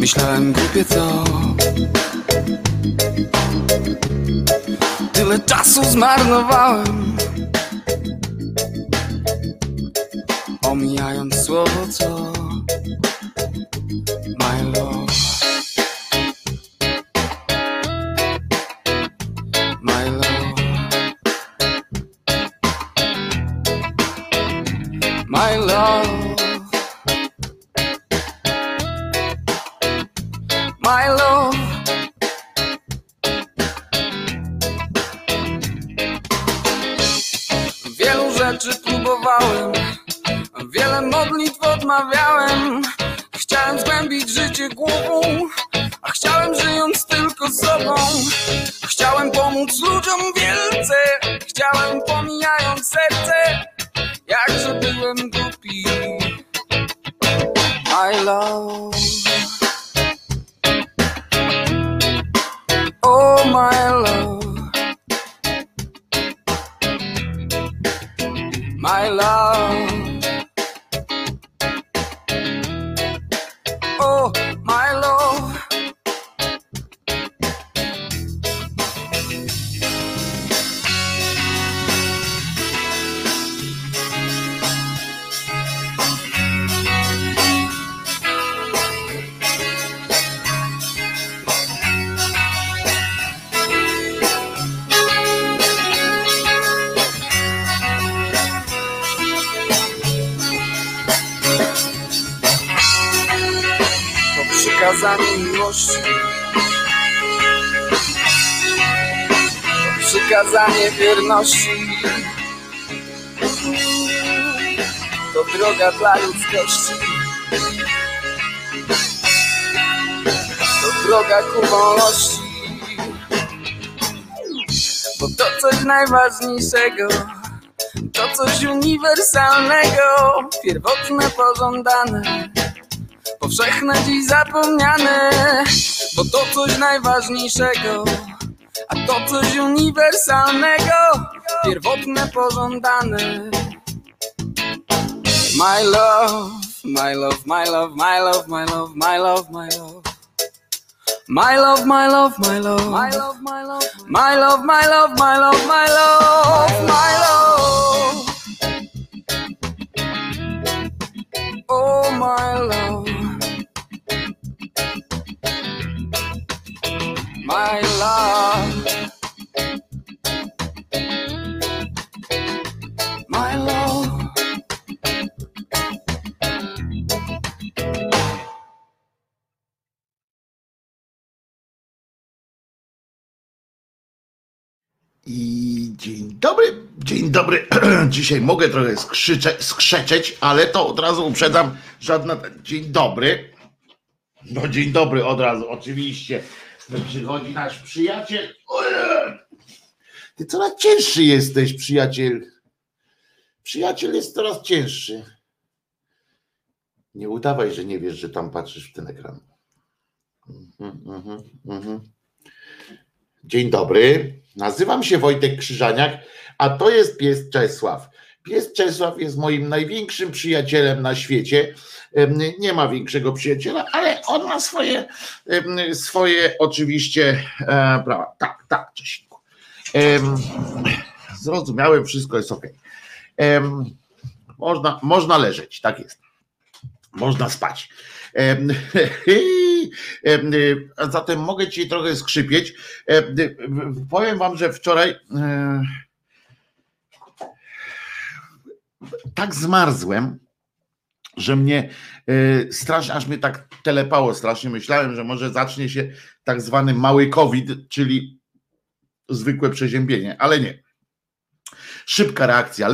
Myślałem głupie co. Tyle czasu zmarnowałem, omijając słowo co. My love, my love, my love, my love. Wielu rzeczy próbowałem, wiele modlitw odmawiałem. Chciałem zgłębić życie głową, a chciałem żyjąc tylko sobą. Chciałem pomóc ludziom wielce, chciałem pomijając serce, jakże byłem głupi. My love, oh my love, my love, oh my love. Przykazanie miłości, przykazanie wierności, to droga dla ludzkości, to droga ku wolności, bo to coś najważniejszego, to coś uniwersalnego, pierwotne, pożądane, powszechne, dziś zapomniane, bo to coś najważniejszego, a to coś uniwersalnego, pierwotne, pożądane. My love, my love, my love, my love, my love, my love, my love. My love, my love, my love, my love, my love, my love, my love, my love, my love, my love. Oh my love, my love, my love. I dzień dobry. Dzisiaj mogę trochę skrzeczeć, ale to od razu uprzedzam, żadna. Dzień dobry. No dzień dobry od razu, oczywiście. Przychodzi nasz przyjaciel. Ty coraz cięższy jesteś, przyjaciel. Przyjaciel jest coraz cięższy. Nie udawaj, że nie wiesz, że tam patrzysz w ten ekran. Dzień dobry. Nazywam się Wojtek Krzyżaniak, a to jest pies Czesław. Pies Czesław jest moim największym przyjacielem na świecie. Nie ma większego przyjaciela, ale on ma swoje oczywiście prawa. Tak, Czesinku. Zrozumiałem, wszystko jest okej. Można leżeć, tak jest. Można spać. A zatem mogę ci trochę skrzypieć. Powiem wam, że wczoraj tak zmarzłem, że mnie strasznie, aż mnie tak telepało strasznie. Myślałem, że może zacznie się tak zwany mały COVID, czyli zwykłe przeziębienie, ale nie. Szybka reakcja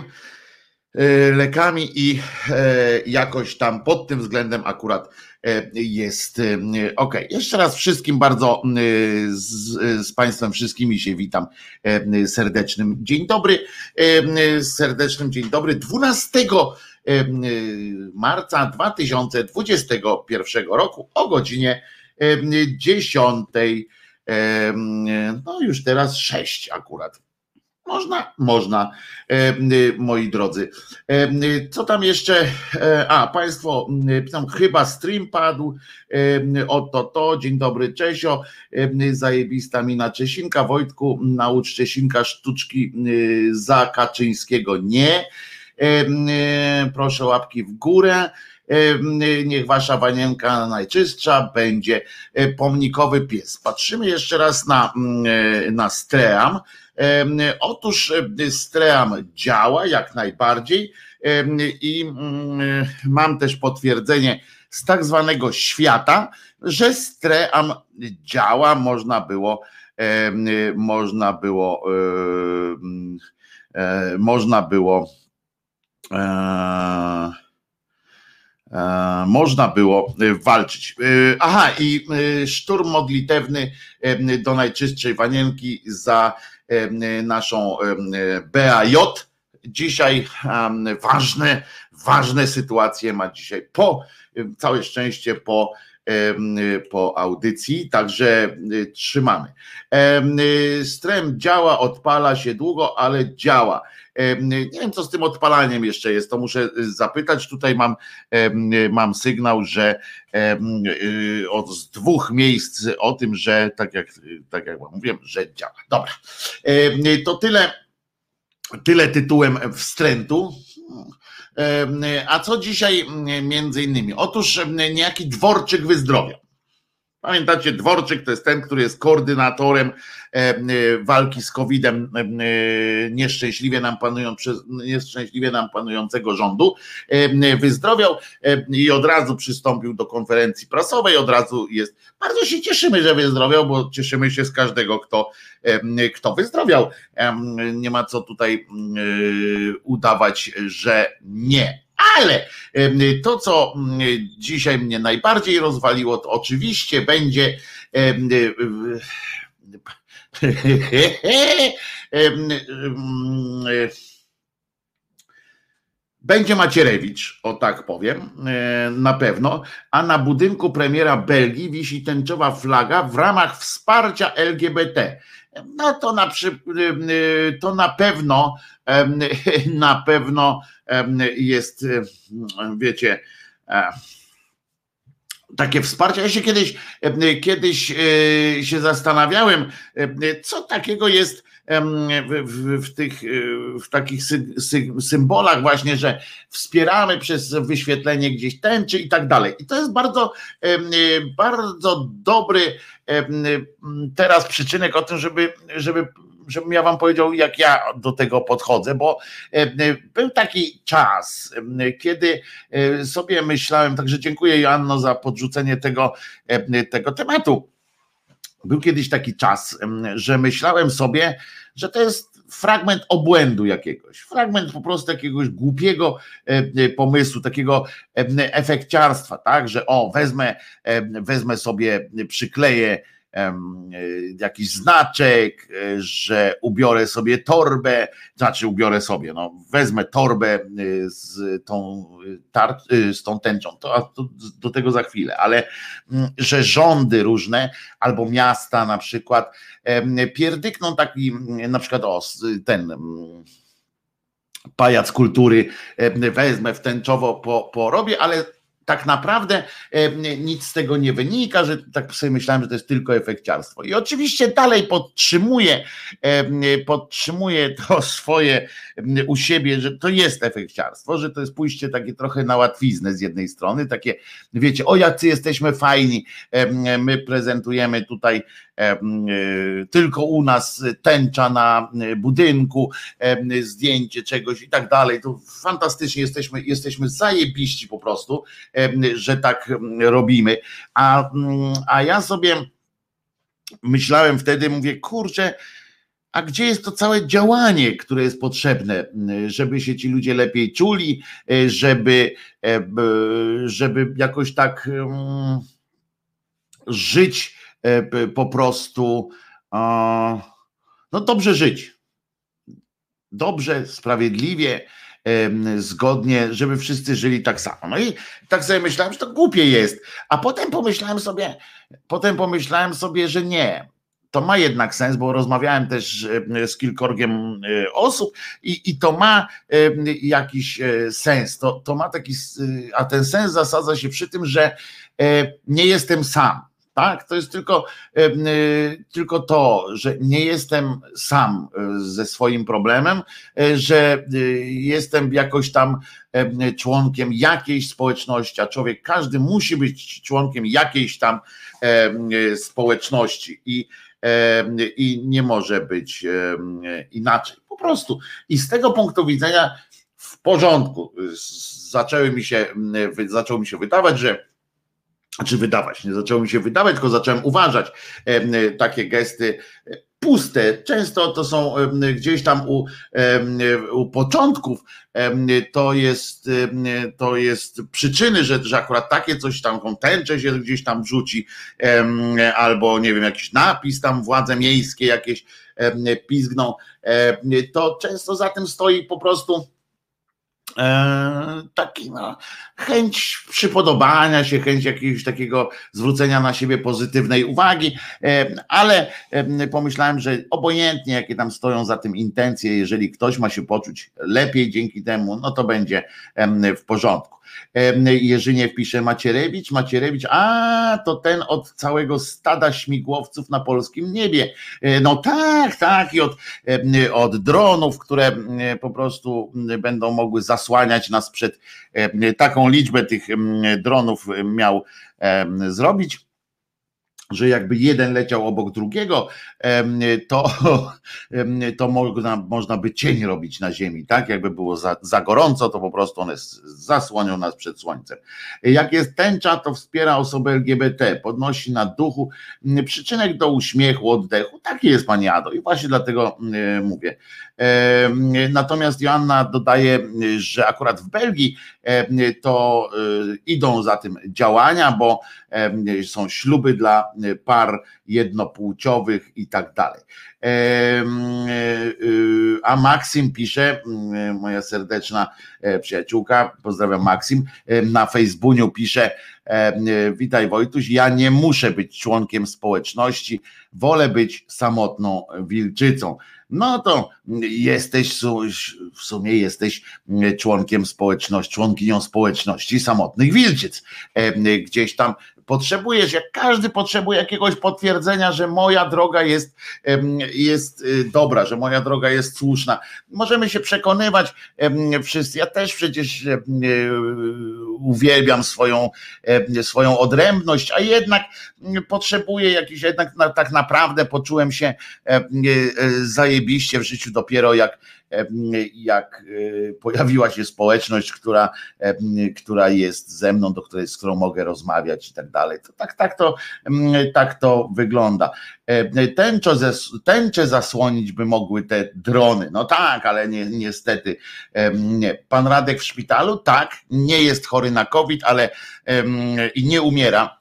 lekami i jakoś tam pod tym względem akurat jest ok. Jeszcze raz wszystkim bardzo z Państwem wszystkimi się witam serdecznym dzień dobry, serdecznym dzień dobry 12 marca 2021 roku o godzinie 10, no już teraz 6 akurat. Można, moi drodzy. Co tam jeszcze? Państwo piszą, chyba stream padł. To. Dzień dobry, Czesio. Zajebista mina Czesinka. Wojtku, naucz Czesinka sztuczki za Kaczyńskiego. Nie. Proszę łapki w górę. Niech wasza wanienka najczystsza będzie pomnikowy pies. Patrzymy jeszcze raz na Stream. Otóż Stream działa jak najbardziej i mam też potwierdzenie z tak zwanego świata, że Stream działa, można było walczyć. I szturm modlitewny do najczystszej wanienki za naszą BAJ. Dzisiaj ważne sytuacje ma dzisiaj całe szczęście po audycji, także trzymamy. Stream działa, odpala się długo, ale działa. Nie wiem, co z tym odpalaniem jeszcze jest, to muszę zapytać. Tutaj mam sygnał, że z 2 miejsc o tym, że tak jak mówiłem, że działa. Dobra, to tyle tytułem wstrętu. A co dzisiaj między innymi? Otóż niejaki Dworczyk wyzdrowiał. Pamiętacie, Dworczyk to jest ten, który jest koordynatorem walki z COVID-em nieszczęśliwie nam panującego rządu. Wyzdrowiał i od razu przystąpił do konferencji prasowej, od razu jest. Bardzo się cieszymy, że wyzdrowiał, bo cieszymy się z każdego, kto wyzdrowiał. Nie ma co tutaj udawać, że nie. Ale to, co dzisiaj mnie najbardziej rozwaliło, to oczywiście będzie Macierewicz, o tak powiem, na pewno, a na budynku premiera Belgii wisi tęczowa flaga w ramach wsparcia LGBT. No to na pewno jest, wiecie, takie wsparcie. Ja się kiedyś się zastanawiałem, co takiego jest w takich symbolach właśnie, że wspieramy przez wyświetlenie gdzieś tęczy i tak dalej. I to jest bardzo, bardzo dobry teraz przyczynek o tym, żebym ja wam powiedział, jak ja do tego podchodzę, bo był taki czas, kiedy sobie myślałem, także dziękuję Joanno za podrzucenie tego tematu. Był kiedyś taki czas, że myślałem sobie, że to jest fragment obłędu jakiegoś, fragment po prostu jakiegoś głupiego pomysłu, takiego efekciarstwa, tak, że wezmę sobie, przykleję jakiś znaczek, że wezmę torbę z tą tęczą, to do tego za chwilę, ale że rządy różne, albo miasta na przykład pierdykną taki, na przykład ten pajac kultury wezmę w tęczowo porobię, ale tak naprawdę nic z tego nie wynika, że tak sobie myślałem, że to jest tylko efekciarstwo. I oczywiście dalej podtrzymuję to swoje u siebie, że to jest efekciarstwo, że to jest pójście takie trochę na łatwiznę z jednej strony, takie wiecie, o jacy jesteśmy fajni, my prezentujemy tutaj tylko u nas tęcza na budynku, zdjęcie czegoś i tak dalej, to fantastycznie jesteśmy zajebiści po prostu, że tak robimy, a ja sobie myślałem wtedy, mówię, kurczę, a gdzie jest to całe działanie, które jest potrzebne, żeby się ci ludzie lepiej czuli, żeby jakoś tak żyć po prostu, no dobrze żyć, dobrze, sprawiedliwie, zgodnie, żeby wszyscy żyli tak samo. No i tak sobie myślałem, że to głupie jest, a potem pomyślałem sobie, że nie. to ma jednak sens, bo rozmawiałem też z kilkorgiem osób i to ma jakiś sens. To ma taki, a ten sens zasadza się przy tym, że nie jestem sam. Tak, to jest tylko to, że nie jestem sam ze swoim problemem, że jestem jakoś tam członkiem jakiejś społeczności, a człowiek każdy musi być członkiem jakiejś tam społeczności i nie może być inaczej. Po prostu. I z tego punktu widzenia w porządku. Zaczęło mi się wydawać, że nie zaczęło mi się wydawać, tylko zacząłem uważać takie gesty puste. Często to są gdzieś tam u początków, to jest przyczyny, że akurat takie coś tam, tęczę się gdzieś tam wrzuci, albo nie wiem, jakiś napis tam władze miejskie jakieś pizgną. To często za tym stoi po prostu taki chęć przypodobania się, chęć jakiegoś takiego zwrócenia na siebie pozytywnej uwagi, ale pomyślałem, że obojętnie jakie tam stoją za tym intencje, jeżeli ktoś ma się poczuć lepiej dzięki temu, no to będzie w porządku. Jerzyniew pisze Macierewicz, to ten od całego stada śmigłowców na polskim niebie. No tak, i od dronów, które po prostu będą mogły zasłaniać nas przed taką liczbę tych dronów miał zrobić, że jakby jeden leciał obok drugiego, to można by cień robić na ziemi, tak? Jakby było za gorąco, to po prostu one zasłonią nas przed słońcem. Jak jest tęcza, to wspiera osoby LGBT, podnosi na duchu, przyczynek do uśmiechu, oddechu. Taki jest pani Ado i właśnie dlatego mówię. Natomiast Joanna dodaje, że akurat w Belgii to idą za tym działania, bo są śluby dla par jednopłciowych i tak dalej. A Maksim pisze, moja serdeczna przyjaciółka, pozdrawiam Maksim, na Facebooku pisze: witaj Wojtuś, ja nie muszę być członkiem społeczności, wolę być samotną wilczycą. No to w sumie jesteś członkiem społeczności, członkinią społeczności samotnych wilczyc. Gdzieś tam potrzebujesz, jak każdy potrzebuje jakiegoś potwierdzenia, że moja droga jest dobra, że moja droga jest słuszna. Możemy się przekonywać wszyscy, ja też przecież uwielbiam swoją odrębność, a jednak potrzebuję jednak tak naprawdę poczułem się zajebiście w życiu dopiero jak pojawiła się społeczność, która jest ze mną, z którą mogę rozmawiać i tak dalej. To tak to wygląda. Tęczę zasłonić by mogły te drony. No tak, ale niestety nie. Pan Radek w szpitalu? Tak, nie jest chory na COVID, ale i nie umiera.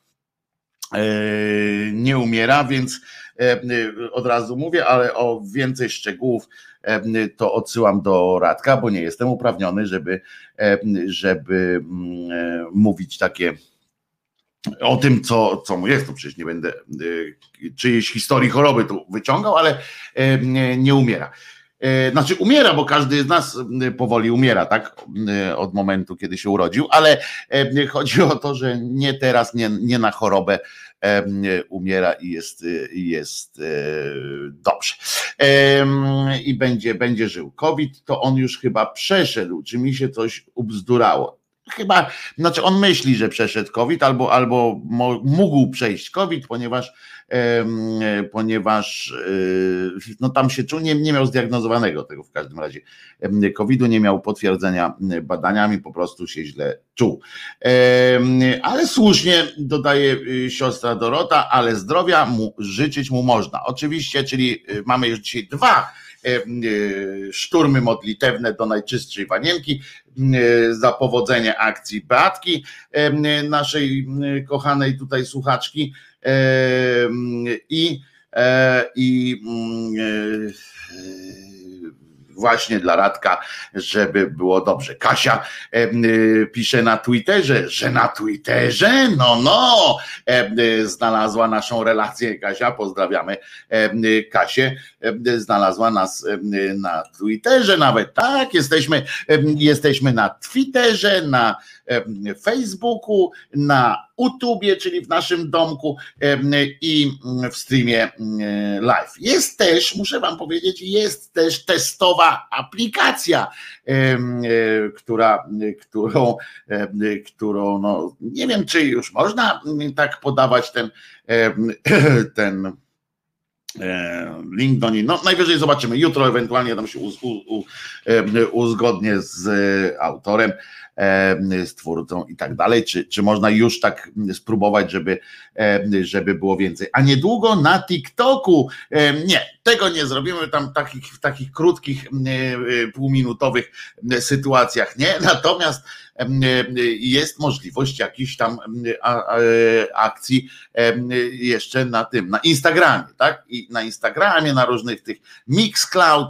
Nie umiera, więc od razu mówię, ale o więcej szczegółów to odsyłam do Radka, bo nie jestem uprawniony, żeby mówić takie o tym, co mu jest. To przecież nie będę czyjejś historii choroby tu wyciągał, ale nie umiera. Znaczy umiera, bo każdy z nas powoli umiera, tak? Od momentu, kiedy się urodził, ale chodzi o to, że nie teraz, nie na chorobę umiera i jest dobrze. I będzie żył. COVID to on już chyba przeszedł, czy mi się coś ubzdurało. Chyba, znaczy on myśli, że przeszedł COVID, albo mógł przejść COVID, ponieważ no tam się czuł, nie miał zdiagnozowanego tego w każdym razie COVID-u, nie miał potwierdzenia badaniami, po prostu się źle czuł. Ale słusznie dodaje siostra Dorota, ale zdrowia życzyć mu można. Oczywiście, czyli mamy już dzisiaj 2 szturmy modlitewne do Najczystszej Wanienki za powodzenie akcji Beatki, naszej kochanej tutaj słuchaczki, właśnie dla Radka, żeby było dobrze. Kasia pisze na Twitterze, że na Twitterze, no, znalazła naszą relację. Kasia, pozdrawiamy Kasię, znalazła nas na Twitterze nawet, tak, jesteśmy na Twitterze, na Facebooku, na YouTubie, czyli w naszym domku i w streamie live. Jest też, muszę wam powiedzieć, jest też testowa aplikacja, którą no, nie wiem, czy już można tak podawać ten link do niej. No najwyżej zobaczymy jutro, ewentualnie tam się uzgodnię z autorem, z twórcą i tak dalej, czy można już tak spróbować, żeby było więcej. A niedługo na TikToku, nie, tego nie zrobimy tam w takich krótkich, półminutowych sytuacjach, nie, natomiast jest możliwość jakichś tam akcji jeszcze na Instagramie, tak? I na Instagramie, na różnych tych Mixcloud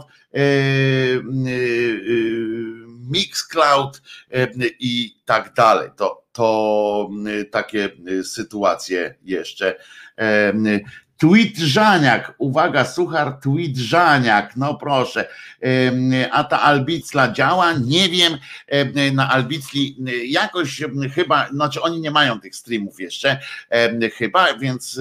i tak dalej. To takie sytuacje jeszcze. Tweetżaniak, uwaga, suchar Tweetżaniak, no proszę, a ta Albicla działa? Nie wiem, na Albicli jakoś chyba, znaczy oni nie mają tych streamów jeszcze, chyba, więc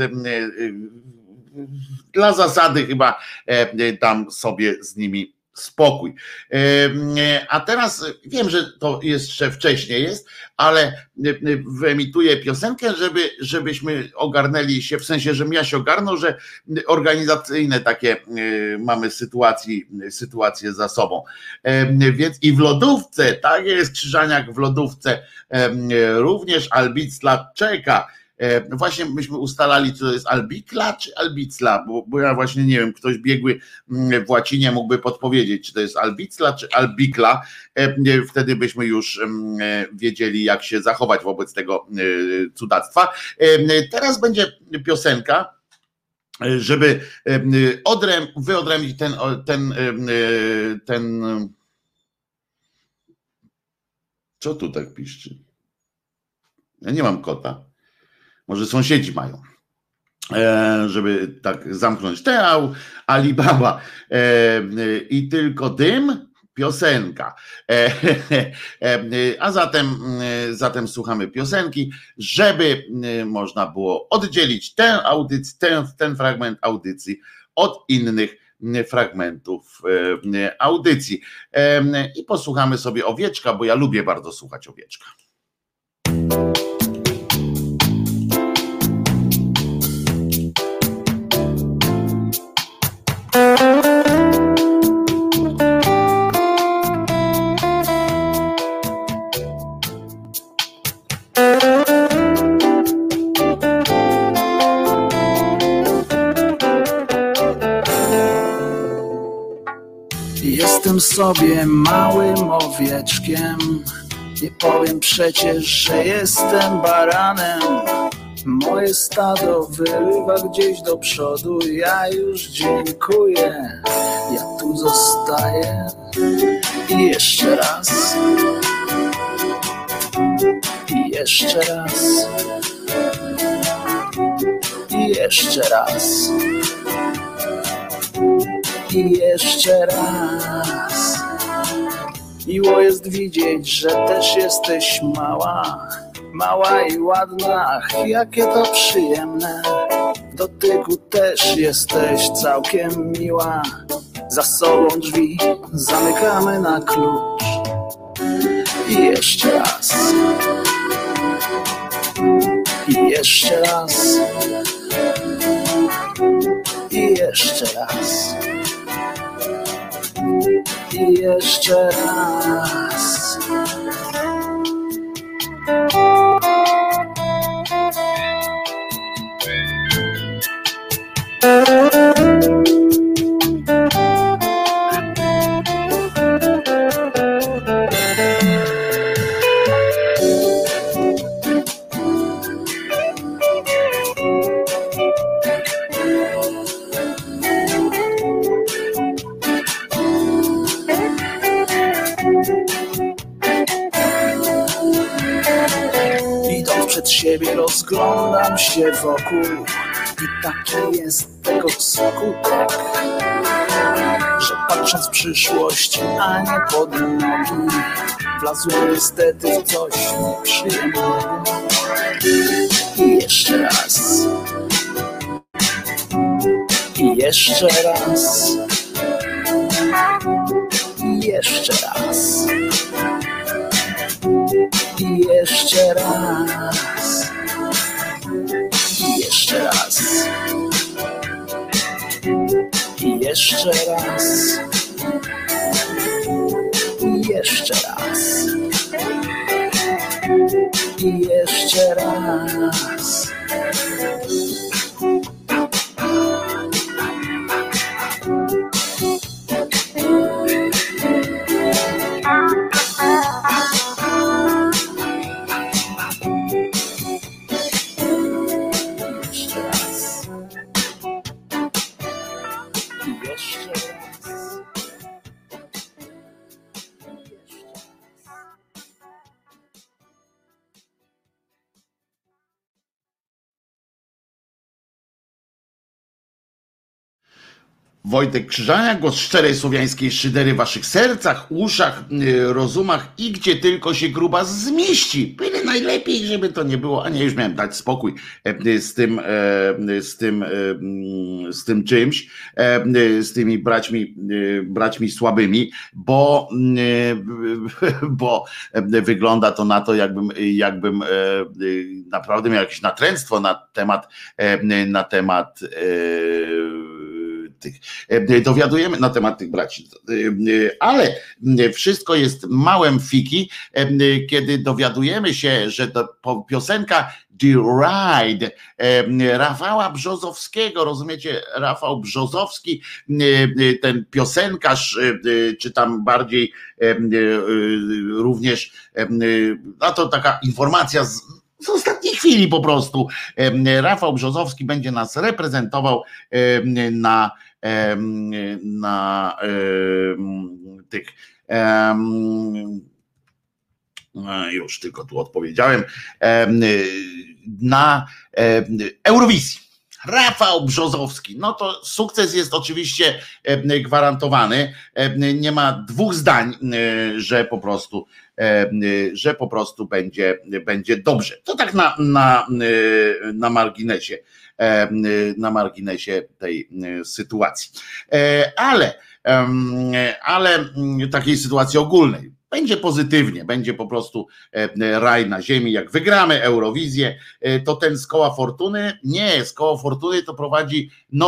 dla zasady chyba dam sobie z nimi spokój. A teraz wiem, że to jeszcze wcześniej jest, ale wyemituję piosenkę, żebyśmy ogarnęli się, w sensie, żebym ja się ogarnął, że organizacyjne takie mamy sytuacje za sobą. Więc i w lodówce, tak jest, Krzyżaniak w lodówce również Albicla czeka. Właśnie myśmy ustalali, co to jest Albikla czy Albicla, bo ja właśnie nie wiem, ktoś biegły w łacinie mógłby podpowiedzieć, czy to jest Albicla czy Albikla, wtedy byśmy już wiedzieli, jak się zachować wobec tego cudactwa. Teraz będzie piosenka, żeby wyodrębnić ten co tu tak piszczy? Ja nie mam kota. Może sąsiedzi mają, żeby tak zamknąć. Alibaba i tylko dym, piosenka. A zatem słuchamy piosenki, żeby można było oddzielić tę audycję, ten fragment audycji od innych fragmentów audycji. I posłuchamy sobie Owieczka, bo ja lubię bardzo słuchać Owieczka. Jestem sobie małym owieczkiem, nie powiem przecież, że jestem baranem. Moje stado wyrywa gdzieś do przodu, ja już dziękuję, ja tu zostaję. I jeszcze raz, i jeszcze raz, i jeszcze raz, i jeszcze raz. Miło jest widzieć, że też jesteś mała, mała i ładna, ach, jakie to przyjemne. W dotyku też jesteś całkiem miła. Za sobą drzwi zamykamy na klucz. I jeszcze raz, i jeszcze raz, i jeszcze raz, i jeszcze raz. Rozglądam się wokół i taki jest tego skutek, że patrząc w przyszłość, a nie pod nogi, wlazłem niestety w coś nieprzyjemnego. I jeszcze raz. I jeszcze raz. I jeszcze raz. I jeszcze raz. I jeszcze raz. I jeszcze raz. I jeszcze raz. I jeszcze raz. Wojtek Krzyżania, głos szczerej słowiańskiej szydery w waszych sercach, uszach, rozumach i gdzie tylko się gruba zmieści. Byle najlepiej, żeby to nie było, a nie, już miałem dać spokój z tym czymś, z tymi braćmi słabymi, bo wygląda to na to, jakbym naprawdę miał jakieś natręctwo na temat dowiadujemy na temat tych braci, ale wszystko jest małem fiki, kiedy dowiadujemy się, że to piosenka The Ride Rafała Brzozowskiego, rozumiecie, Rafał Brzozowski, ten piosenkarz, czy tam bardziej również, no to taka informacja z ostatniej chwili po prostu, Rafał Brzozowski będzie nas reprezentował na tych już tylko tu odpowiedziałem, na Eurowizji. Rafał Brzozowski, no to sukces jest oczywiście gwarantowany, nie ma dwóch zdań, że po prostu będzie dobrze. To tak na marginesie tej sytuacji. Ale takiej sytuacji ogólnej. Będzie pozytywnie, będzie po prostu raj na ziemi. Jak wygramy Eurowizję, to ten z koła fortuny, nie, z koła fortuny to prowadzi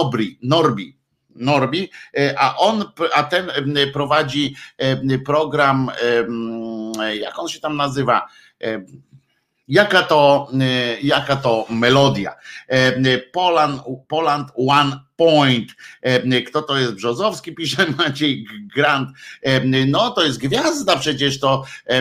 Norbi, a ten prowadzi program, jak on się tam nazywa, jaka to melodia. Poland One Point. Kto to jest Brzozowski? Pisze Maciej Grant. No to jest gwiazda przecież, to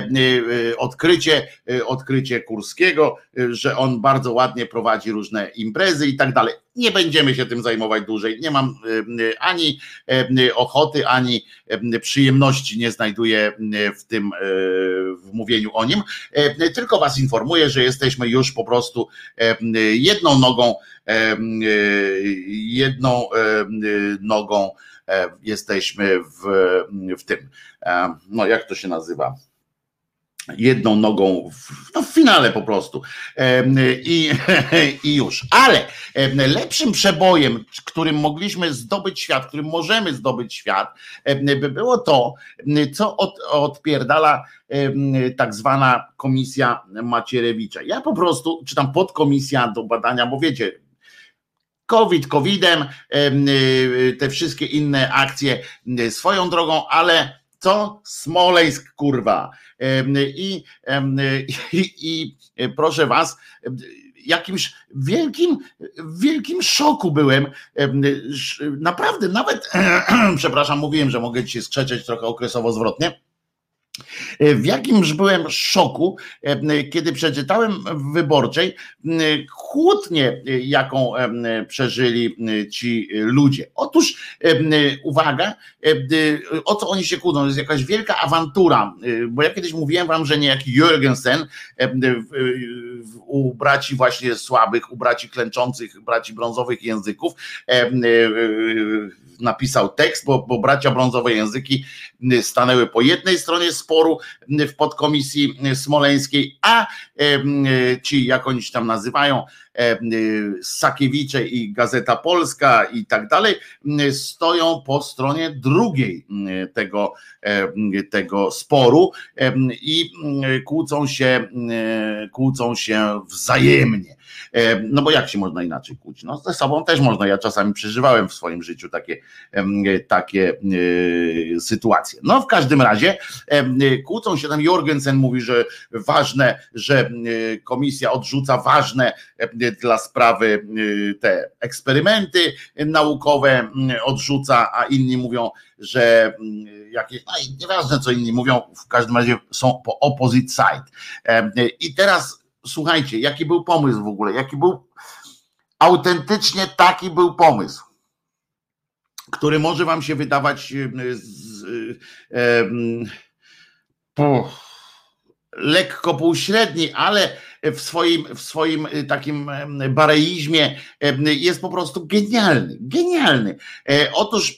odkrycie Kurskiego, że on bardzo ładnie prowadzi różne imprezy i tak dalej. Nie będziemy się tym zajmować dłużej. Nie mam ani ochoty, ani przyjemności nie znajduję w mówieniu o nim. Tylko was informuję, że jesteśmy już po prostu jedną nogą jesteśmy w tym, no jak to się nazywa, jedną nogą w finale po prostu i już. Ale lepszym przebojem, którym mogliśmy zdobyć świat, którym możemy zdobyć świat, by było to, co odpierdala tak zwana komisja Macierewicza. Ja po prostu, czy tam podkomisja do badania, bo wiecie, COVID-em, te wszystkie inne akcje swoją drogą, ale co? Smoleńsk, kurwa. I proszę was, jakimś wielkim szoku byłem. Naprawdę, nawet, przepraszam, mówiłem, że mogę dzisiaj skrzeczeć trochę okresowo zwrotnie. W jakimś byłem szoku, kiedy przeczytałem w Wyborczej kłótnię, jaką przeżyli ci ludzie. Otóż uwaga, o co oni się kłócą? To jest jakaś wielka awantura, bo ja kiedyś mówiłem wam, że niejaki Jürgensen u braci właśnie słabych, u braci klęczących, braci brązowych języków napisał tekst, bo bracia brązowe języki stanęły po jednej stronie sporu w podkomisji smoleńskiej, a ci, jak oni się tam nazywają, Sakiewicze i Gazeta Polska i tak dalej, stoją po stronie drugiej tego sporu i kłócą się wzajemnie. No bo jak się można inaczej kłócić? No ze sobą też można. Ja czasami przeżywałem w swoim życiu takie sytuacje. No w każdym razie kłócą się tam. Jorgensen mówi, że ważne, że komisja odrzuca ważne dla sprawy te eksperymenty naukowe, odrzuca, a inni mówią, że jakieś, no i nieważne co inni mówią, w każdym razie są po opposite side. I teraz słuchajcie, jaki był pomysł w ogóle, autentycznie taki był pomysł, który może wam się wydawać lekko półśredni, ale w swoim takim bareizmie jest po prostu genialny. Otóż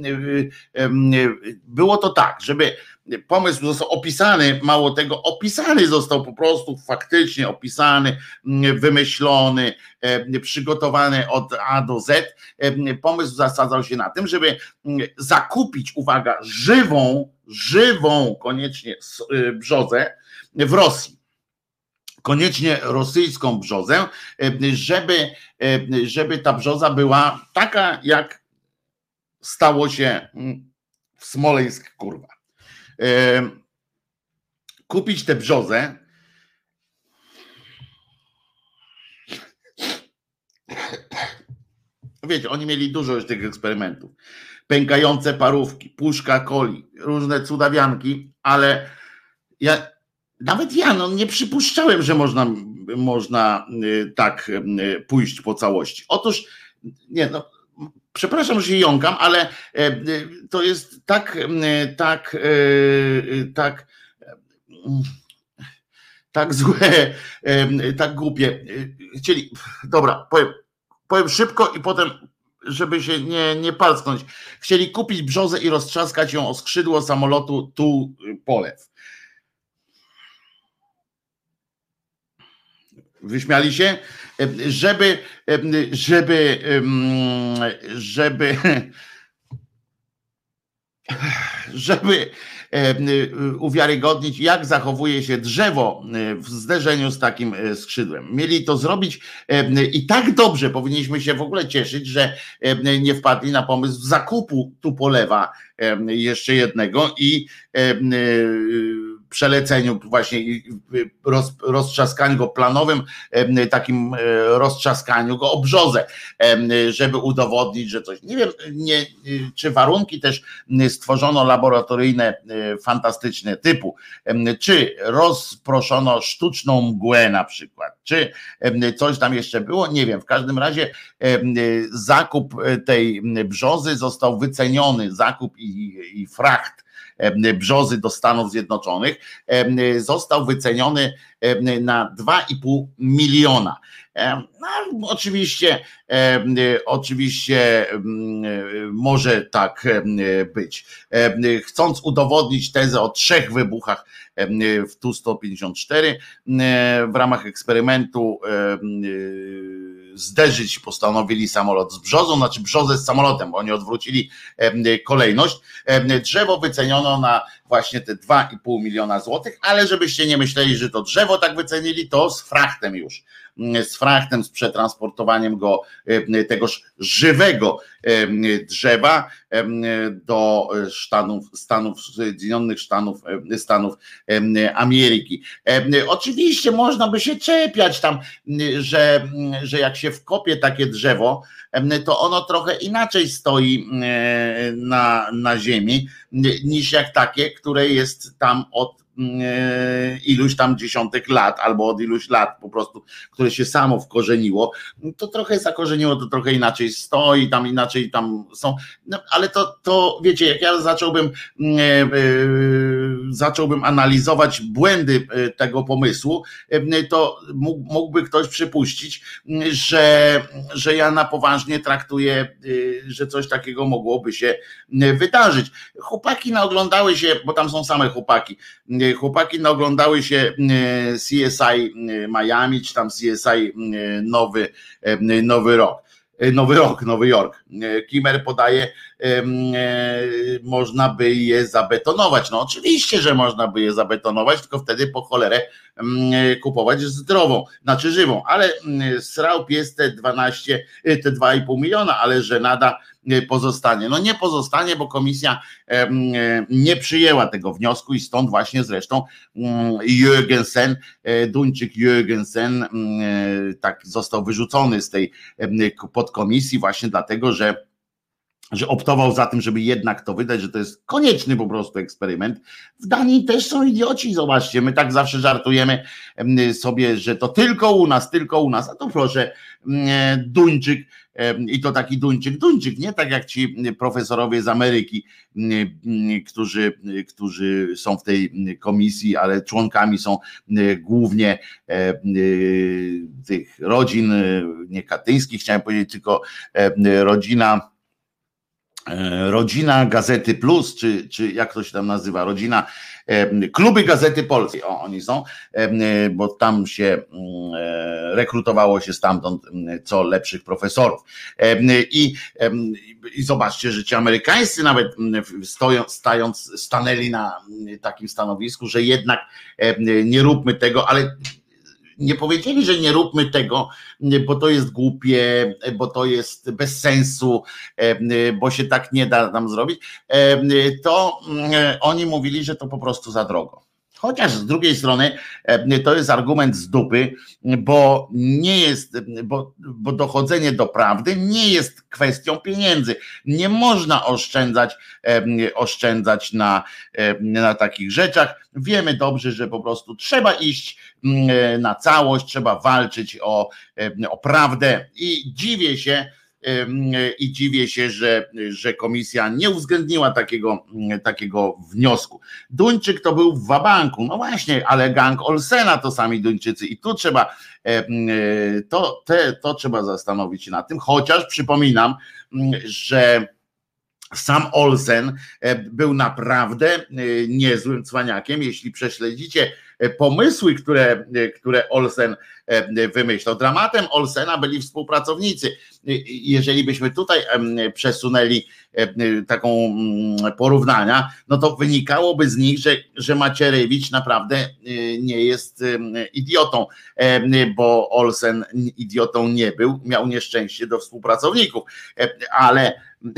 było to tak, żeby pomysł został opisany, mało tego, opisany został po prostu faktycznie opisany, wymyślony, przygotowany od A do Z. Pomysł zasadzał się na tym, żeby zakupić, uwaga, żywą koniecznie brzozę w Rosji. Koniecznie rosyjską brzozę, żeby ta brzoza była taka, jak stało się w Smoleńsk, kurwa. Kupić tę brzozę, wiecie, oni mieli dużo już tych eksperymentów, pękające parówki, puszka coli, różne cudawianki, ale nawet ja nie przypuszczałem, że można tak pójść po całości. Otóż przepraszam, że się jąkam, ale to jest tak złe, tak głupie. Chcieli, dobra, powiem szybko i potem, żeby się nie parsknąć. Chcieli kupić brzozę i roztrzaskać ją o skrzydło samolotu Tupolew. Wyśmiali się, żeby uwiarygodnić, jak zachowuje się drzewo w zderzeniu z takim skrzydłem. Mieli to zrobić i tak dobrze, powinniśmy się w ogóle cieszyć, że nie wpadli na pomysł zakupu Tupolewa jeszcze jednego i przeleceniu właśnie roztrzaskaniu go planowym, takim roztrzaskaniu go o brzozę, żeby udowodnić, że coś. Nie wiem, czy warunki też stworzono laboratoryjne, fantastyczne typu, czy rozproszono sztuczną mgłę na przykład, czy coś tam jeszcze było, nie wiem. W każdym razie zakup tej brzozy został wyceniony, zakup i fracht brzozy do Stanów Zjednoczonych został wyceniony na 2,5 miliona. No, oczywiście może tak być. Chcąc udowodnić tezę o 3 wybuchach w Tu-154 w ramach eksperymentu zderzyć postanowili samolot z brzozą, znaczy brzozę z samolotem, bo oni odwrócili kolejność. Drzewo wyceniono na właśnie te 2,5 miliona złotych, ale żebyście nie myśleli, że to drzewo tak wycenili, to z frachtem już. Z frachtem, z przetransportowaniem go, tegoż żywego drzewa do Zjednoczonych Stanów Ameryki. Oczywiście można by się czepiać tam, że jak się wkopie takie drzewo, to ono trochę inaczej stoi na ziemi niż jak takie, które jest tam od iluś tam dziesiątek lat, albo od iluś lat po prostu, które się samo wkorzeniło, to trochę zakorzeniło, to trochę inaczej stoi, tam inaczej tam są, no, ale to wiecie, jak ja zacząłbym analizować błędy tego pomysłu, to mógłby ktoś przypuścić, że ja na poważnie traktuję, że coś takiego mogłoby się wydarzyć. Chłopaki naoglądały się, bo tam są same chłopaki naoglądały się CSI Miami, czy tam CSI Nowy Jork. Kimmer podaje, można by je zabetonować. No oczywiście, że można by je zabetonować, tylko wtedy po cholerę kupować zdrową, znaczy żywą, ale srał pies te 2,5 miliona, ale żenada pozostanie. No nie pozostanie, bo komisja nie przyjęła tego wniosku i stąd właśnie zresztą Jürgensen, Duńczyk Jürgensen tak został wyrzucony z tej podkomisji właśnie dlatego, że optował za tym, żeby jednak to wydać, że to jest konieczny po prostu eksperyment. W Danii też są idioci, zobaczcie, my tak zawsze żartujemy sobie, że to tylko u nas, a to proszę, Duńczyk, i to taki Duńczyk, nie tak jak ci profesorowie z Ameryki, którzy są w tej komisji, ale członkami są głównie tych rodzin, nie katyńskich, chciałem powiedzieć, tylko rodzina Gazety Plus, czy jak to się tam nazywa, kluby Gazety Polskiej, oni są, bo tam się rekrutowało się stamtąd co lepszych profesorów. I zobaczcie, że ci amerykańscy nawet stanęli na takim stanowisku, że jednak nie róbmy tego, ale nie powiedzieli, że nie róbmy tego, bo to jest głupie, bo to jest bez sensu, bo się tak nie da nam zrobić, to oni mówili, że to po prostu za drogo. Chociaż z drugiej strony to jest argument z dupy, bo nie jest, bo dochodzenie do prawdy nie jest kwestią pieniędzy. Nie można oszczędzać na takich rzeczach. Wiemy dobrze, że po prostu trzeba iść na całość, trzeba walczyć o prawdę i dziwię się, że komisja nie uwzględniła takiego wniosku. Duńczyk to był w wabanku, no właśnie, ale gang Olsena to sami Duńczycy i tu trzeba to trzeba zastanowić się nad tym, chociaż przypominam, że sam Olsen był naprawdę niezłym cwaniakiem. Jeśli prześledzicie pomysły, które Olsen wymyślał. Dramatem Olsena byli współpracownicy. Jeżeli byśmy tutaj przesunęli taką porównania, no to wynikałoby z nich, że Macierewicz naprawdę nie jest idiotą, bo Olsen idiotą nie był, miał nieszczęście do współpracowników, ale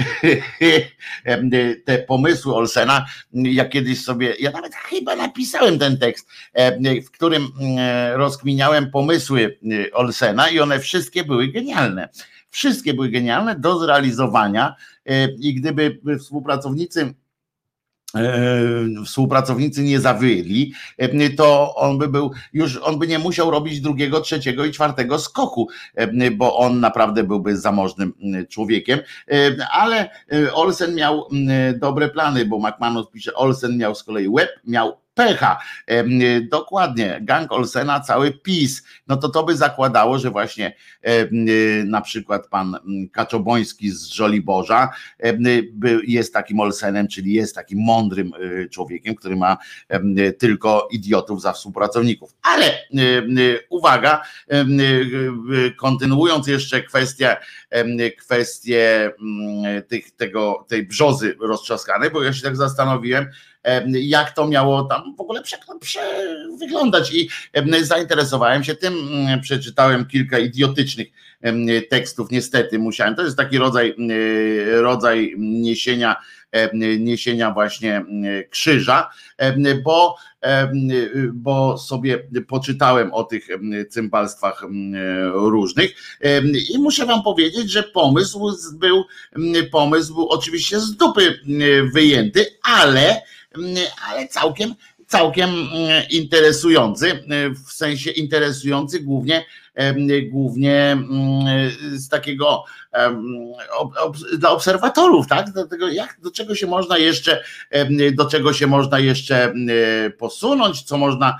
te pomysły Olsena, ja nawet chyba napisałem ten tekst, w którym rozkminiałem pomysły Olsena i one wszystkie były genialne. Wszystkie były genialne do zrealizowania i gdyby współpracownicy nie zawyli, to on by nie musiał robić drugiego, trzeciego i czwartego skoku, bo on naprawdę byłby zamożnym człowiekiem, ale Olsen miał dobre plany, bo McManus pisze, Olsen miał z kolei łeb, miał pecha. Dokładnie, gang Olsena, cały PiS, no to by zakładało, że właśnie na przykład pan Kaczoboński z Żoliborza jest takim Olsenem, czyli jest takim mądrym człowiekiem, który ma tylko idiotów za współpracowników. Ale uwaga, kontynuując jeszcze kwestię tej brzozy roztrzaskanej, bo ja się tak zastanowiłem, jak to miało tam w ogóle wyglądać i zainteresowałem się tym, przeczytałem kilka idiotycznych tekstów, niestety musiałem. To jest taki rodzaj niesienia właśnie krzyża, bo sobie poczytałem o tych cymbalstwach różnych i muszę wam powiedzieć, że pomysł był oczywiście z dupy wyjęty, ale całkiem interesujący, w sensie interesujący głównie z takiego dla obserwatorów, tak? Do tego, do czego się można jeszcze posunąć, co można,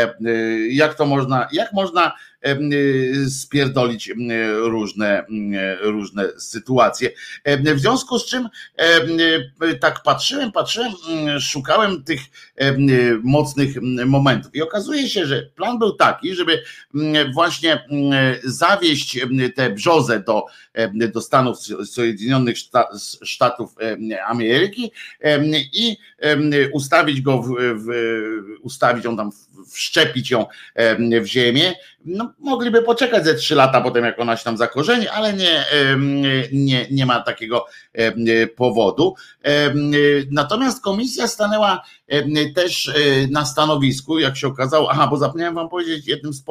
jak można spierdolić różne sytuacje. W związku z czym tak patrzyłem, szukałem tych mocnych momentów i okazuje się, że plan był taki, żeby właśnie zawieźć tę brzozę do Stanów Zjednoczonych Sztatów Ameryki i ustawić go ustawić ją tam, wszczepić ją w ziemię. No, mogliby poczekać ze 3 lata potem, jak ona się tam zakorzeni, ale nie ma takiego powodu. Natomiast komisja stanęła też na stanowisku, jak się okazało, bo zapomniałem wam powiedzieć,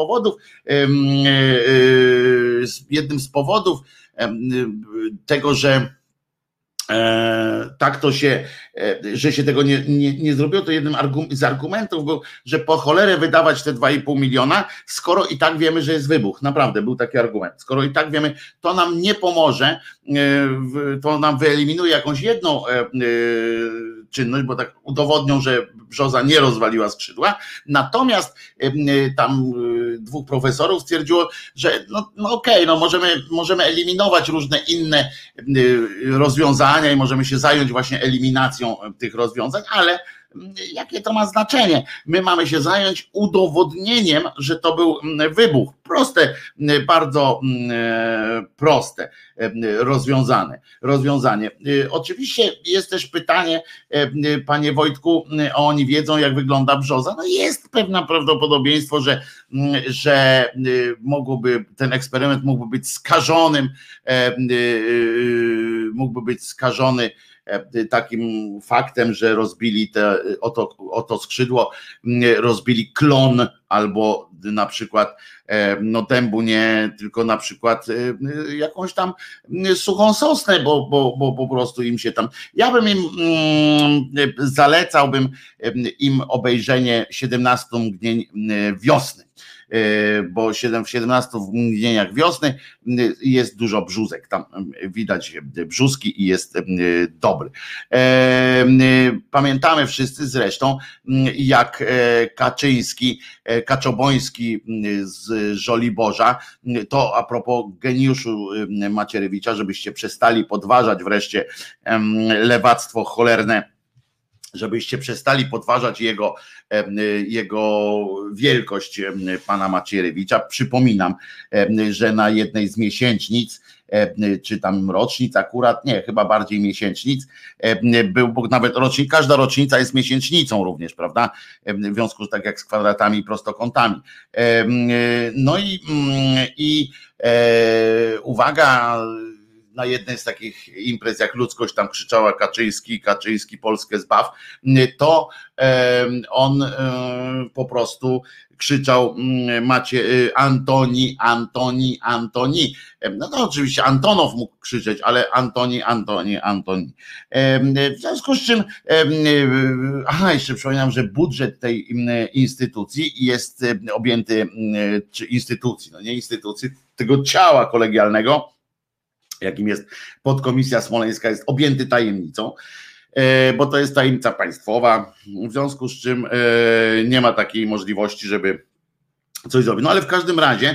jednym z powodów tego, że tak to się, że się tego nie zrobiło, to jednym z argumentów był, że po cholerę wydawać te 2,5 miliona, skoro i tak wiemy, że jest wybuch. Naprawdę był taki argument. Skoro i tak wiemy, to nam nie pomoże, to nam wyeliminuje jakąś jedną czynność, bo tak udowodnią, że brzoza nie rozwaliła skrzydła. Natomiast tam 2 profesorów stwierdziło, że okej, możemy eliminować różne inne rozwiązania i możemy się zająć właśnie eliminacją tych rozwiązań, ale jakie to ma znaczenie? My mamy się zająć udowodnieniem, że to był wybuch. Proste, bardzo proste rozwiązanie. Oczywiście jest też pytanie, panie Wojtku, oni wiedzą, jak wygląda brzoza. No jest pewne prawdopodobieństwo, że ten eksperyment mógłby być skażony takim faktem, że rozbili oto skrzydło, rozbili klon albo na przykład dębu nie, tylko na przykład jakąś tam suchą sosnę, bo po prostu im się tam... Ja bym zalecałbym im obejrzenie 17 mgnień wiosny, bo w 17 mgnieniach wiosny jest dużo brzózek, tam widać brzózki i jest dobry. Pamiętamy wszyscy zresztą, jak Kaczoboński z Żoliborza, to a propos geniuszu Macierewicza, żebyście przestali podważać wreszcie lewactwo cholerne, żebyście przestali podważać jego wielkość, pana Macierewicza. Przypominam, że na jednej z miesięcznic, czy tam rocznic akurat, nie, chyba bardziej miesięcznic, bo nawet każda rocznica jest miesięcznicą również, prawda? W związku z tak jak z kwadratami i prostokątami. No i uwaga, na jednej z takich imprez, jak ludzkość tam krzyczała Kaczyński, Polskę zbaw, to on po prostu krzyczał Antoni. No to oczywiście Antonow mógł krzyczeć, ale Antoni. W związku z czym, jeszcze przypominam, że budżet tej instytucji jest objęty, czy instytucji, nie instytucji, tego ciała kolegialnego, jakim jest podkomisja smoleńska, jest objęty tajemnicą, bo to jest tajemnica państwowa, w związku z czym nie ma takiej możliwości, żeby coś zrobić. No ale w każdym razie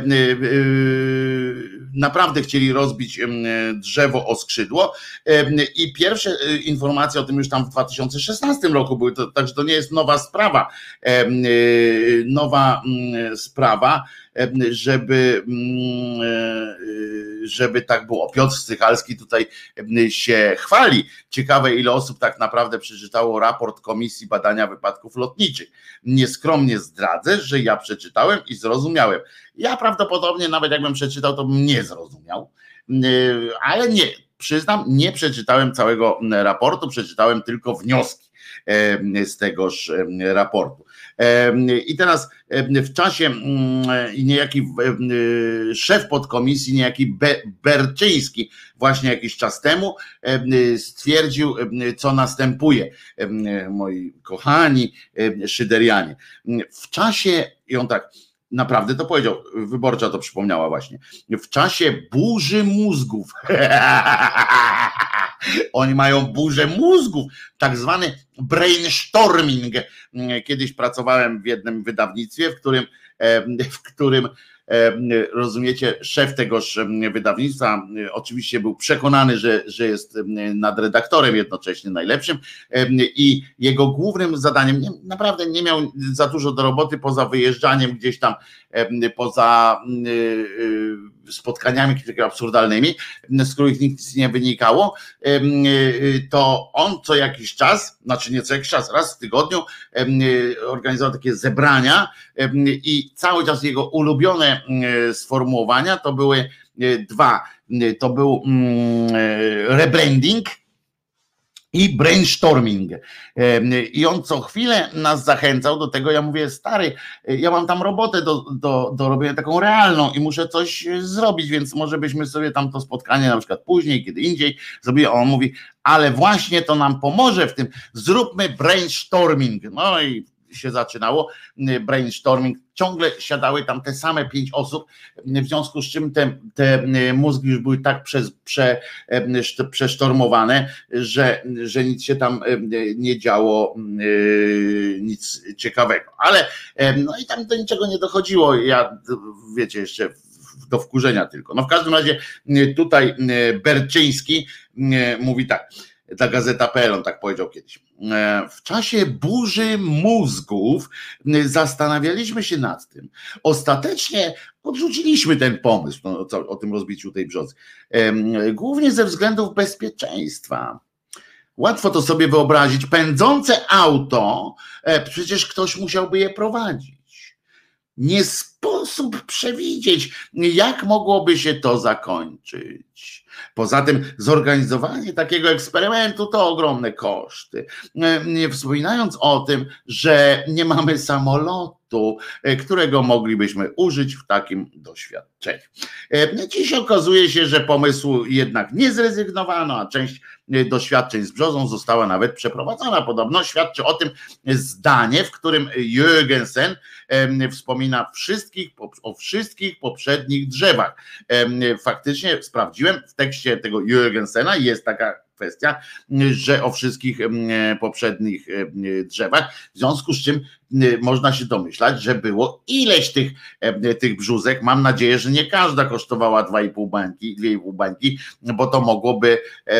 naprawdę chcieli rozbić drzewo o skrzydło i pierwsze informacje o tym już tam w 2016 roku były, także to nie jest nowa sprawa. żeby tak było. Piotr Strychalski tutaj się chwali. Ciekawe, ile osób tak naprawdę przeczytało raport Komisji Badania Wypadków Lotniczych. Nieskromnie zdradzę, że ja przeczytałem i zrozumiałem. Ja prawdopodobnie nawet jakbym przeczytał, to bym nie zrozumiał, ale nie, przyznam, nie przeczytałem całego raportu, przeczytałem tylko wnioski z tegoż raportu. I teraz w czasie niejaki szef podkomisji, niejaki Berczyński, właśnie jakiś czas temu stwierdził, co następuje, moi kochani szyderianie. W czasie, i on tak naprawdę to powiedział, Wyborcza to przypomniała właśnie, w czasie burzy mózgów, oni mają burzę mózgów, tak zwany brainstorming. Kiedyś pracowałem w jednym wydawnictwie, w którym rozumiecie, szef tegoż wydawnictwa oczywiście był przekonany, że jest nadredaktorem jednocześnie najlepszym i jego głównym zadaniem, naprawdę nie miał za dużo do roboty poza wyjeżdżaniem gdzieś tam, poza spotkaniami takimi absurdalnymi, z których nic nie wynikało, to on co jakiś czas, znaczy nie co jakiś czas, raz w tygodniu organizował takie zebrania i cały czas jego ulubione sformułowania to były dwa. To był rebranding i brainstorming. I on co chwilę nas zachęcał do tego. Ja mówię, stary, ja mam tam robotę do robienia taką realną i muszę coś zrobić, więc może byśmy sobie tam to spotkanie na przykład później, kiedy indziej zrobili. On mówi, ale właśnie to nam pomoże w tym, zróbmy brainstorming. No i się zaczynało brainstorming, ciągle siadały tam te same 5 osób, w związku z czym te mózgi już były tak przesztormowane, że nic się tam nie działo, nic ciekawego. Ale no i tam do niczego nie dochodziło, ja wiecie, jeszcze do wkurzenia tylko. No w każdym razie tutaj Berczyński mówi tak, dla Gazeta.pl on tak powiedział kiedyś. W czasie burzy mózgów zastanawialiśmy się nad tym. Ostatecznie odrzuciliśmy ten pomysł o tym rozbiciu tej brzozy. Głównie ze względów bezpieczeństwa. Łatwo to sobie wyobrazić. Pędzące auto, przecież ktoś musiałby je prowadzić. Nie sposób przewidzieć, jak mogłoby się to zakończyć. Poza tym zorganizowanie takiego eksperymentu to ogromne koszty. Nie wspominając o tym, że nie mamy samolotu, którego moglibyśmy użyć w takim doświadczeniu. Dziś okazuje się, że pomysłu jednak nie zrezygnowano, a część doświadczeń z brzozą została nawet przeprowadzona. Podobno świadczy o tym zdanie, w którym Jürgensen wspomina o wszystkich poprzednich drzewach. Faktycznie sprawdziłem, w tekście tego Jürgensena jest taka kwestia, że o wszystkich poprzednich drzewach, w związku z czym można się domyślać, że było ileś tych brzózek. Mam nadzieję, że nie każda kosztowała 2,5 bańki, bo to mogłoby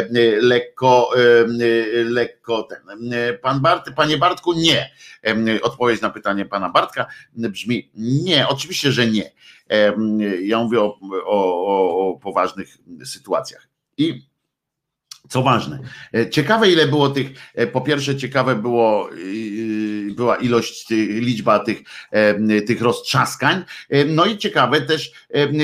lekko ten. Panie Bartku, nie. Odpowiedź na pytanie pana Bartka brzmi nie, oczywiście, że nie. Ja mówię o poważnych sytuacjach. I co ważne, ciekawe ile było tych, po pierwsze ciekawe była liczba tych roztrzaskań, no i ciekawe też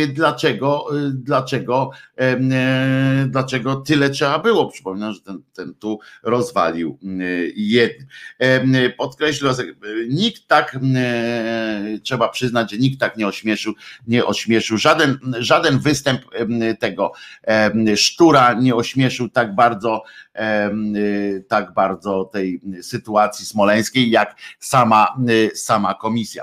dlaczego tyle trzeba było. Przypominam, że ten tu rozwalił jeden. Podkreślę, nikt tak, trzeba przyznać, że nikt tak nie ośmieszył, żaden występ tego Sztura nie ośmieszył tak bardzo tej sytuacji smoleńskiej, jak sama komisja.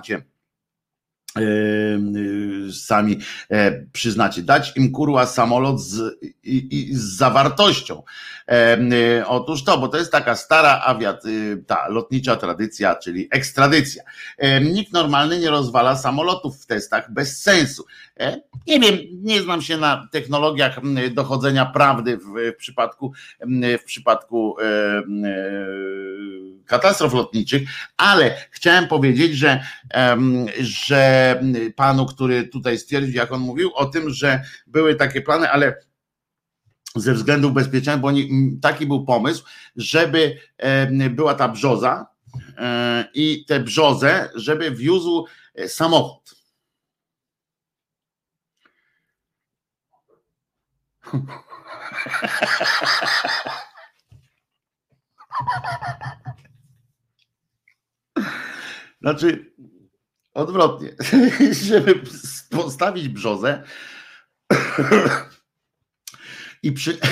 Sami przyznacie, dać im kurwa samolot z zawartością. Otóż to, bo to jest taka stara ta lotnicza tradycja, czyli ekstradycja. Nikt normalny nie rozwala samolotów w testach bez sensu. Nie wiem, nie znam się na technologiach dochodzenia prawdy w przypadku katastrof lotniczych, ale chciałem powiedzieć, że panu, który tutaj stwierdził, jak on mówił o tym, że były takie plany, ale ze względów bezpieczeństwa, bo taki był pomysł, żeby była ta brzoza i tę brzozę, żeby wiózł samochód. Znaczy odwrotnie, żeby postawić brzozę i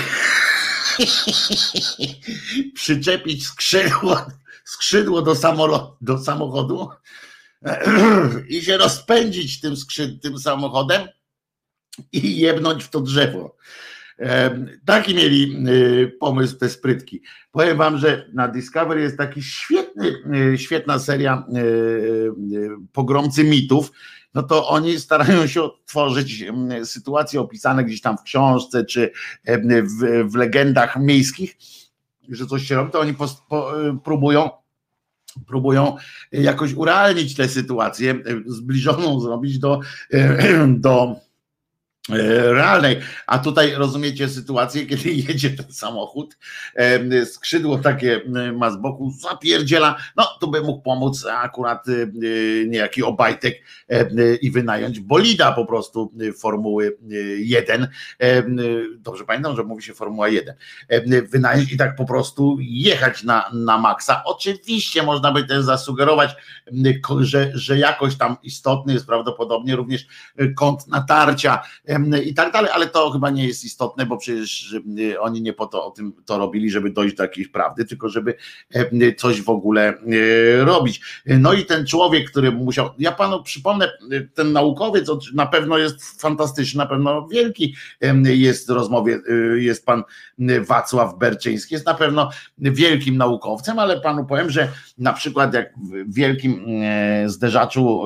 przyczepić skrzydło do samochodu i się rozpędzić tym samochodem i jebnąć w to drzewo. Taki mieli pomysł te sprytki. Powiem wam, że na Discovery jest taki świetna seria Pogromcy mitów. No to oni starają się odtworzyć sytuacje opisane gdzieś tam w książce czy w legendach miejskich, że coś się robi, to oni próbują jakoś urealnić tę sytuację, zbliżoną zrobić do realnej, a tutaj rozumiecie sytuację, kiedy jedzie ten samochód, skrzydło takie ma z boku, zapierdziela, no to by mógł pomóc akurat niejaki Obajtek i wynająć bolida po prostu Formuły 1, dobrze pamiętam, że mówi się Formuła 1, wynająć i tak po prostu jechać na maksa. Oczywiście można by też zasugerować, że jakoś tam istotny jest prawdopodobnie również kąt natarcia i tak dalej, ale to chyba nie jest istotne, bo przecież oni nie po to o tym to robili, żeby dojść do jakiejś prawdy, tylko żeby coś w ogóle robić. No i ten człowiek, który musiał, ja panu przypomnę, ten naukowiec na pewno jest fantastyczny, na pewno wielki jest w rozmowie, jest pan Wacław Berczyński, jest na pewno wielkim naukowcem, ale panu powiem, że na przykład jak w wielkim zderzaczu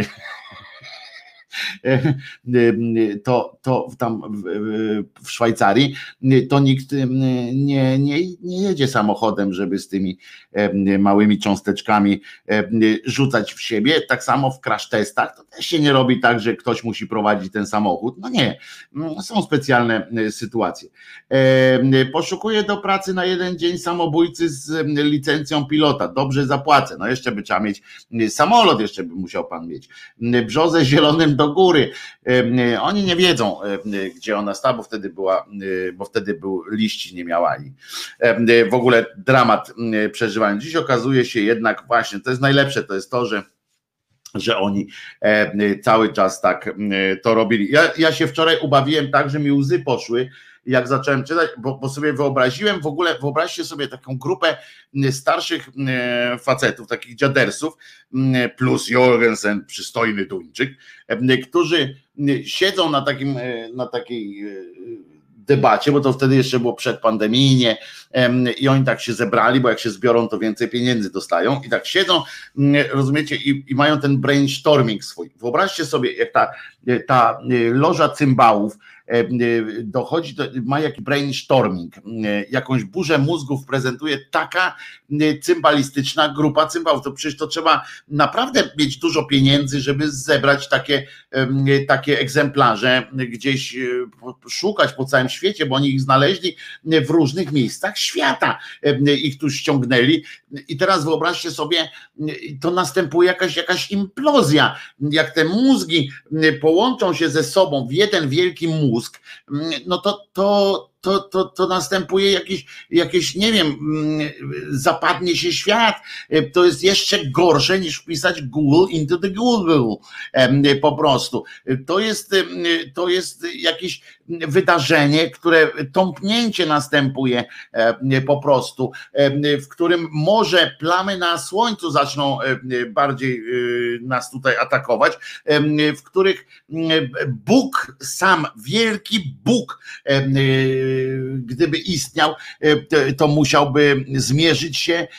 to tam w Szwajcarii to nikt nie jedzie samochodem, żeby z tymi małymi cząsteczkami rzucać w siebie. Tak samo w crash testach to też się nie robi tak, że ktoś musi prowadzić ten samochód. No nie, są specjalne sytuacje. Poszukuję do pracy na 1 dzień samobójcy z licencją pilota. Dobrze zapłacę. No jeszcze by trzeba mieć samolot, jeszcze by musiał pan mieć. Brzozę zielonym do góry. Oni nie wiedzą, gdzie ona stała, bo wtedy był liści, nie miała i w ogóle dramat przeżywają. Dziś okazuje się jednak właśnie, to jest najlepsze, to jest to, że oni cały czas tak to robili. Ja się wczoraj ubawiłem tak, że mi łzy poszły, jak zacząłem czytać, bo sobie wyobraziłem, w ogóle wyobraźcie sobie taką grupę starszych facetów, takich dziadersów, plus Jorgensen, przystojny Duńczyk, którzy siedzą na takiej debacie, bo to wtedy jeszcze było przedpandemijnie i oni tak się zebrali, bo jak się zbiorą, to więcej pieniędzy dostają i tak siedzą, rozumiecie, i mają ten brainstorming swój. Wyobraźcie sobie, jak ta loża cymbałów dochodzi, ma jakiś brainstorming, jakąś burzę mózgów prezentuje taka cymbalistyczna grupa cymbałów. To przecież to trzeba naprawdę mieć dużo pieniędzy, żeby zebrać takie egzemplarze, gdzieś szukać po całym świecie, bo oni ich znaleźli w różnych miejscach świata, ich tu ściągnęli i teraz wyobraźcie sobie, to następuje jakaś implozja, jak te mózgi połączą się ze sobą w jeden wielki mózg, no to następuje jakieś, nie wiem, zapadnie się świat. To jest jeszcze gorsze niż wpisać Google into the Google. Po prostu. To jest jakieś wydarzenie, które tąpnięcie następuje po prostu, w którym może plamy na słońcu zaczną bardziej nas tutaj atakować, w których Bóg sam, wielki Bóg gdyby istniał, to musiałby zmierzyć się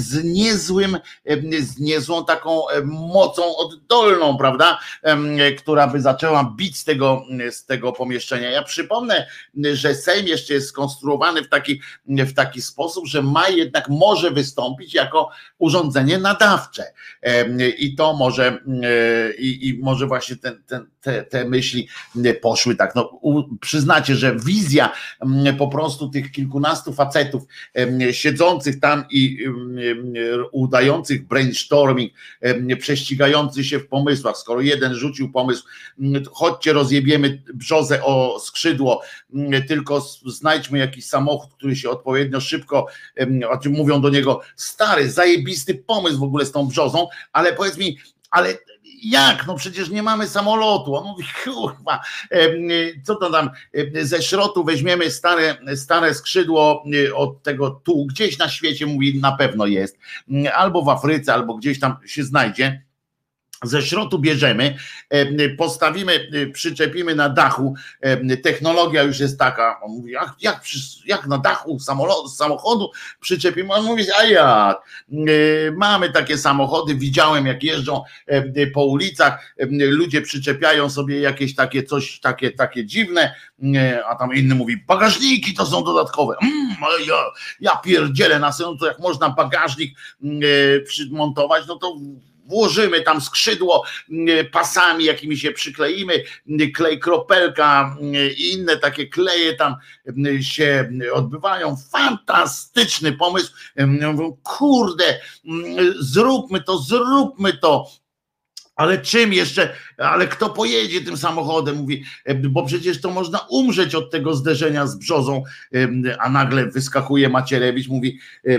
z niezłą taką mocą oddolną, prawda, która by zaczęła bić z tego pomieszczenia. Ja przypomnę, że Sejm jeszcze jest skonstruowany w taki sposób, że jednak może wystąpić jako urządzenie nadawcze i to może może właśnie te myśli poszły tak. No, przyznacie, że wizja po prostu tych kilkunastu facetów siedzących tam i udających brainstorming, prześcigających się w pomysłach, skoro jeden rzucił pomysł, chodźcie rozjebiemy brzozę o skrzydło, tylko znajdźmy jakiś samochód, który się odpowiednio szybko, o czym mówią do niego, stary, zajebisty pomysł w ogóle z tą brzozą, ale powiedz mi, ale jak? No przecież nie mamy samolotu. On mówi, kurwa, co to tam, ze szrotu weźmiemy stare skrzydło od tego tu, gdzieś na świecie, mówi, na pewno jest, albo w Afryce, albo gdzieś tam się znajdzie. Ze szrotu bierzemy, postawimy, przyczepimy na dachu, technologia już jest taka, on mówi, jak na dachu samochodu przyczepimy, on mówi, a jak, mamy takie samochody, widziałem jak jeżdżą po ulicach, ludzie przyczepiają sobie jakieś takie coś, takie dziwne, a tam inny mówi, bagażniki to są dodatkowe, ja pierdzielę na synu, to jak można bagażnik przymontować, no to włożymy tam skrzydło pasami, jakimi się przykleimy, klej kropelka i inne takie kleje tam się odbywają. Fantastyczny pomysł. Kurde, zróbmy to. Ale czym jeszcze, ale kto pojedzie tym samochodem? Mówi, bo przecież to można umrzeć od tego zderzenia z brzozą, a nagle wyskakuje Macierewicz, mówi,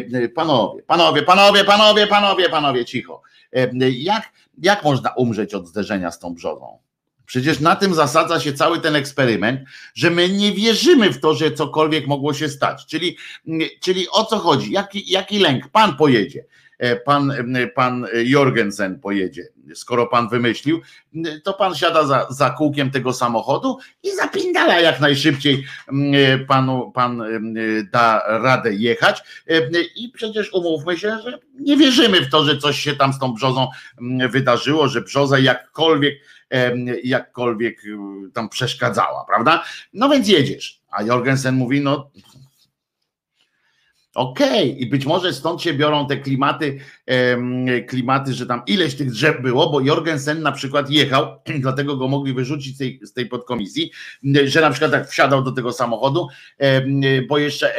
panowie, cicho. Jak można umrzeć od zderzenia z tą brzozą? Przecież na tym zasadza się cały ten eksperyment, że my nie wierzymy w to, że cokolwiek mogło się stać. Czyli o co chodzi? Jaki lęk? Pan pojedzie. Pan Jorgensen pojedzie. Skoro pan wymyślił, to pan siada za kółkiem tego samochodu i zapindala jak najszybciej, pan da radę jechać i przecież umówmy się, że nie wierzymy w to, że coś się tam z tą brzozą wydarzyło, że brzoza jakkolwiek tam przeszkadzała, prawda? No więc jedziesz, a Jorgensen mówi, no okej, i być może stąd się biorą te klimaty, że tam ileś tych drzew było, bo Jorgensen na przykład jechał, dlatego go mogli wyrzucić z tej podkomisji, że na przykład tak wsiadał do tego samochodu, bo jeszcze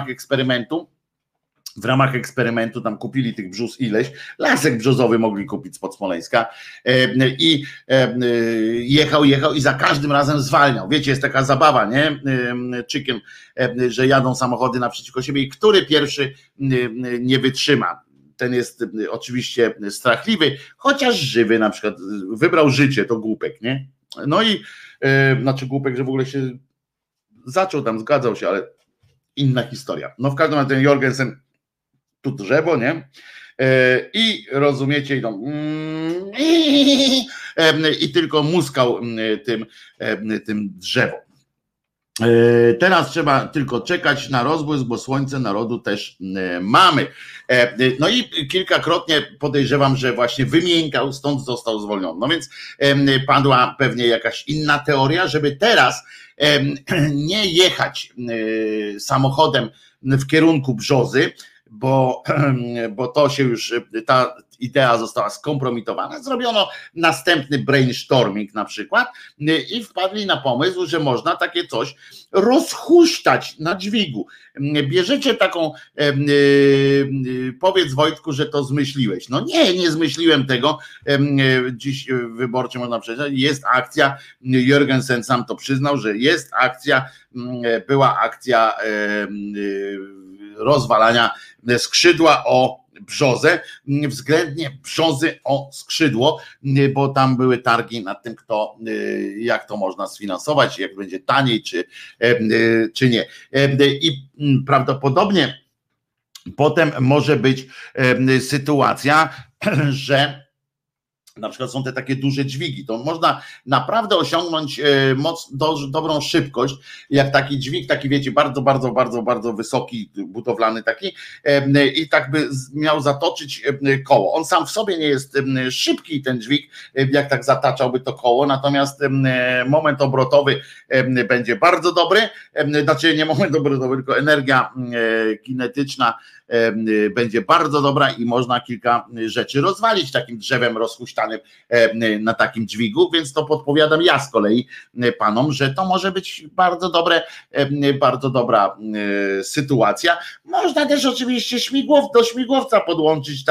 w ramach eksperymentu tam kupili tych brzus ileś, lasek brzozowy mogli kupić spod Smoleńska i jechał i za każdym razem zwalniał. Wiecie, jest taka zabawa, nie? Chicken, że jadą samochody naprzeciwko siebie i który pierwszy nie wytrzyma. Ten jest oczywiście strachliwy, chociaż żywy, na przykład wybrał życie, to głupek, nie? No i znaczy głupek, że w ogóle się zaczął tam, zgadzał się, ale inna historia. No w każdym razie ten Jorgensen tu drzewo, nie? I rozumiecie, i tylko muskał tym drzewo. Teraz trzeba tylko czekać na rozbłysk, bo słońce narodu też mamy. No i kilkakrotnie podejrzewam, że właśnie wymiękał, stąd został zwolniony. No więc padła pewnie jakaś inna teoria, żeby teraz nie jechać samochodem w kierunku brzozy, bo to się już, ta idea została skompromitowana, zrobiono następny brainstorming na przykład i wpadli na pomysł, że można takie coś rozhuśtać na dźwigu. Bierzecie taką, powiedz Wojtku, że to zmyśliłeś. No nie zmyśliłem tego. Dziś wyborczy można przeczytać, jest akcja, Jorgensen sam to przyznał, że jest akcja, była akcja rozwalania skrzydła o brzozę, względnie brzozy o skrzydło, bo tam były targi nad tym, jak to można sfinansować, jak będzie taniej, czy nie. I prawdopodobnie potem może być sytuacja, że na przykład są te takie duże dźwigi, to można naprawdę osiągnąć dobrą szybkość, jak taki dźwig, taki wiecie, bardzo, bardzo, bardzo, bardzo wysoki, budowlany taki i tak by miał zatoczyć koło. On sam w sobie nie jest szybki, ten dźwig, jak tak zataczałby to koło, natomiast moment obrotowy będzie bardzo dobry, znaczy nie moment obrotowy, tylko energia kinetyczna będzie bardzo dobra i można kilka rzeczy rozwalić takim drzewem rozhuśtanym na takim dźwigu, więc to podpowiadam ja z kolei panom, że to może być bardzo dobra sytuacja. Można też oczywiście do śmigłowca podłączyć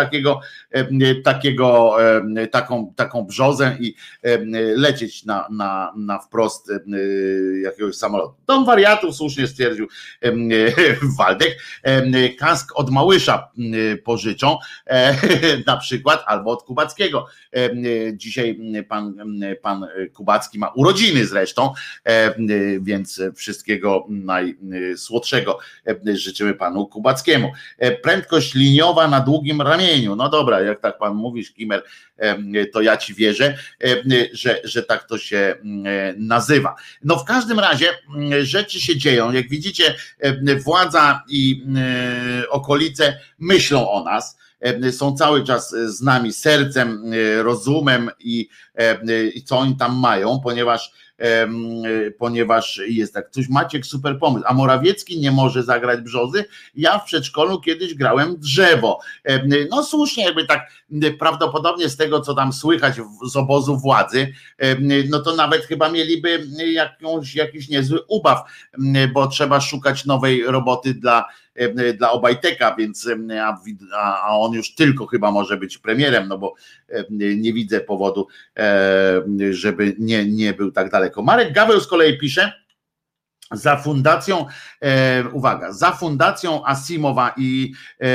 taką brzozę i lecieć na wprost jakiegoś samolotu. Dom wariatów, słusznie stwierdził Waldek. Kask od Małysza pożyczą na przykład, albo od Kubackiego. Dzisiaj pan Kubacki ma urodziny zresztą, więc wszystkiego najsłodszego życzymy panu Kubackiemu. Prędkość liniowa na długim ramieniu. No dobra, jak tak pan mówisz, Kimer, to ja ci wierzę, że tak to się nazywa. No w każdym razie rzeczy się dzieją. Jak widzicie, władza i okolice myślą o nas, są cały czas z nami sercem, rozumem i co oni tam mają, ponieważ jest tak, coś Maciek super pomysł, a Morawiecki nie może zagrać brzozy, ja w przedszkolu kiedyś grałem drzewo. No słusznie, jakby tak prawdopodobnie z tego, co tam słychać z obozu władzy, no to nawet chyba mieliby jakiś niezły ubaw, bo trzeba szukać nowej roboty dla Obajtka, więc a on już tylko chyba może być premierem, no bo nie widzę powodu, żeby nie był tak daleko. Marek Gaweł z kolei pisze, za fundacją Asimowa i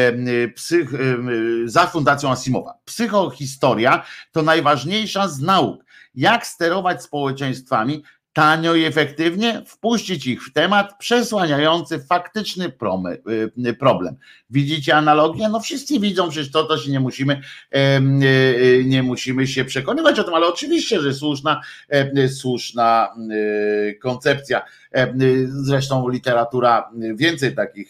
za fundacją Asimowa. Psychohistoria to najważniejsza z nauk. Jak sterować społeczeństwami tanio i efektywnie, wpuścić ich w temat przesłaniający faktyczny problem. Widzicie analogię? No wszyscy widzą, przecież to się nie musimy się przekonywać o tym, ale oczywiście, że słuszna koncepcja. Zresztą literatura więcej takich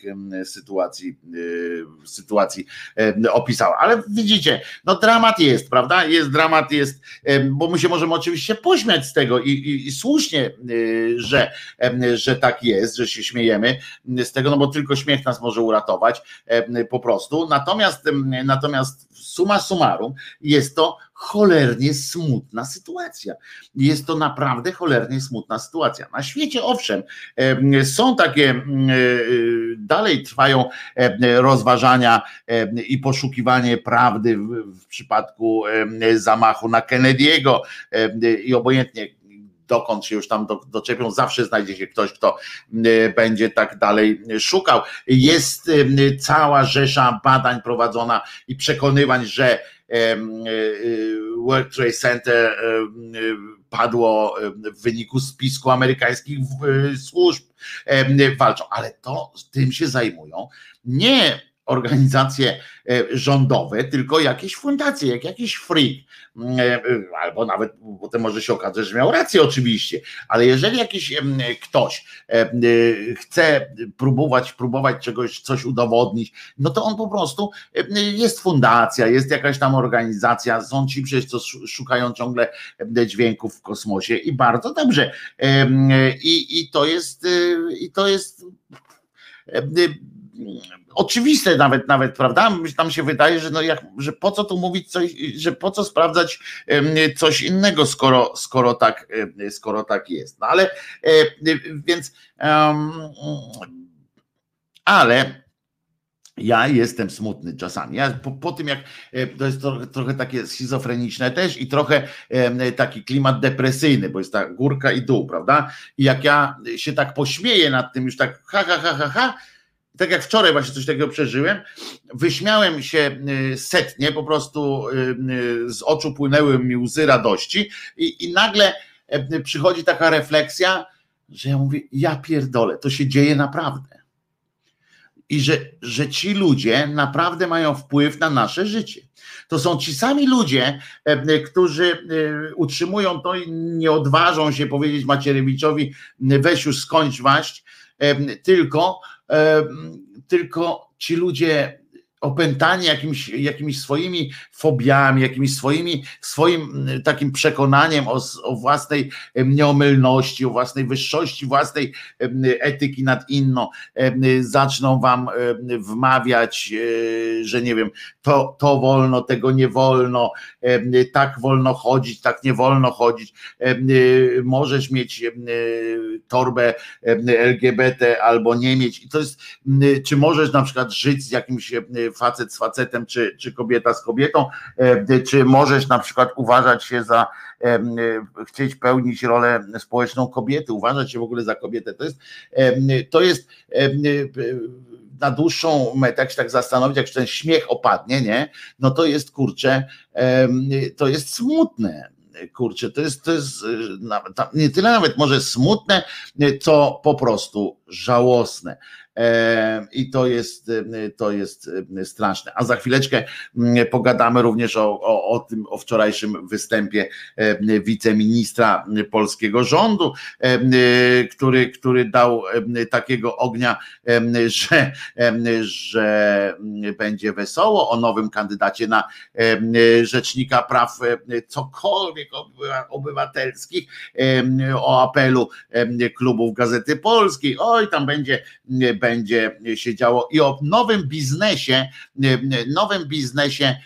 sytuacji opisała. Ale widzicie, no dramat jest, prawda? Jest dramat, bo my się możemy oczywiście pośmiać z tego i słusznie, że tak jest, że się śmiejemy z tego, no bo tylko śmiech nas może uratować po prostu. Natomiast summa summarum jest to cholernie smutna sytuacja. Jest to naprawdę cholernie smutna sytuacja. Na świecie owszem, są takie, dalej trwają rozważania i poszukiwanie prawdy w przypadku zamachu na Kennedy'ego i obojętnie dokąd się już tam doczepią, zawsze znajdzie się ktoś, kto będzie tak dalej szukał. Jest cała rzesza badań prowadzona i przekonywań, że World Trade Center padło w wyniku spisku amerykańskich służb. Walczą, ale tym się zajmują nie organizacje rządowe, tylko jakieś fundacje, jak jakiś freak, albo nawet potem może się okazać, że miał rację oczywiście, ale jeżeli jakiś ktoś chce próbować coś udowodnić, no to on po prostu, jest fundacja, jest jakaś tam organizacja, są ci przecież, co szukają ciągle dźwięków w kosmosie i bardzo dobrze. I to jest oczywiste nawet, prawda? Tam się wydaje, że że po co tu mówić coś, że po co sprawdzać coś innego, skoro tak jest. No ale więc ale ja jestem smutny czasami. Ja po tym jak to jest trochę takie schizofreniczne też i trochę taki klimat depresyjny, bo jest ta górka i dół, prawda? I jak ja się tak pośmieję nad tym już tak ha, tak jak wczoraj właśnie coś takiego przeżyłem, wyśmiałem się setnie, po prostu z oczu płynęły mi łzy radości i nagle przychodzi taka refleksja, że ja mówię, ja pierdolę, to się dzieje naprawdę. i że ci ludzie naprawdę mają wpływ na nasze życie. To są ci sami ludzie, którzy utrzymują to i nie odważą się powiedzieć Macierewiczowi, weź już skończ waść, tylko ci ludzie opętani jakimiś swoimi fobiami, swoim takim przekonaniem o własnej nieomylności, o własnej wyższości, własnej etyki nad inną, zaczną wam wmawiać, że nie wiem, to wolno, tego nie wolno, tak wolno chodzić, tak nie wolno chodzić, możesz mieć torbę LGBT albo nie mieć. I to jest, czy możesz na przykład żyć z jakimś facet z facetem, czy kobieta z kobietą, czy możesz na przykład uważać się za, chcieć pełnić rolę społeczną kobiety, uważać się w ogóle za kobietę. To jest na dłuższą metę, jak się tak zastanowić, jak ten śmiech opadnie, nie? No to jest, kurczę, to jest smutne. Kurczę, to jest nie tyle nawet może smutne, co po prostu żałosne. I to jest straszne. A za chwileczkę pogadamy również o tym, o wczorajszym występie wiceministra polskiego rządu, który dał takiego ognia, że będzie wesoło, o nowym kandydacie na rzecznika praw cokolwiek obywatelskich, o apelu klubów Gazety Polskiej. Oj, tam będzie się działo i o nowym biznesie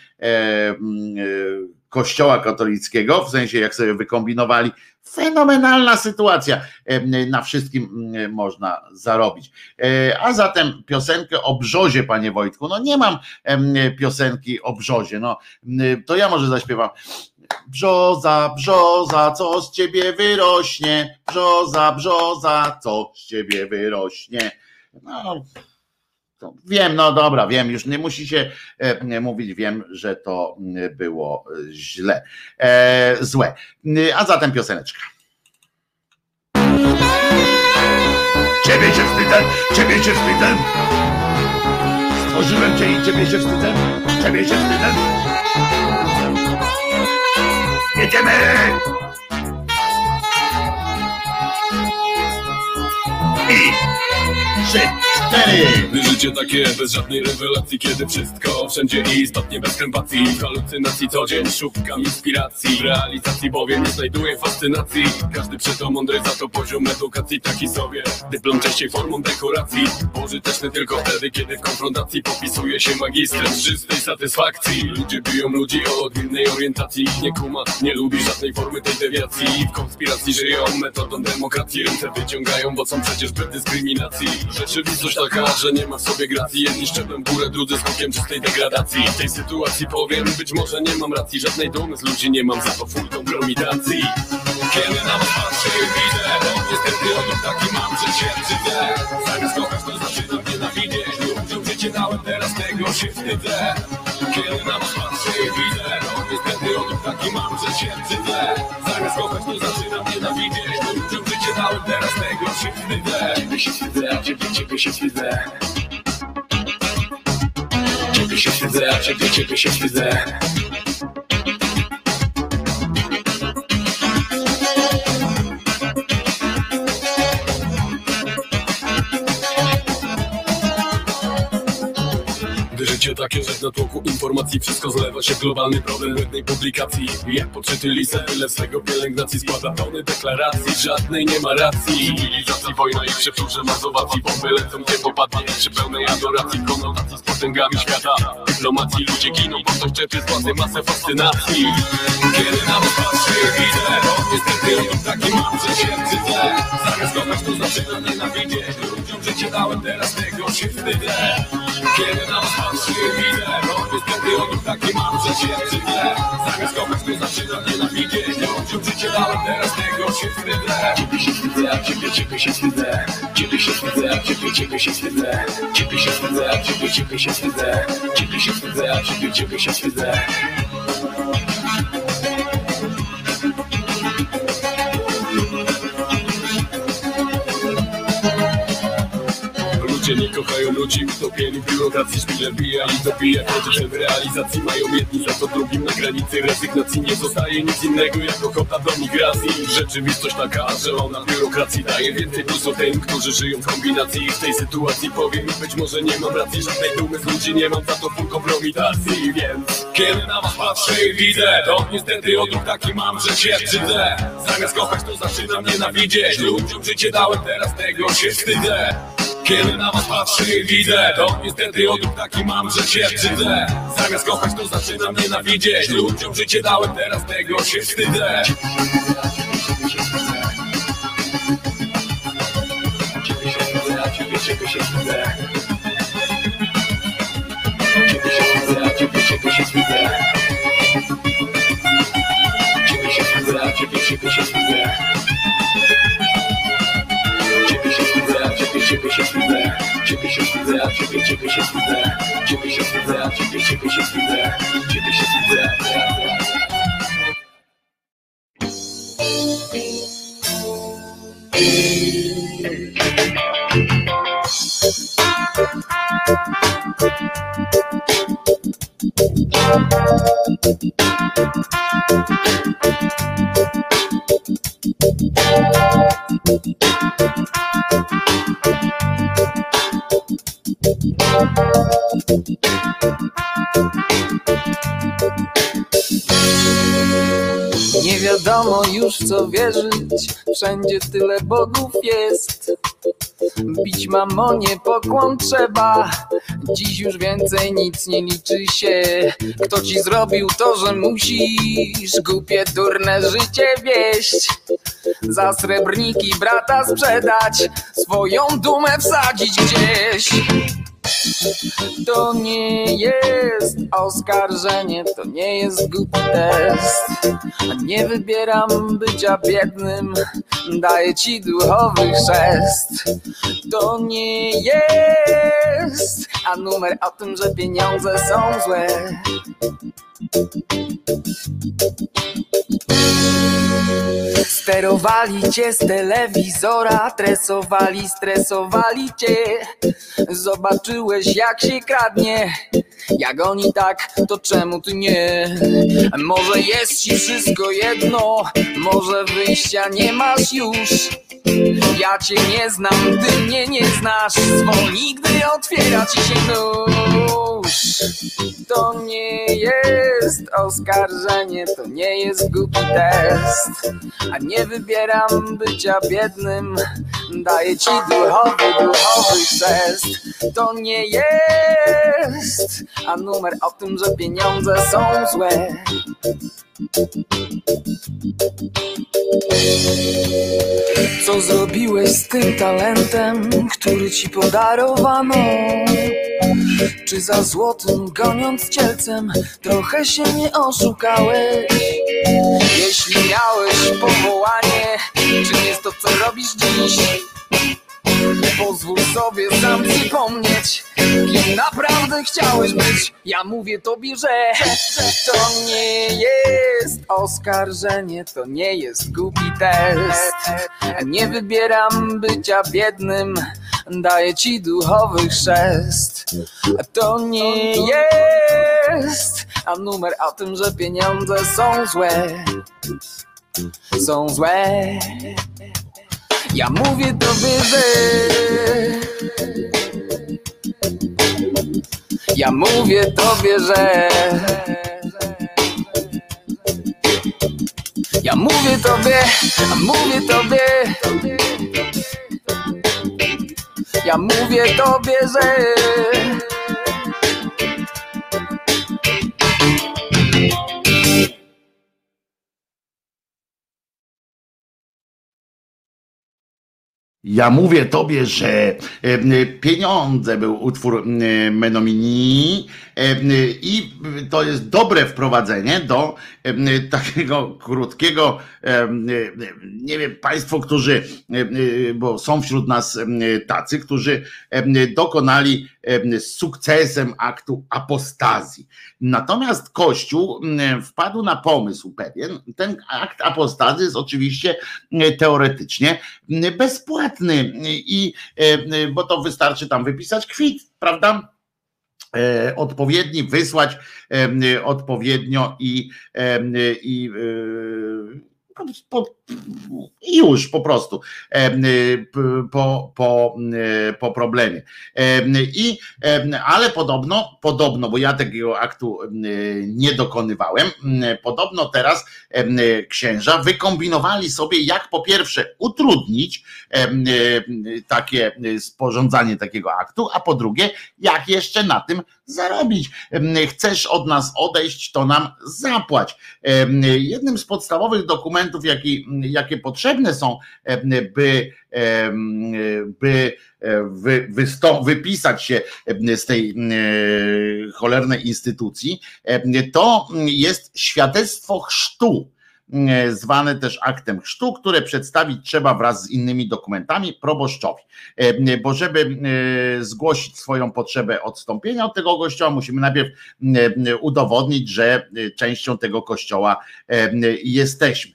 Kościoła katolickiego, w sensie jak sobie wykombinowali, fenomenalna sytuacja, na wszystkim można zarobić. A zatem piosenkę o brzozie, panie Wojtku, no nie mam piosenki o brzozie, no to ja może zaśpiewam. Brzoza, brzoza, co z ciebie wyrośnie? Brzoza, brzoza, co z ciebie wyrośnie? No, wiem, no dobra, wiem, już nie musicie mówić, wiem, że to było złe. A zatem pioseneczka. Ciebie się wstydzę, ciebie się wstydzę. Stworzyłem cię i ciebie się wstydzę, ciebie się wstydzę. Jedziemy! I 3, 4. Życie takie bez żadnej rewelacji, kiedy wszystko wszędzie istotnie bez krępacji. Halucynacji co dzień szukam inspiracji, w realizacji bowiem nie znajduję fascynacji. Każdy przeto mądry, za to poziom edukacji taki sobie. Dyplom częściej formą dekoracji, pożyteczny tylko wtedy, kiedy w konfrontacji popisuje się magistrem z czystej satysfakcji. Ludzie biją ludzi o odmiennej orientacji, nie kuma, nie lubi żadnej formy tej dewiacji. W konspiracji żyją metodą demokracji, ręce wyciągają, bo są przecież bez dyskryminacji. Rzeczywistość taka, że nie ma w sobie gracji. Jedni szczeblem w górę, drudzy skokiem czystej degradacji. W tej sytuacji powiem, być może nie mam racji, żadnej dumy z ludzi nie mam, za to full kompromitacji. Kiedy na was patrzę i widzę, bo niestety odruch taki mam, że się wstydzę. Zamiast kochać to zaczynam nienawidzieć, ludziom życie dałem, teraz tego się wstydzę. Kiedy na was patrzę i widzę, bo niestety odruch taki mam, że się wstydzę. Zamiast kochać to zaczynam nienawidzieć, ludziom życie dałem, teraz tego się wstydzę. Ciebie się wstydzę, a ciebie się wstydzę. Ciebie się wstydzę, a ciebie się wstydzę. Życie takie, że w natłoku informacji wszystko zlewa się w globalny problem błędnej publikacji. Jak podczyty lisę, tyle swego pielęgnacji składa tony deklaracji, żadnej nie ma racji. Cywilizacji, wojna i przeprzórze mazowacji, bomby lecą, nie popadnie przy pełnej adoracji, konotacji z potęgami świata. Dyplomacji ludzie giną, bo ktoś czerpie z władzy masę fascynacji. Kiedy na was patrzę i widzę, bo niestety odruch taki mam, że się wstydzę. Zamiast kochać to zaczynam nienawidzieć, ludziom życie dałem, teraz tego się wstydzę. Kiedy na was patrzę i widzę, bo niestety odruch taki mam, że się wstydzę. Zamiast kochać to zaczynam nienawidzieć, ludziom życie dałem, teraz tego się wstydzę. Ciebie się wstydzę, a ciebie się wstydzę. Ciebie się wstydzę, a ciebie się wstydzę. Ciebie się wstydzę, a ciebie się wstydzę. Ciebie się wstydzę, a ciebie się wstydzę. Nauczeni kochają ludzi, utopieni w biurokracji. Szpile bija i dobija to, że w realizacji mają jedni za to drugim. Na granicy rezygnacji nie zostaje nic innego jak ochota do migracji. Rzeczywistość taka, że ona biurokracji daje więcej plusu tym, którzy żyją w kombinacji. I w tej sytuacji powiem mi, być może nie mam racji. Żadnej dumy z ludzi nie mam, za to full kompromitacji. Więc kiedy na was patrzę i widzę, to niestety odruch taki mam, że się brzydzę. Zamiast kochać to zaczynam nienawidzieć. Ludziom życie dałem, teraz tego się wstydzę. Kiedy na was patrzę i widzę, to niestety odruch taki mam, że się brzydzę. Zamiast kochać to zaczynam nienawidzieć. Ludziom życie dałem, teraz tego się wstydzę. Ciebie się wstydzę. Ciebie się wstydzę. Ciebie się wstydzę. Ciebie się wstydzę. Ciebie się wstydzę. Ciebie się wstydzę. Ciebie się wstydzę. Ciebie się wstydzę. Ciebie się wstydzę. Ciebie się wstydzę. Ciebie się wstydzę. Nie wiadomo już w co wierzyć, wszędzie tyle bogów jest. Bić mamonie pokłon trzeba, dziś już więcej nic nie liczy się. Kto ci zrobił to, że musisz głupie, durne życie wieść? Za srebrniki brata sprzedać, swoją dumę wsadzić gdzieś. To nie jest oskarżenie, to nie jest głupi test. Nie wybieram bycia biednym, daję ci duchowy chrzest. To nie jest, a numer o tym, że pieniądze są złe. Sterowali cię z telewizora, stresowali cię. Zobaczyłeś jak się kradnie, jak oni tak, to czemu ty nie? Może jest ci wszystko jedno, może wyjścia nie masz już. Ja cię nie znam, ty mnie nie znasz, zwolnij, gdy otwiera ci się nóż. To nie jest oskarżenie, to nie jest głupi test. A nie wybieram bycia biednym, daję ci duchowy chrzest. To nie jest, a numer o tym, że pieniądze są złe. Co zrobiłeś z tym talentem, który ci podarowano? Czy za złotym goniąc cielcem trochę się nie oszukałeś? Jeśli miałeś powołanie, czym jest to co robisz dziś? Pozwól sobie sam przypomnieć, kim naprawdę chciałeś być. Ja mówię tobie, że to nie jest oskarżenie, to nie jest głupi test. Nie wybieram bycia biednym, daję ci duchowy chrzest. To nie jest, a numer o tym, że pieniądze są złe. Są złe. Ja mówię tobie, że ja mówię tobie, że ja mówię tobie, ja mówię tobie, że Ja mówię tobie, że pieniądze był utwór Menomini I to jest dobre wprowadzenie do takiego krótkiego, nie wiem, państwo, którzy, bo są wśród nas tacy, którzy dokonali z sukcesem aktu apostazji. Natomiast Kościół wpadł na pomysł pewien. Ten akt apostazji jest oczywiście teoretycznie bezpłatny, bo to wystarczy tam wypisać kwit, prawda? Odpowiedni, wysłać odpowiednio i już po prostu po problemie. Ale podobno, bo ja takiego aktu nie dokonywałem, podobno teraz księża wykombinowali sobie, jak po pierwsze utrudnić takie sporządzanie takiego aktu, a po drugie, jak jeszcze na tym zarobić. Chcesz od nas odejść, to nam zapłać. Jednym z podstawowych dokumentów, jakie potrzebne są, by wypisać się z tej cholernej instytucji, to jest świadectwo chrztu, zwane też aktem chrztu, które przedstawić trzeba wraz z innymi dokumentami proboszczowi. Bo żeby zgłosić swoją potrzebę odstąpienia od tego kościoła, musimy najpierw udowodnić, że częścią tego kościoła jesteśmy.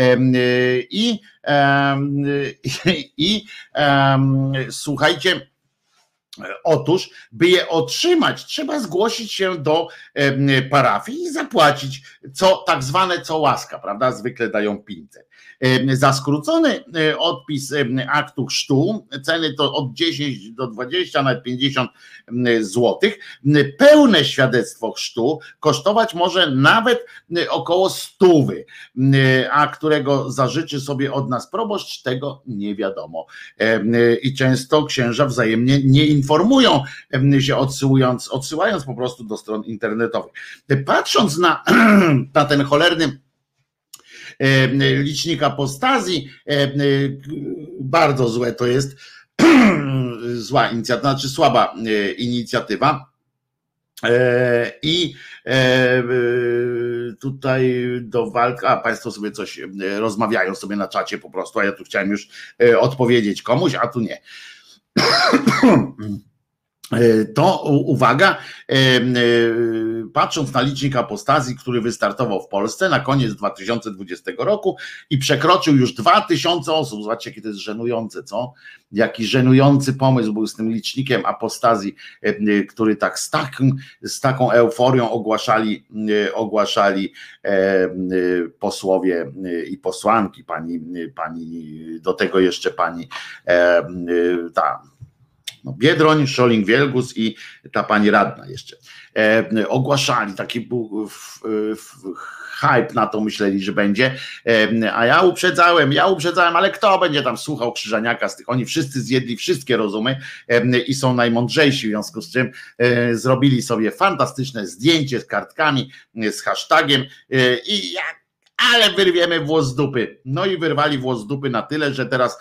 Słuchajcie, otóż, by je otrzymać, trzeba zgłosić się do parafii i zapłacić tak zwane co łaska, prawda? Zwykle dają 500. Za skrócony odpis aktu chrztu, ceny to od 10 do 20, nawet 50 złotych. Pełne świadectwo chrztu kosztować może nawet około 100, a którego zażyczy sobie od nas proboszcz, tego nie wiadomo. I często księża wzajemnie nie informują się, odsyłając po prostu do stron internetowych. Patrząc na ten cholerny licznik apostazji, bardzo złe to jest, zła inicjatywa, znaczy słaba inicjatywa. I tutaj do walki, państwo sobie coś rozmawiają sobie na czacie po prostu, a ja tu chciałem już odpowiedzieć komuś, a tu nie. To uwaga, patrząc na licznik apostazji, który wystartował w Polsce na koniec 2020 roku i przekroczył już 2000 osób. Zobaczcie, jakie to jest żenujące, co? Jaki żenujący pomysł był z tym licznikiem apostazji, który tak z taką euforią ogłaszali posłowie i posłanki, pani do tego jeszcze pani Biedroń, Scholling-Wielgus i ta pani radna jeszcze ogłaszali, taki był hype na to, myśleli, że będzie, a ja uprzedzałem, ale kto będzie tam słuchał Krzyżaniaka z tych, oni wszyscy zjedli wszystkie rozumy i są najmądrzejsi, w związku z czym zrobili sobie fantastyczne zdjęcie z kartkami, z hashtagiem ale wyrwiemy włos z dupy. No i wyrwali włos z dupy na tyle, że teraz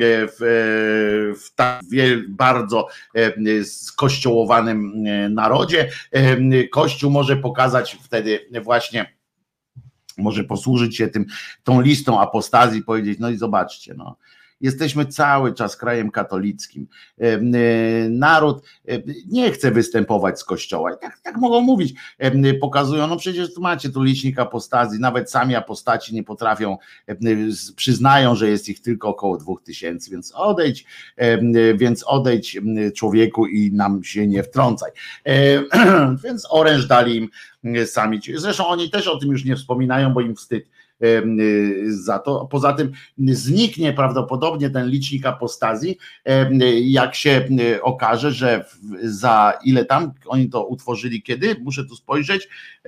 w tak bardzo skościołowanym narodzie Kościół może pokazać wtedy właśnie, może posłużyć się tą listą apostazji i powiedzieć, no i zobaczcie, no. Jesteśmy cały czas krajem katolickim. Naród nie chce występować z kościoła. I tak mogą mówić. Pokazują, no przecież tu macie tu licznik apostazji, nawet sami apostaci nie potrafią, przyznają, że jest ich tylko około 2000, więc odejdź człowieku i nam się nie wtrącaj. Więc oręż dali im sami. Zresztą oni też o tym już nie wspominają, bo im wstyd za to. Poza tym zniknie prawdopodobnie ten licznik apostazji, jak się okaże, że za ile tam oni to utworzyli, kiedy? Muszę tu spojrzeć,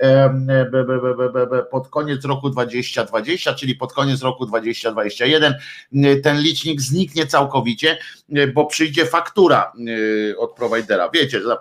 pod koniec roku 2020, czyli pod koniec roku 2021 ten licznik zniknie całkowicie, bo przyjdzie faktura od prowajdera. Wiecie, za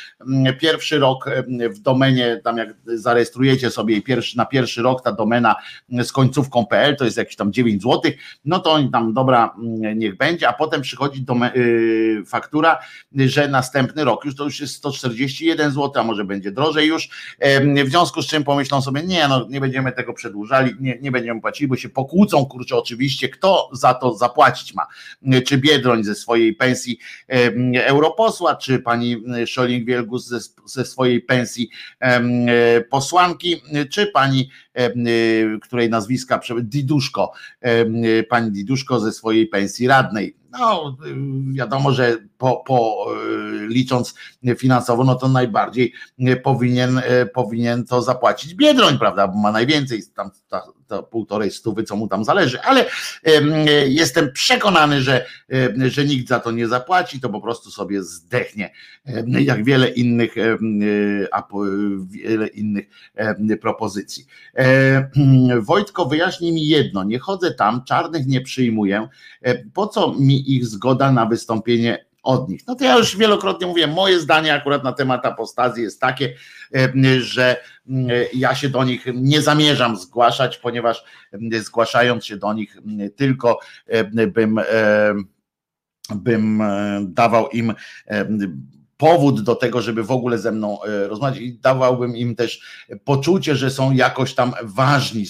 pierwszy rok w domenie, tam jak zarejestrujecie sobie na pierwszy rok ta domena z końcówką.pl, to jest jakieś tam 9 zł, no to oni tam dobra, niech będzie, a potem przychodzi faktura, że następny rok już to już jest 141 zł, a może będzie drożej już, w związku z czym pomyślą sobie, nie, no nie będziemy tego przedłużali, nie będziemy płacili, bo się pokłócą, kurczę, oczywiście, kto za to zapłacić ma, czy Biedroń ze swojej pensji europosła, czy pani Scholling-Wielgus ze swojej pensji posłanki, czy pani, której nazwiska Diduszko, pani Diduszko ze swojej pensji radnej. No wiadomo, że licząc finansowo, no to najbardziej powinien to zapłacić Biedroń, prawda, bo ma najwięcej, tam to 1,5 stówy, co mu tam zależy, ale jestem przekonany, że nikt za to nie zapłaci, to po prostu sobie zdechnie, jak wiele innych propozycji. Wojtko, wyjaśnij mi jedno, nie chodzę tam, czarnych nie przyjmuję, po co mi ich zgoda na wystąpienie od nich? No to ja już wielokrotnie mówiłem, moje zdanie akurat na temat apostazji jest takie, że ja się do nich nie zamierzam zgłaszać, ponieważ zgłaszając się do nich tylko bym dawał im powód do tego, żeby w ogóle ze mną rozmawiać i dawałbym im też poczucie, że są jakoś tam ważni,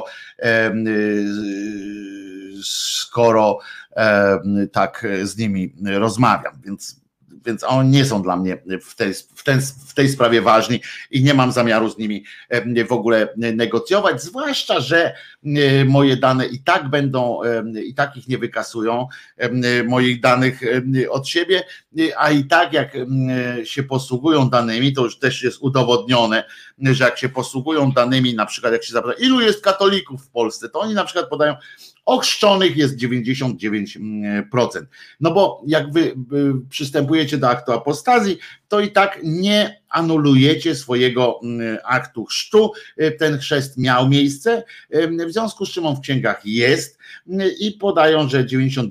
skoro tak z nimi rozmawiam, więc oni nie są dla mnie w tej sprawie ważni i nie mam zamiaru z nimi w ogóle negocjować, zwłaszcza, że moje dane i tak ich nie wykasują, moich danych od siebie, a i tak jak się posługują danymi, to już też jest udowodnione, że jak się posługują danymi, na przykład jak się zapyta, ilu jest katolików w Polsce, to oni na przykład podają, ochrzczonych jest 99%. No bo jak wy przystępujecie do aktu apostazji, to i tak nie anulujecie swojego aktu chrztu. Ten chrzest miał miejsce, w związku z czym on w księgach jest i podają, że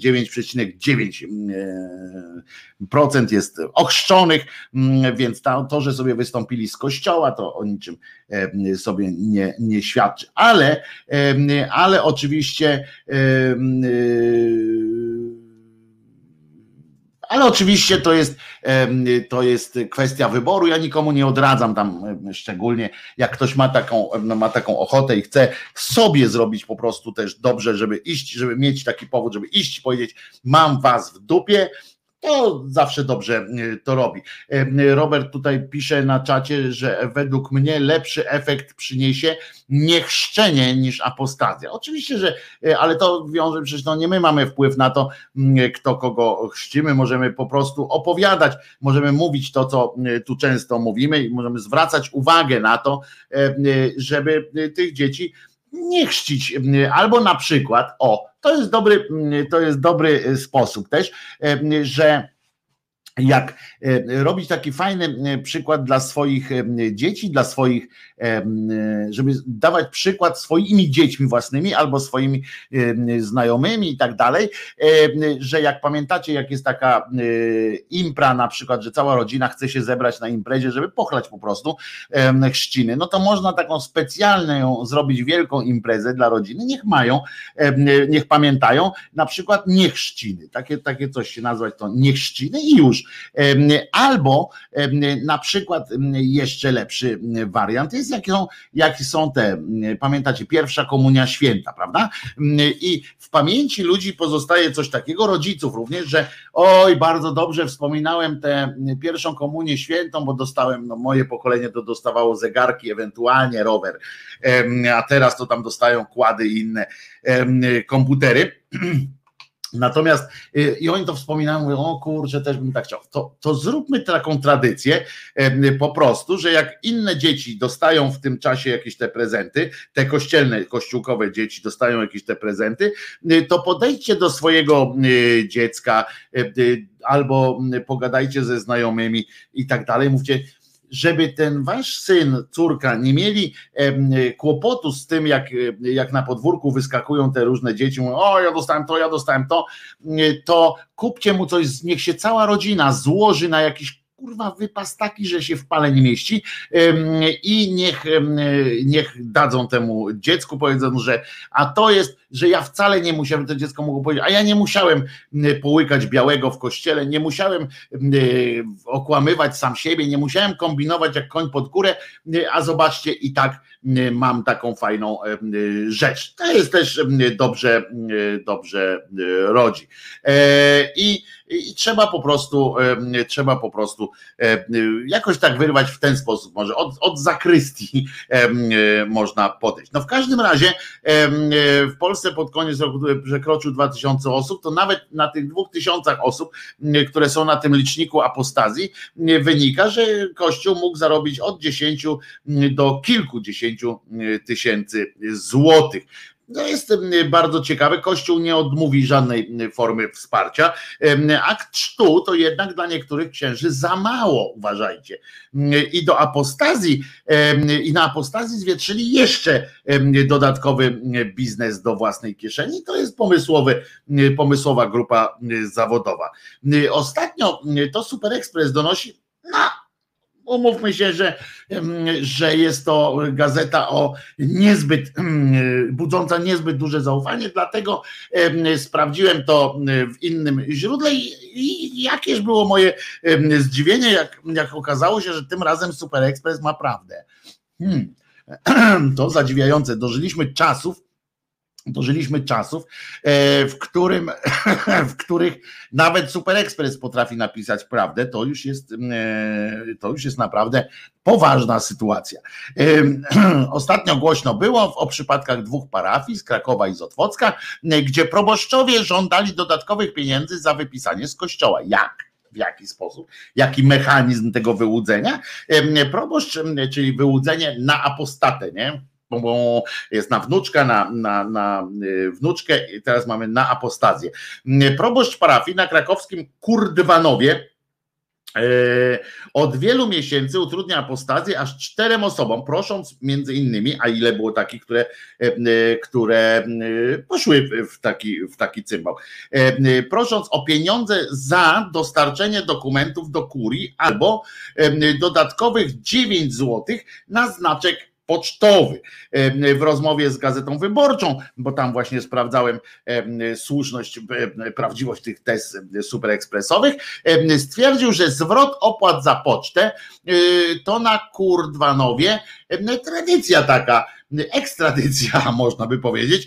99,9% jest ochrzczonych, więc to, że sobie wystąpili z kościoła, to o niczym sobie nie świadczy. Ale oczywiście to jest kwestia wyboru. Ja nikomu nie odradzam tam, szczególnie jak ktoś ma taką ochotę i chce sobie zrobić po prostu też dobrze, żeby iść, żeby mieć taki powód, żeby iść i powiedzieć, mam was w dupie, to zawsze dobrze to robi. Robert tutaj pisze na czacie, że według mnie lepszy efekt przyniesie niechrzczenie niż apostazja. Oczywiście, że, ale to wiąże przecież, no nie my mamy wpływ na to, kto kogo chrzcimy, możemy po prostu opowiadać, możemy mówić to, co tu często mówimy i możemy zwracać uwagę na to, żeby tych dzieci nie chrzcić, albo na przykład, to jest dobry sposób też, że jak robić taki fajny przykład dla swoich dzieci, dla swoich, żeby dawać przykład swoimi dziećmi własnymi albo swoimi znajomymi i tak dalej, że jak pamiętacie, jak jest taka impra na przykład, że cała rodzina chce się zebrać na imprezie, żeby pochlać po prostu chrzciny, no to można taką specjalną zrobić wielką imprezę dla rodziny, niech pamiętają, na przykład niechrzciny, takie coś się nazwać to niechrzciny i już. Albo na przykład jeszcze lepszy wariant jest, jakie są te, pamiętacie, pierwsza komunia święta, prawda? I w pamięci ludzi pozostaje coś takiego, rodziców również, że oj, bardzo dobrze wspominałem tę pierwszą komunię świętą, bo dostałem, no moje pokolenie to dostawało zegarki, ewentualnie rower, a teraz to tam dostają kłady i inne komputery. Natomiast i oni to wspominają, mówią, o kurczę, też bym tak chciał. To zróbmy taką tradycję po prostu, że jak inne dzieci dostają w tym czasie jakieś te prezenty, te kościelne, kościółkowe dzieci dostają jakieś te prezenty, to podejdźcie do swojego dziecka albo pogadajcie ze znajomymi i tak dalej, mówcie, żeby ten wasz syn, córka nie mieli kłopotu z tym, jak na podwórku wyskakują te różne dzieci, mówią, o ja dostałem to, to kupcie mu coś, niech się cała rodzina złoży na jakiś kurwa wypas taki, że się w pale nie mieści i niech dadzą temu dziecku, powiedzą, że a to jest, że ja wcale nie musiałem, to dziecko mogło powiedzieć, a ja nie musiałem połykać białego w kościele, nie musiałem okłamywać sam siebie, nie musiałem kombinować jak koń pod górę, a zobaczcie i tak mam taką fajną rzecz. To jest też dobrze rodzi. I trzeba po prostu jakoś tak wyrwać w ten sposób, może od zakrystii można podejść. No w każdym razie w Polsce pod koniec roku przekroczył 2000 osób, to nawet na tych 2000 osób, które są na tym liczniku apostazji, wynika, że Kościół mógł zarobić od 10 do kilkudziesięciu tysięcy złotych. To jest bardzo ciekawe. Kościół nie odmówi żadnej formy wsparcia. Akt chrztu to jednak dla niektórych księży za mało, uważajcie. I do apostazji, i na apostazji zwietrzyli jeszcze dodatkowy biznes do własnej kieszeni. To jest pomysłowa grupa zawodowa. Ostatnio to Super Express donosi, umówmy się, że jest to gazeta budząca niezbyt duże zaufanie, dlatego sprawdziłem to w innym źródle i jakież było moje zdziwienie, jak okazało się, że tym razem Super Express ma prawdę. To zadziwiające. Dożyliśmy czasów, w których nawet Super Express potrafi napisać prawdę. To już jest naprawdę poważna sytuacja. Ostatnio głośno było o przypadkach 2 parafii z Krakowa i z Otwocka, gdzie proboszczowie żądali dodatkowych pieniędzy za wypisanie z kościoła. W jaki sposób, jaki mechanizm tego wyłudzenia? Proboszcz, czyli wyłudzenie na apostatę, nie? Bo jest na wnuczka, na wnuczkę i teraz mamy na apostazję. Proboszcz parafii na krakowskim Kurdwanowie od wielu miesięcy utrudnia apostazję aż 4 osobom, prosząc między innymi, a ile było takich, które poszły w taki cymbał, prosząc o pieniądze za dostarczenie dokumentów do kurii albo dodatkowych 9 zł na znaczek pocztowy. W rozmowie z Gazetą Wyborczą, bo tam właśnie sprawdzałem słuszność, prawdziwość tych tez superekspresowych, stwierdził, że zwrot opłat za pocztę to na Kurdwanowie tradycja taka, ekstradycja można by powiedzieć.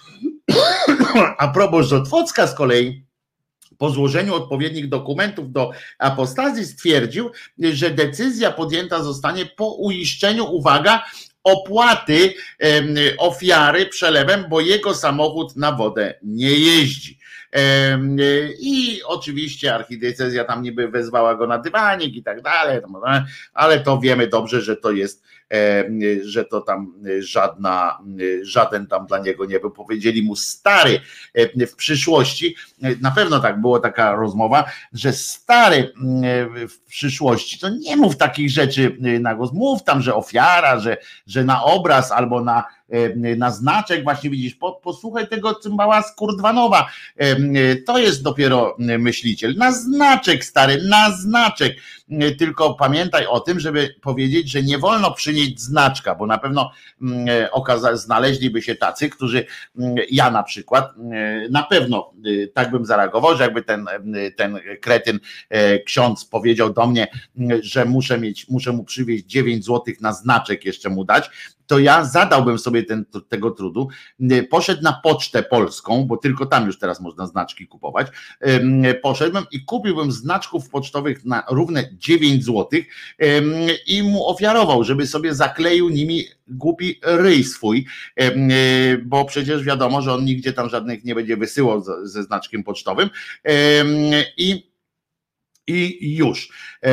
A proboszcz Otwocka z kolei po złożeniu odpowiednich dokumentów do apostazji stwierdził, że decyzja podjęta zostanie po uiszczeniu, uwaga, opłaty ofiary przelewem, bo jego samochód na wodę nie jeździ. I oczywiście archidiecezja tam niby wezwała go na dywanik i tak dalej, ale to wiemy dobrze, że to tam żaden tam dla niego nie był. Powiedzieli mu stary w przyszłości, na pewno tak było, taka rozmowa, że stary w przyszłości to nie mów takich rzeczy na głos, mów tam, że ofiara, że na obraz albo na znaczek, właśnie widzisz, posłuchaj tego cymbała z Kurdwanowa, to jest dopiero myśliciel, na znaczek stary, na znaczek, tylko pamiętaj o tym, żeby powiedzieć, że nie wolno przynieść znaczka, bo na pewno znaleźliby się tacy, którzy, ja na przykład, na pewno tak bym zareagował, że jakby ten kretyn ksiądz powiedział do mnie, że muszę mu przywieźć 9 złotych na znaczek jeszcze mu dać, to ja zadałbym sobie tego trudu, poszedł na Pocztę Polską, bo tylko tam już teraz można znaczki kupować, poszedłbym i kupiłbym znaczków pocztowych na równe 9 złotych i mu ofiarował, żeby sobie zakleił nimi głupi ryj swój, bo przecież wiadomo, że on nigdzie tam żadnych nie będzie wysyłał ze znaczkiem pocztowym i już.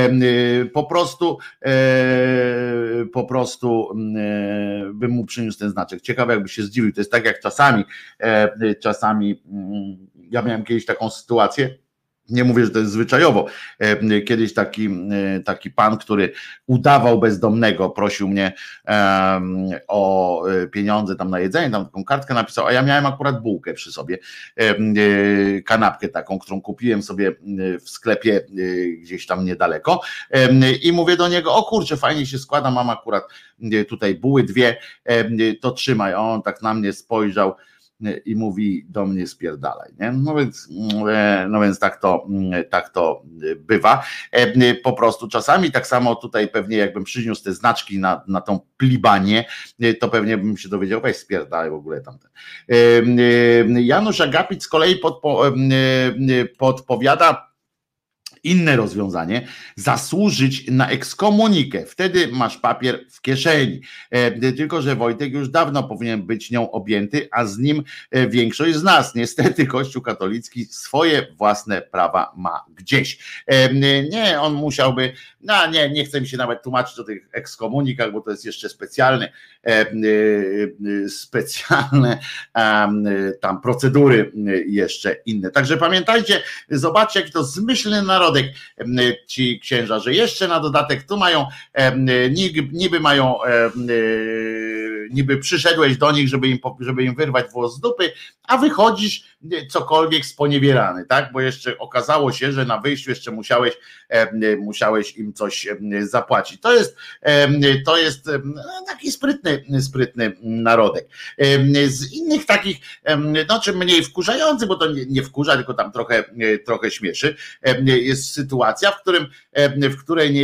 Po prostu bym mu przyniósł ten znaczek. Ciekawe, jakby się zdziwił. To jest tak jak czasami ja miałem kiedyś taką sytuację, Nie mówię, że to jest zwyczajowo. Kiedyś taki pan, który udawał bezdomnego, prosił mnie o pieniądze tam na jedzenie, tam taką kartkę napisał, a ja miałem akurat bułkę przy sobie, kanapkę taką, którą kupiłem sobie w sklepie gdzieś tam niedaleko i mówię do niego, o kurczę, fajnie się składa, mam akurat tutaj buły 2, to trzymaj. A on tak na mnie spojrzał i mówi do mnie spierdalaj, nie? No więc tak to bywa. Po prostu czasami tak samo tutaj pewnie jakbym przyniósł te znaczki na tą plibanię, to pewnie bym się dowiedział, weź spierdalaj w ogóle tamten. Janusz Agapit z kolei podpowiada inne rozwiązanie, zasłużyć na ekskomunikę, wtedy masz papier w kieszeni. Tylko że Wojtek już dawno powinien być nią objęty, a z nim większość z nas. Niestety Kościół katolicki swoje własne prawa ma gdzieś. Nie, on musiałby, nie chcę mi się nawet tłumaczyć o tych ekskomunikach, bo to jest jeszcze specjalne tam procedury jeszcze inne. Także pamiętajcie, zobaczcie, jaki to zmyślny narodek ci księża, że jeszcze na dodatek tu mają, niby przyszedłeś do nich, żeby im wyrwać włos z dupy, a wychodzisz cokolwiek sponiewierany, tak? Bo jeszcze okazało się, że na wyjściu jeszcze musiałeś im coś zapłacić. To jest taki sprytny narodek. Z innych takich, czym mniej wkurzający, bo to nie wkurza, tylko tam trochę śmieszy, jest sytuacja, w której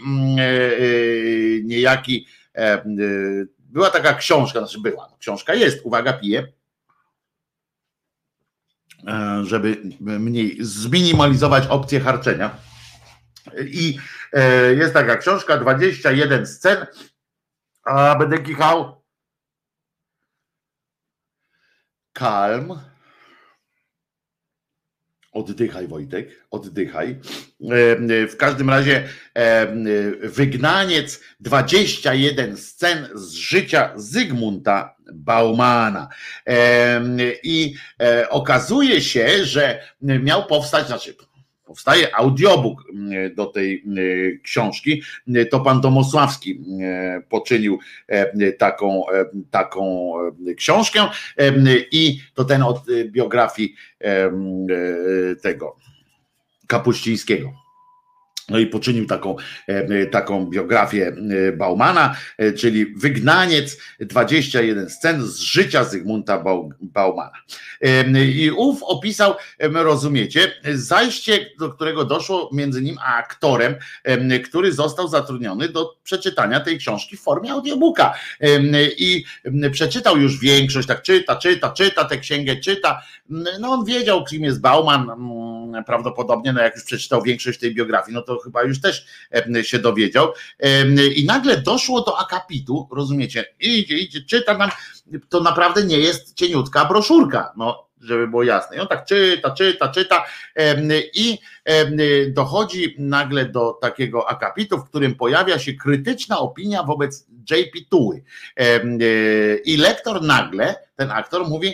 niejaki była taka książka, książka jest, uwaga, piję, żeby mniej zminimalizować opcję harczenia. I jest taka książka, 21 scen, a będę kichał. Calm. Oddychaj, Wojtek, oddychaj. W każdym razie Wygnaniec, 21 scen z życia Zygmunta Baumana. I okazuje się, że miał powstać, powstaje audiobook do tej książki. To pan Domosławski poczynił taką książkę i to ten od biografii tego Kapuścińskiego. No i poczynił taką biografię Baumana, czyli Wygnaniec, 21 scen z życia Zygmunta Baumana. I ów opisał, rozumiecie, zajście, do którego doszło między nim a aktorem, który został zatrudniony do przeczytania tej książki w formie audiobooka. I przeczytał już większość, tak czyta, tę księgę czyta. No on wiedział, kim jest Bauman, prawdopodobnie, jak już przeczytał większość tej biografii, no to chyba już też się dowiedział. I nagle doszło do akapitu, rozumiecie, idzie, czyta nam, to naprawdę nie jest cieniutka broszurka, no, żeby było jasne. I on tak czyta i dochodzi nagle do takiego akapitu, w którym pojawia się krytyczna opinia wobec J.P. Tuły. I lektor nagle, ten aktor mówi: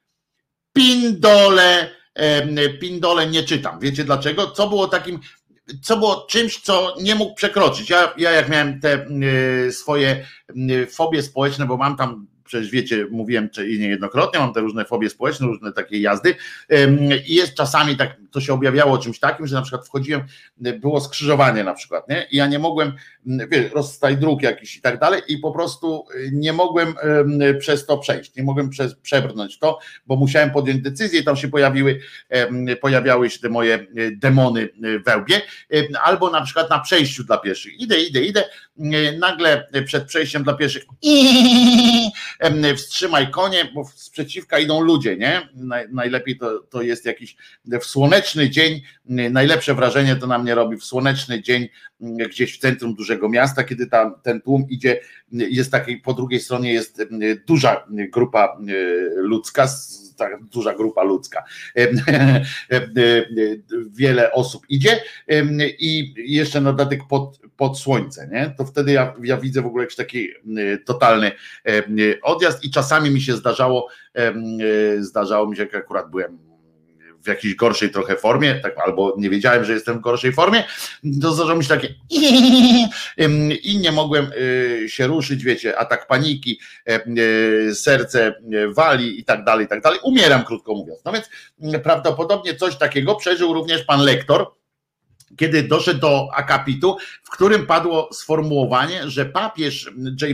Pindole nie czytam. Wiecie dlaczego? Co było czymś, co nie mógł przekroczyć. Ja jak miałem te swoje fobie społeczne, bo mam tam, przecież wiecie, mówiłem i niejednokrotnie, mam te różne fobie społeczne, różne takie jazdy i jest czasami tak, to się objawiało czymś takim, że na przykład wchodziłem, było skrzyżowanie na przykład, nie? I ja nie mogłem, wiesz, rozstaj dróg jakiś i tak dalej i po prostu nie mogłem przez to przejść, nie mogłem przebrnąć to, bo musiałem podjąć decyzję i tam się pojawiały się te moje demony we łbie, albo na przykład na przejściu dla pieszych. Idę, nagle przed przejściem dla pieszych wstrzymaj konie, bo z przeciwka idą ludzie, nie? Najlepiej to jest jakiś w słoneczny dzień, najlepsze wrażenie to na mnie robi w słoneczny dzień gdzieś w centrum dużego miasta, kiedy ten tłum idzie, jest taki, po drugiej stronie jest duża grupa ludzka, wiele osób idzie i jeszcze na dodatek pod słońce, nie? To wtedy ja widzę w ogóle jakiś taki totalny odjazd i czasami mi się zdarzało mi się, jak akurat byłem w jakiejś gorszej trochę formie, tak, albo nie wiedziałem, że jestem w gorszej formie, to zaczęło mi się takie i nie mogłem się ruszyć, wiecie, atak paniki, serce wali i tak dalej, umieram, krótko mówiąc. No więc prawdopodobnie coś takiego przeżył również pan lektor, kiedy doszedł do akapitu, w którym padło sformułowanie, że papież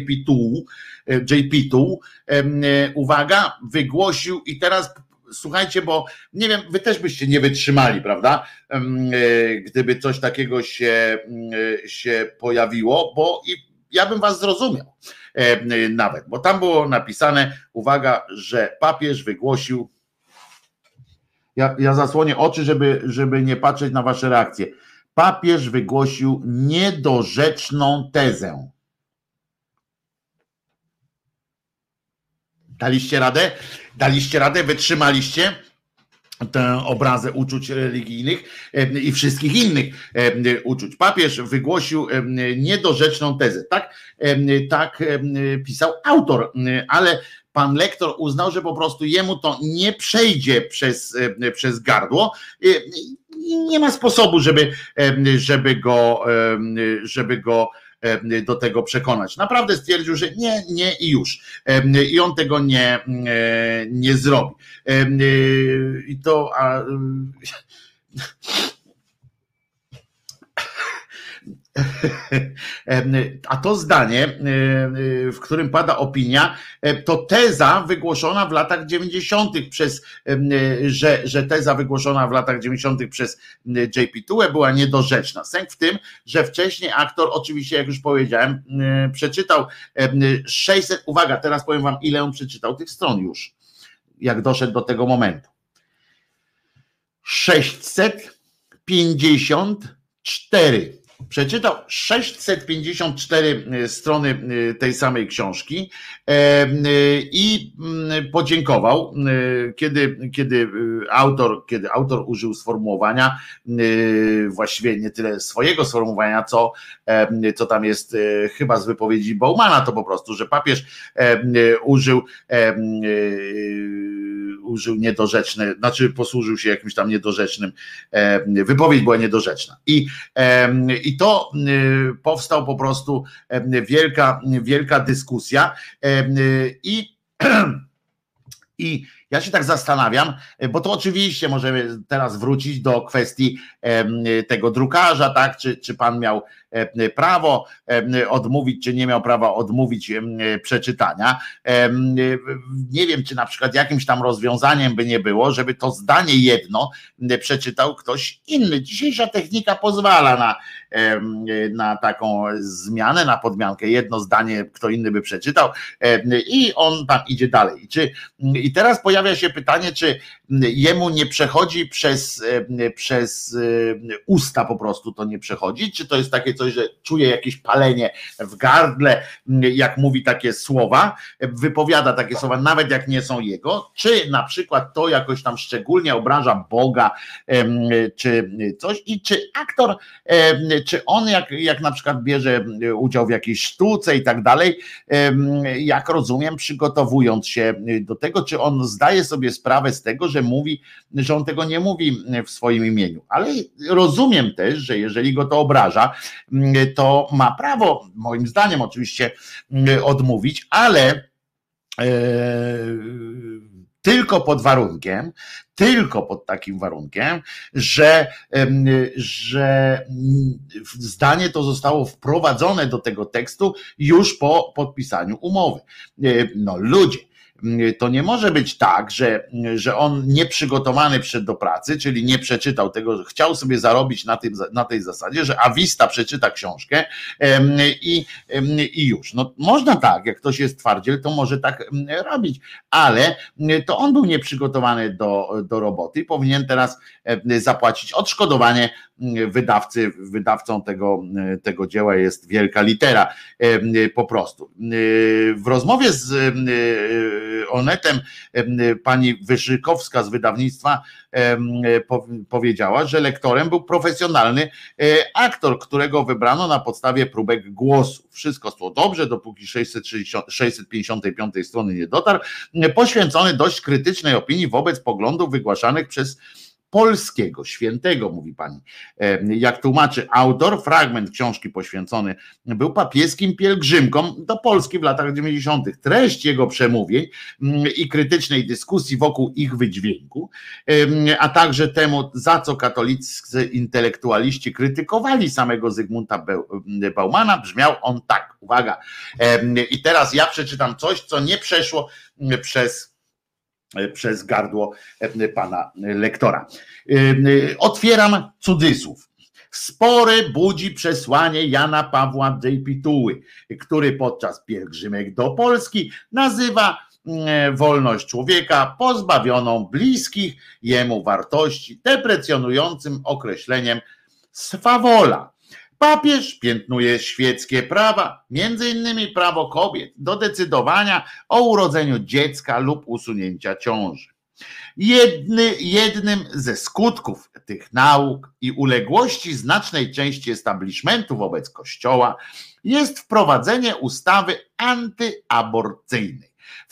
JP2, uwaga, wygłosił i teraz słuchajcie, bo nie wiem, wy też byście nie wytrzymali, prawda, gdyby coś takiego się pojawiło, bo ja bym was zrozumiał nawet, bo tam było napisane, uwaga, że papież wygłosił, ja zasłonię oczy, żeby nie patrzeć na wasze reakcje. Papież wygłosił niedorzeczną tezę. Daliście radę? Daliście radę? Wytrzymaliście tę obrazę uczuć religijnych i wszystkich innych uczuć. Papież wygłosił niedorzeczną tezę. Tak pisał autor, ale pan lektor uznał, że po prostu jemu to nie przejdzie przez gardło. Nie ma sposobu, żeby go do tego przekonać. Naprawdę stwierdził, że nie i już. I on tego nie zrobi. I to a to zdanie, w którym pada opinia, to teza wygłoszona w latach 90. że teza wygłoszona w latach 90. przez JP2 była niedorzeczna. Sęk w tym, że wcześniej aktor, oczywiście jak już powiedziałem, przeczytał 600, uwaga, teraz powiem wam, ile on przeczytał tych stron już, jak doszedł do tego momentu. 654. Przeczytał 654 strony tej samej książki i podziękował, kiedy autor użył sformułowania, właściwie nie tyle swojego sformułowania, co tam jest chyba z wypowiedzi Baumana, to po prostu, że papież użył niedorzeczne, znaczy posłużył się jakimś tam niedorzecznym, wypowiedź była niedorzeczna. I to powstał po prostu wielka dyskusja i ja się tak zastanawiam, bo to oczywiście możemy teraz wrócić do kwestii tego drukarza, tak? Czy pan miał prawo odmówić, czy nie miał prawa odmówić przeczytania. Nie wiem, czy na przykład jakimś tam rozwiązaniem by nie było, żeby to zdanie jedno przeczytał ktoś inny. Dzisiejsza technika pozwala na taką zmianę, na podmiankę. Jedno zdanie kto inny by przeczytał i on tam idzie dalej. I teraz pojawia się pytanie, czy jemu nie przechodzi przez usta po prostu to nie przechodzi, czy to jest takie coś, że czuje jakieś palenie w gardle, jak mówi takie słowa, wypowiada takie słowa, nawet jak nie są jego, czy na przykład to jakoś tam szczególnie obraża Boga, czy coś, i czy aktor, czy on jak na przykład bierze udział w jakiejś sztuce i tak dalej, jak rozumiem, przygotowując się do tego, czy on zdaje sobie sprawę z tego, że on tego nie mówi w swoim imieniu, ale rozumiem też, że jeżeli go to obraża, to ma prawo, moim zdaniem oczywiście, odmówić, ale tylko pod takim warunkiem, że zdanie to zostało wprowadzone do tego tekstu już po podpisaniu umowy. No ludzie, to nie może być tak, że on nieprzygotowany przyszedł do pracy, czyli nie przeczytał tego, chciał sobie zarobić na tej zasadzie, że awista przeczyta książkę i już. No można tak, jak ktoś jest twardziel, to może tak robić, ale to on był nieprzygotowany do roboty i powinien teraz zapłacić odszkodowanie wydawcą tego dzieła jest wielka litera po prostu. W rozmowie z Onetem pani Wyszykowska z wydawnictwa powiedziała, że lektorem był profesjonalny aktor, którego wybrano na podstawie próbek głosu. Wszystko szło dobrze, dopóki 655 strony nie dotarł, poświęcony dość krytycznej opinii wobec poglądów wygłaszanych przez polskiego, świętego, mówi pani. Jak tłumaczy autor, fragment książki poświęcony był papieskim pielgrzymkom do Polski w latach 90. Treść jego przemówień i krytycznej dyskusji wokół ich wydźwięku, a także temu, za co katolicy intelektualiści krytykowali samego Zygmunta Baumana, brzmiał on tak, uwaga, i teraz ja przeczytam coś, co nie przeszło przez gardło pana lektora. Otwieram cudzysłów. Spory budzi przesłanie Jana Pawła J. Pituły, który podczas pielgrzymek do Polski nazywa wolność człowieka pozbawioną bliskich jemu wartości, deprecjonującym określeniem swawola. Papież piętnuje świeckie prawa, między innymi prawo kobiet do decydowania o urodzeniu dziecka lub usunięcia ciąży. Jednym ze skutków tych nauk i uległości znacznej części establishmentu wobec Kościoła jest wprowadzenie ustawy antyaborcyjnej. W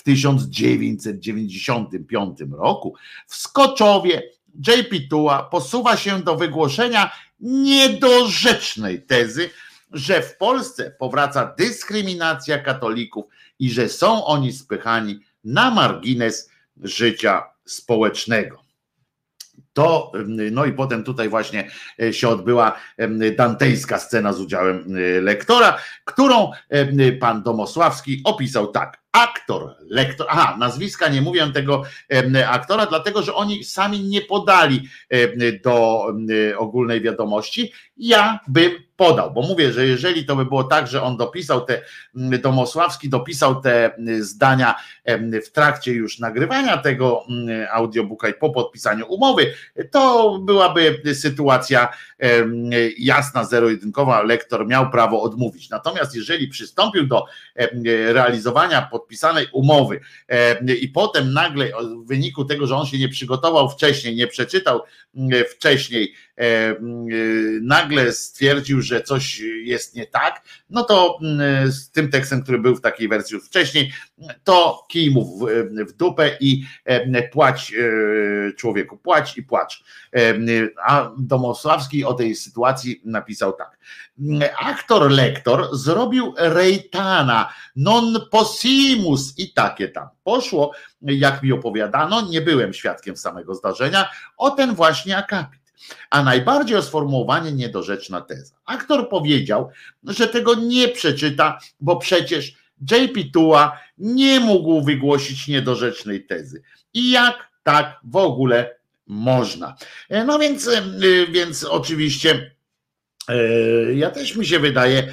1995 roku w Skoczowie J. Pituła posuwa się do wygłoszenia niedorzecznej tezy, że w Polsce powraca dyskryminacja katolików i że są oni spychani na margines życia społecznego. To, no i potem tutaj właśnie się odbyła dantejska scena z udziałem lektora, którą pan Domosławski opisał tak. Aktor, lektor, nazwiska nie mówię tego aktora, dlatego że oni sami nie podali do ogólnej wiadomości. Ja bym podał, bo mówię, że jeżeli to by było tak, że on dopisał Domosławski dopisał te zdania w trakcie już nagrywania tego audiobooka i po podpisaniu umowy, to byłaby sytuacja jasna, zero-jedynkowa, lektor miał prawo odmówić. Natomiast jeżeli przystąpił do realizowania podpisanej umowy i potem nagle w wyniku tego, że on się nie przygotował wcześniej, nie przeczytał wcześniej, nagle stwierdził, że coś jest nie tak, no to z tym tekstem, który był w takiej wersji już wcześniej, to kij mu w dupę i płać człowieku, płać i płacz. A Domosławski o tej sytuacji napisał tak. Aktor lektor zrobił rejtana, non possimus i takie tam. Poszło, jak mi opowiadano, nie byłem świadkiem samego zdarzenia, o ten właśnie akapit. A najbardziej o sformułowanie niedorzeczna teza. Aktor powiedział, że tego nie przeczyta, bo przecież J. Pituła nie mógł wygłosić niedorzecznej tezy. I jak tak w ogóle można? No więc oczywiście ja też mi się wydaje,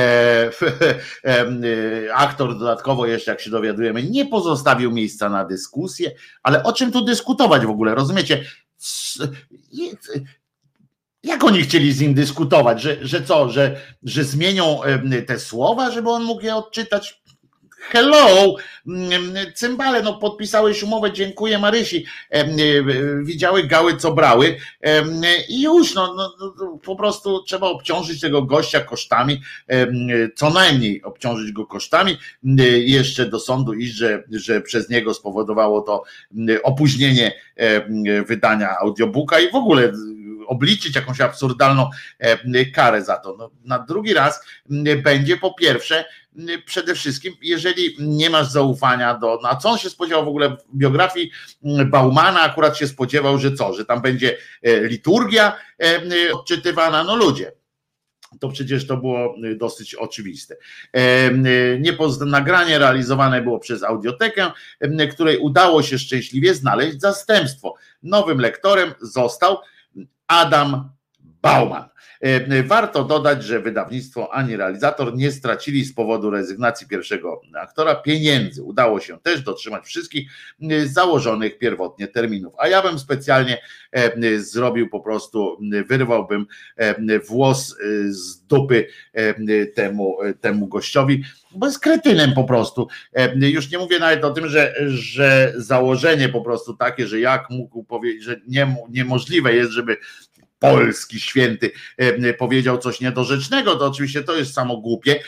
aktor dodatkowo jeszcze, jak się dowiadujemy, nie pozostawił miejsca na dyskusję, ale o czym tu dyskutować w ogóle, rozumiecie? Jak oni chcieli z nim dyskutować, że co, że zmienią te słowa, żeby on mógł je odczytać? Hello, cymbale, no podpisałeś umowę, dziękuję Marysi, widziały gały co brały i już, no, po prostu trzeba obciążyć tego gościa kosztami, co najmniej obciążyć go kosztami, jeszcze do sądu iść, że przez niego spowodowało to opóźnienie wydania audiobooka i w ogóle obliczyć jakąś absurdalną karę za to. No, na drugi raz będzie po pierwsze, przede wszystkim, jeżeli nie masz zaufania no a co on się spodziewał w ogóle w biografii Baumana, akurat się spodziewał, że co, że tam będzie liturgia odczytywana, no ludzie. To przecież to było dosyć oczywiste. Nagranie realizowane było przez audiotekę, której udało się szczęśliwie znaleźć zastępstwo. Nowym lektorem został Adam Bauman. Warto dodać, że wydawnictwo ani realizator nie stracili z powodu rezygnacji pierwszego aktora pieniędzy. Udało się też dotrzymać wszystkich założonych pierwotnie terminów. A ja bym specjalnie zrobił po prostu, wyrwałbym włos z dupy temu gościowi, bo jest kretynem po prostu. Już nie mówię nawet o tym, że założenie po prostu takie, że jak mógł powiedzieć, że niemożliwe jest, żeby polski święty powiedział coś niedorzecznego, to oczywiście to jest samo głupie,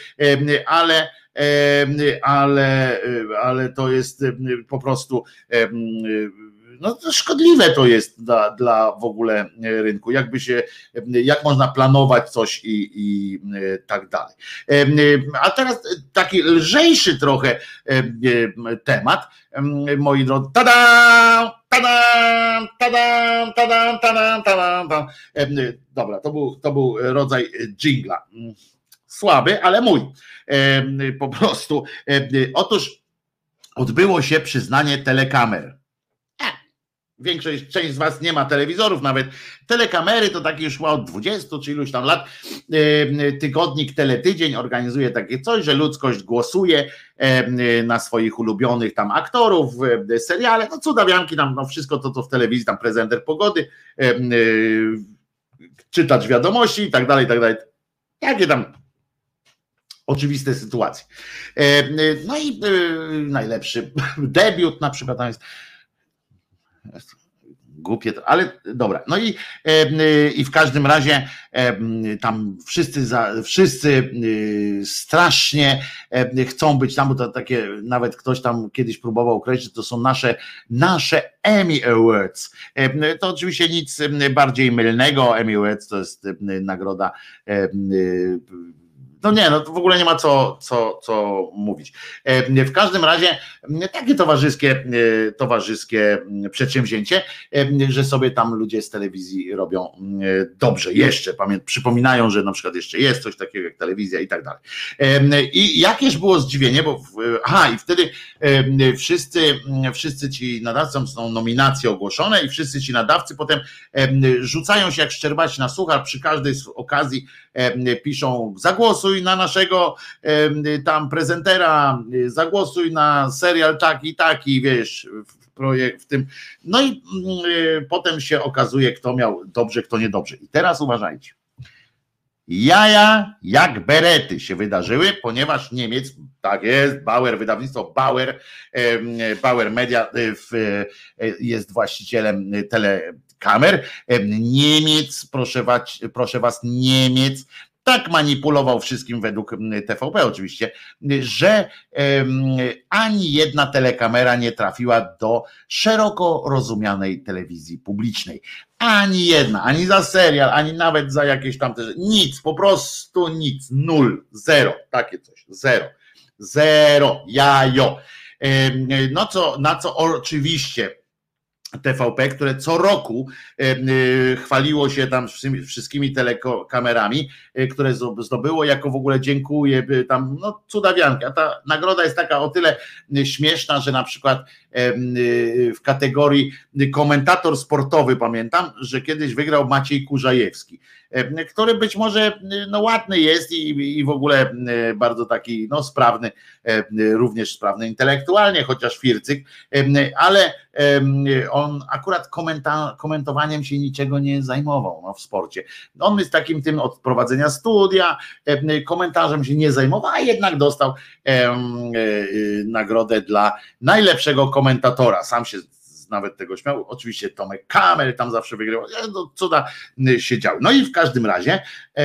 ale to jest po prostu no to szkodliwe to jest dla w ogóle rynku, jak można planować coś i tak dalej. A teraz taki lżejszy trochę temat, moi drodzy. Tada! Tadam, tadam, tadam, tadam, tadam. Dobra, to był rodzaj dżingla. Słaby, ale mój. Po prostu. Otóż odbyło się przyznanie telekamer. Część z was nie ma telewizorów nawet. Telekamery to takie już chyba od 20 czy iluś tam lat. Tygodnik Teletydzień organizuje takie coś, że ludzkość głosuje na swoich ulubionych tam aktorów, seriale, no cudawianki tam, no wszystko to, co w telewizji, tam prezenter pogody, czytać wiadomości i tak dalej, i tak dalej. Jakie tam oczywiste sytuacje. No i najlepszy debiut na przykład tam jest głupie, ale dobra. No i w każdym razie tam wszyscy strasznie chcą być tam, bo to takie, nawet ktoś tam kiedyś próbował określić, że to są nasze Emmy Awards. To oczywiście nic bardziej mylnego. Emmy Awards to jest nagroda, no nie, no to w ogóle nie ma co mówić. W każdym razie takie towarzyskie przedsięwzięcie, że sobie tam ludzie z telewizji robią dobrze. Jeszcze przypominają, że na przykład jeszcze jest coś takiego jak telewizja i tak dalej. I jakież było zdziwienie, bo i wtedy wszyscy ci nadawcy, są nominacje ogłoszone i wszyscy ci nadawcy potem rzucają się jak szczerbaci na suchar, przy każdej okazji piszą: zagłosuj na naszego tam prezentera, zagłosuj na serial taki, wiesz, w tym. No i potem się okazuje, kto miał dobrze, kto niedobrze. I teraz uważajcie. Jaja jak berety się wydarzyły, ponieważ Niemiec, tak jest, Bauer, wydawnictwo Bauer Media jest właścicielem telekamer. Niemiec, proszę was, Niemiec tak manipulował wszystkim według TVP oczywiście, że ani jedna telekamera nie trafiła do szeroko rozumianej telewizji publicznej. Ani jedna, ani za serial, ani nawet za jakieś tam też, nic, po prostu nic, 0, takie coś, zero, jajo. Na co oczywiście TVP, które co roku chwaliło się tam wszystkimi telekamerami, które zdobyło, jako w ogóle dziękuję, tam no cudawianka. A ta nagroda jest taka o tyle śmieszna, że na przykład w kategorii komentator sportowy pamiętam, że kiedyś wygrał Maciej Kurzajewski, który być może no ładny jest i w ogóle bardzo taki no sprawny, również sprawny intelektualnie, chociaż fircyk, ale on akurat komentowaniem się niczego nie zajmował w sporcie. On jest takim tym od prowadzenia studia, komentarzem się nie zajmował, a jednak dostał nagrodę dla najlepszego komentatora. Sam się nawet tego śmiał. Oczywiście Tomek Kamer tam zawsze wygrywał. No, cuda się działy. No i w każdym razie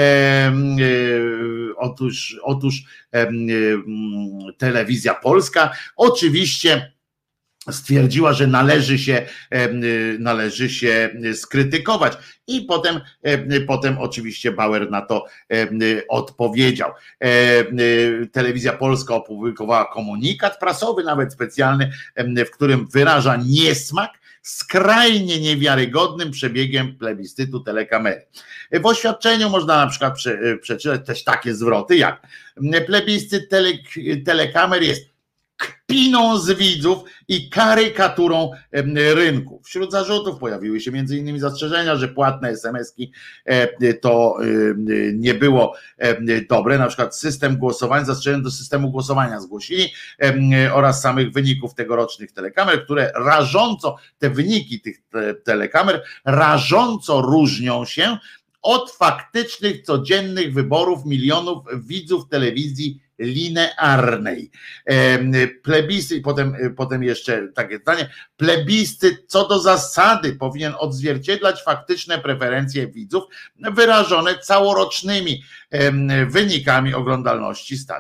otóż Telewizja Polska oczywiście stwierdziła, że należy się skrytykować i potem oczywiście Bauer na to odpowiedział. Telewizja Polska opublikowała komunikat prasowy, nawet specjalny, w którym wyraża niesmak skrajnie niewiarygodnym przebiegiem plebiscytu telekamery. W oświadczeniu można na przykład przeczytać też takie zwroty jak: plebiscyt telekamer jest kpiną z widzów i karykaturą rynku. Wśród zarzutów pojawiły się m.in. zastrzeżenia, że płatne SMS-ki to nie było dobre, na przykład system głosowania, zastrzeżenia do systemu głosowania zgłosili oraz samych wyników tegorocznych telekamer, które rażąco, te wyniki tych telekamer rażąco różnią się od faktycznych, codziennych wyborów milionów widzów telewizji linearnej. Plebiscyt, potem jeszcze takie zdanie: plebiscyt co do zasady powinien odzwierciedlać faktyczne preferencje widzów wyrażone całorocznymi wynikami oglądalności stacji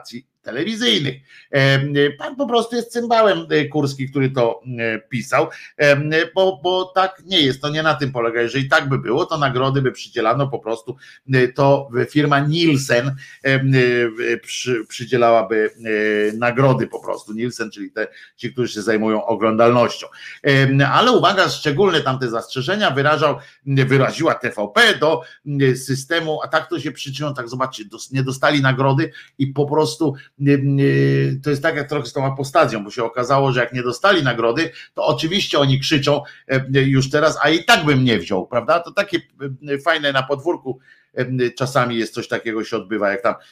telewizyjnych. Pan po prostu jest cymbałem, Kurski, który to pisał, bo tak nie jest, to nie na tym polega. Jeżeli tak by było, to nagrody by przydzielano po prostu, to firma Nielsen przydzielałaby nagrody po prostu. Nielsen, czyli ci, którzy się zajmują oglądalnością. Ale uwaga, szczególne tamte zastrzeżenia wyraziła TVP do systemu, a tak to się przyczynią, tak zobaczcie, nie dostali nagrody i po prostu to jest tak jak trochę z tą apostazją, bo się okazało, że jak nie dostali nagrody, to oczywiście oni krzyczą już teraz, a i tak bym nie wziął, prawda? To takie fajne na podwórku czasami jest coś takiego się odbywa, jak tam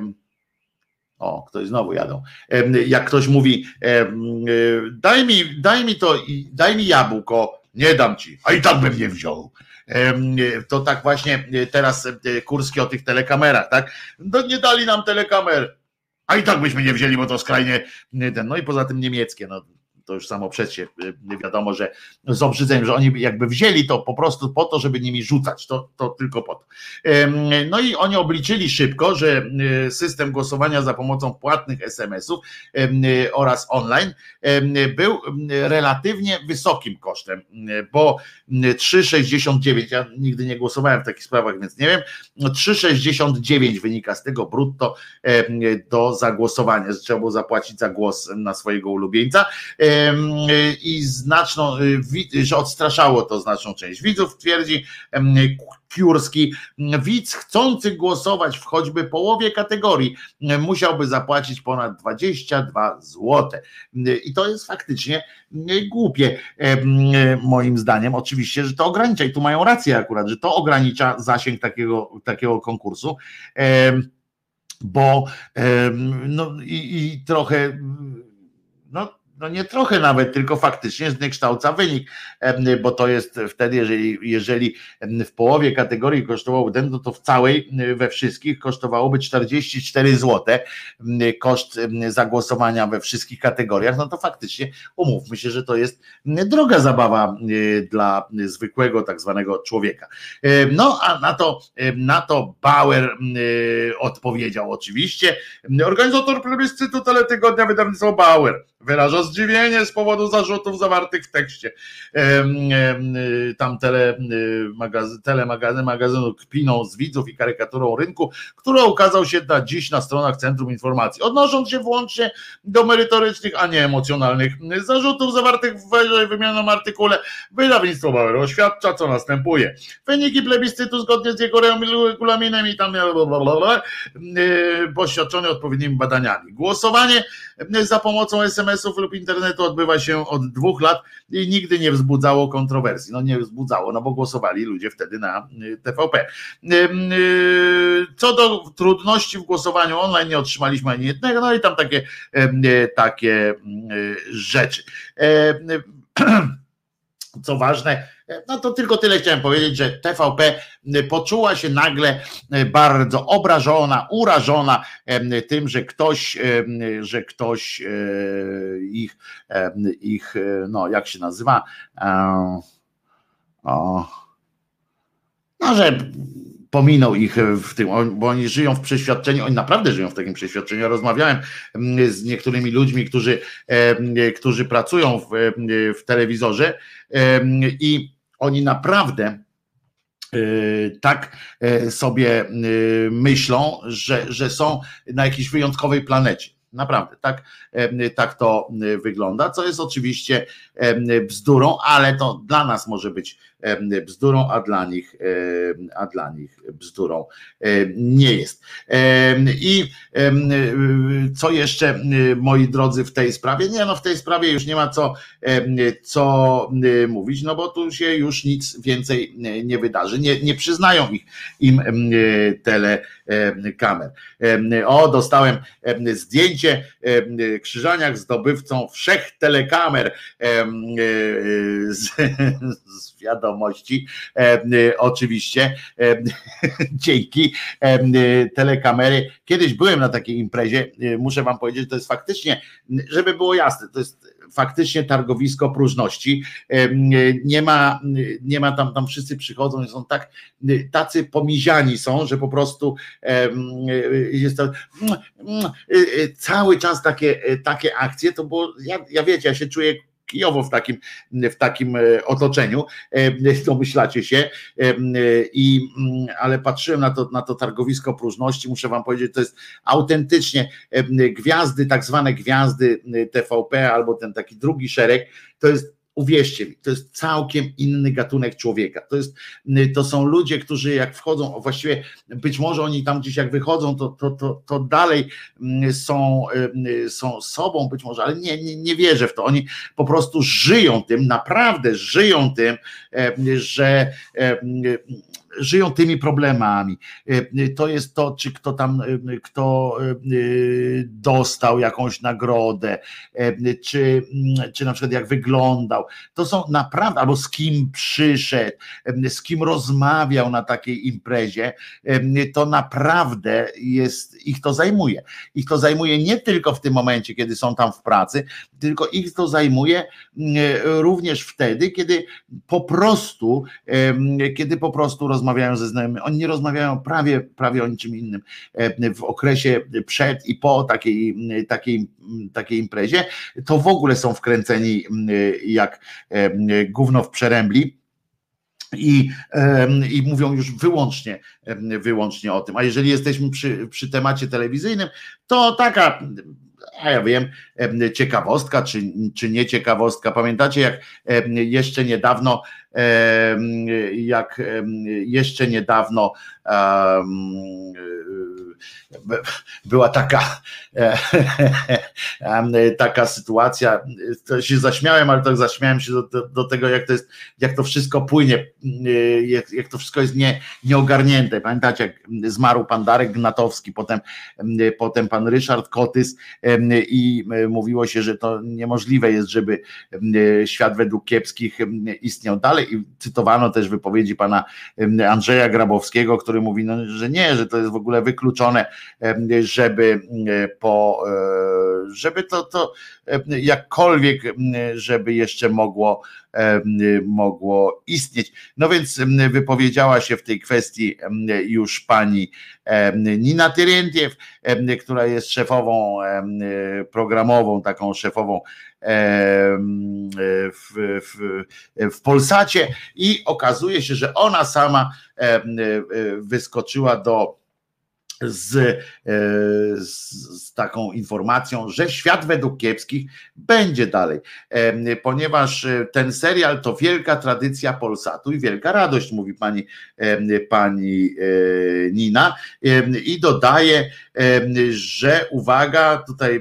ktoś znowu jadą. Jak ktoś mówi, daj mi jabłko, nie dam ci, a i tak bym nie wziął. To tak właśnie teraz Kurski o tych telekamerach, tak? No nie dali nam telekamer, a i tak byśmy nie wzięli, bo to skrajnie no i poza tym niemieckie, no to już samo przez się wiadomo, że z obrzydzeniem, że oni jakby wzięli to po prostu po to, żeby nimi rzucać, to tylko po to. No i oni obliczyli szybko, że system głosowania za pomocą płatnych SMS-ów oraz online był relatywnie wysokim kosztem, bo 3,69, ja nigdy nie głosowałem w takich sprawach, więc nie wiem, 3,69 wynika z tego brutto do zagłosowania, że trzeba było zapłacić za głos na swojego ulubieńca, i że odstraszało to znaczną część widzów, twierdzi Kurski. Widz chcący głosować w choćby połowie kategorii musiałby zapłacić ponad 22 zł. I to jest faktycznie głupie moim zdaniem. Oczywiście, że to ogranicza i tu mają rację akurat, że to ogranicza zasięg takiego konkursu, bo no i trochę no nie trochę nawet, tylko faktycznie zniekształca wynik, bo to jest wtedy, jeżeli w połowie kategorii kosztowało ten, no to w całej, we wszystkich kosztowałoby 44 zł koszt zagłosowania we wszystkich kategoriach, no to faktycznie umówmy się, że to jest droga zabawa dla zwykłego tak zwanego człowieka. No a na to Bauer odpowiedział oczywiście. Organizator plebiscytu Teletygodnia wydawnictwo Bauer wyraża zdziwienie z powodu zarzutów zawartych w tekście tam magazynu kpiną z widzów i karykaturą rynku, który ukazał się dziś na stronach Centrum Informacji, odnosząc się wyłącznie do merytorycznych, a nie emocjonalnych zarzutów zawartych w wyżej wymienionym artykule. Wydawnictwo Bauer oświadcza, co następuje. Wyniki plebiscytu zgodnie z jego regulaminem i tam poświadczone odpowiednimi badaniami. Głosowanie za pomocą SMS-ów lub internetu odbywa się od 2 lat i nigdy nie wzbudzało kontrowersji. No nie wzbudzało, no bo głosowali ludzie wtedy na TVP. Co do trudności w głosowaniu online nie otrzymaliśmy ani jednego, no i tam takie rzeczy. Co ważne, no to tylko tyle chciałem powiedzieć, że TVP poczuła się nagle bardzo obrażona, urażona tym, że ktoś ich no jak się nazywa, no że pominął ich w tym, bo oni żyją w przeświadczeniu, oni naprawdę żyją w takim przeświadczeniu. Ja rozmawiałem z niektórymi ludźmi, którzy pracują w telewizorze i oni naprawdę tak sobie myślą, że są na jakiejś wyjątkowej planecie. Naprawdę, tak to wygląda, co jest oczywiście bzdurą, ale to dla nas może być bzdurą, a dla nich bzdurą nie jest. I co jeszcze, moi drodzy, w tej sprawie? Nie, no w tej sprawie już nie ma co mówić, no bo tu się już nic więcej nie wydarzy. Nie przyznają im telekamer. Dostałem zdjęcie, Krzyżaniak zdobywcą wszech telekamer z wiadomości, oczywiście dzięki telekamery. Kiedyś byłem na takiej imprezie, muszę wam powiedzieć, że to jest faktycznie, żeby było jasne, to jest faktycznie targowisko próżności. Nie ma tam wszyscy przychodzą i są tacy pomiziani są, że po prostu jest to cały czas takie akcje, to było, ja wiecie, ja się czuję kijowo w takim otoczeniu, domyślacie się, ale patrzyłem na to targowisko próżności, muszę wam powiedzieć, to jest autentycznie gwiazdy, tak zwane gwiazdy TVP albo ten taki drugi szereg, to jest, uwierzcie mi, to jest całkiem inny gatunek człowieka. To są ludzie, którzy jak wchodzą, właściwie być może oni tam gdzieś jak wychodzą, to dalej są sobą być może, ale nie wierzę w to. Oni po prostu żyją tym, naprawdę żyją tym, że żyją tymi problemami. To jest to, czy kto dostał jakąś nagrodę, czy na przykład jak wyglądał. To są naprawdę, albo z kim przyszedł, z kim rozmawiał na takiej imprezie, to naprawdę ich to zajmuje. Ich to zajmuje nie tylko w tym momencie, kiedy są tam w pracy, tylko ich to zajmuje również wtedy, kiedy po prostu rozmawiają ze znajomymi. Oni nie rozmawiają prawie o niczym innym w okresie przed i po takiej imprezie, to w ogóle są wkręceni jak gówno w przerębli. I mówią już wyłącznie o tym. A jeżeli jesteśmy przy temacie telewizyjnym, to taka, a ja wiem, ciekawostka czy nie ciekawostka. Pamiętacie, jak jeszcze niedawno była taka sytuacja, to się zaśmiałem, ale tak zaśmiałem się do tego, jak to wszystko płynie, jak to wszystko jest nieogarnięte. Pamiętacie, jak zmarł pan Darek Gnatowski, potem pan Ryszard Kotys i mówiło się, że to niemożliwe jest, żeby świat według kiepskich istniał dalej i cytowano też wypowiedzi pana Andrzeja Grabowskiego, który mówi, że nie, że to jest w ogóle wykluczone, żeby to jakkolwiek, żeby jeszcze mogło istnieć. No więc wypowiedziała się w tej kwestii już pani Nina Terentiew, która jest szefową programową, taką szefową w Polsacie i okazuje się, że ona sama wyskoczyła z taką informacją, że świat według kiepskich będzie dalej, ponieważ ten serial to wielka tradycja Polsatu i wielka radość, mówi pani Nina i dodaje, że uwaga, tutaj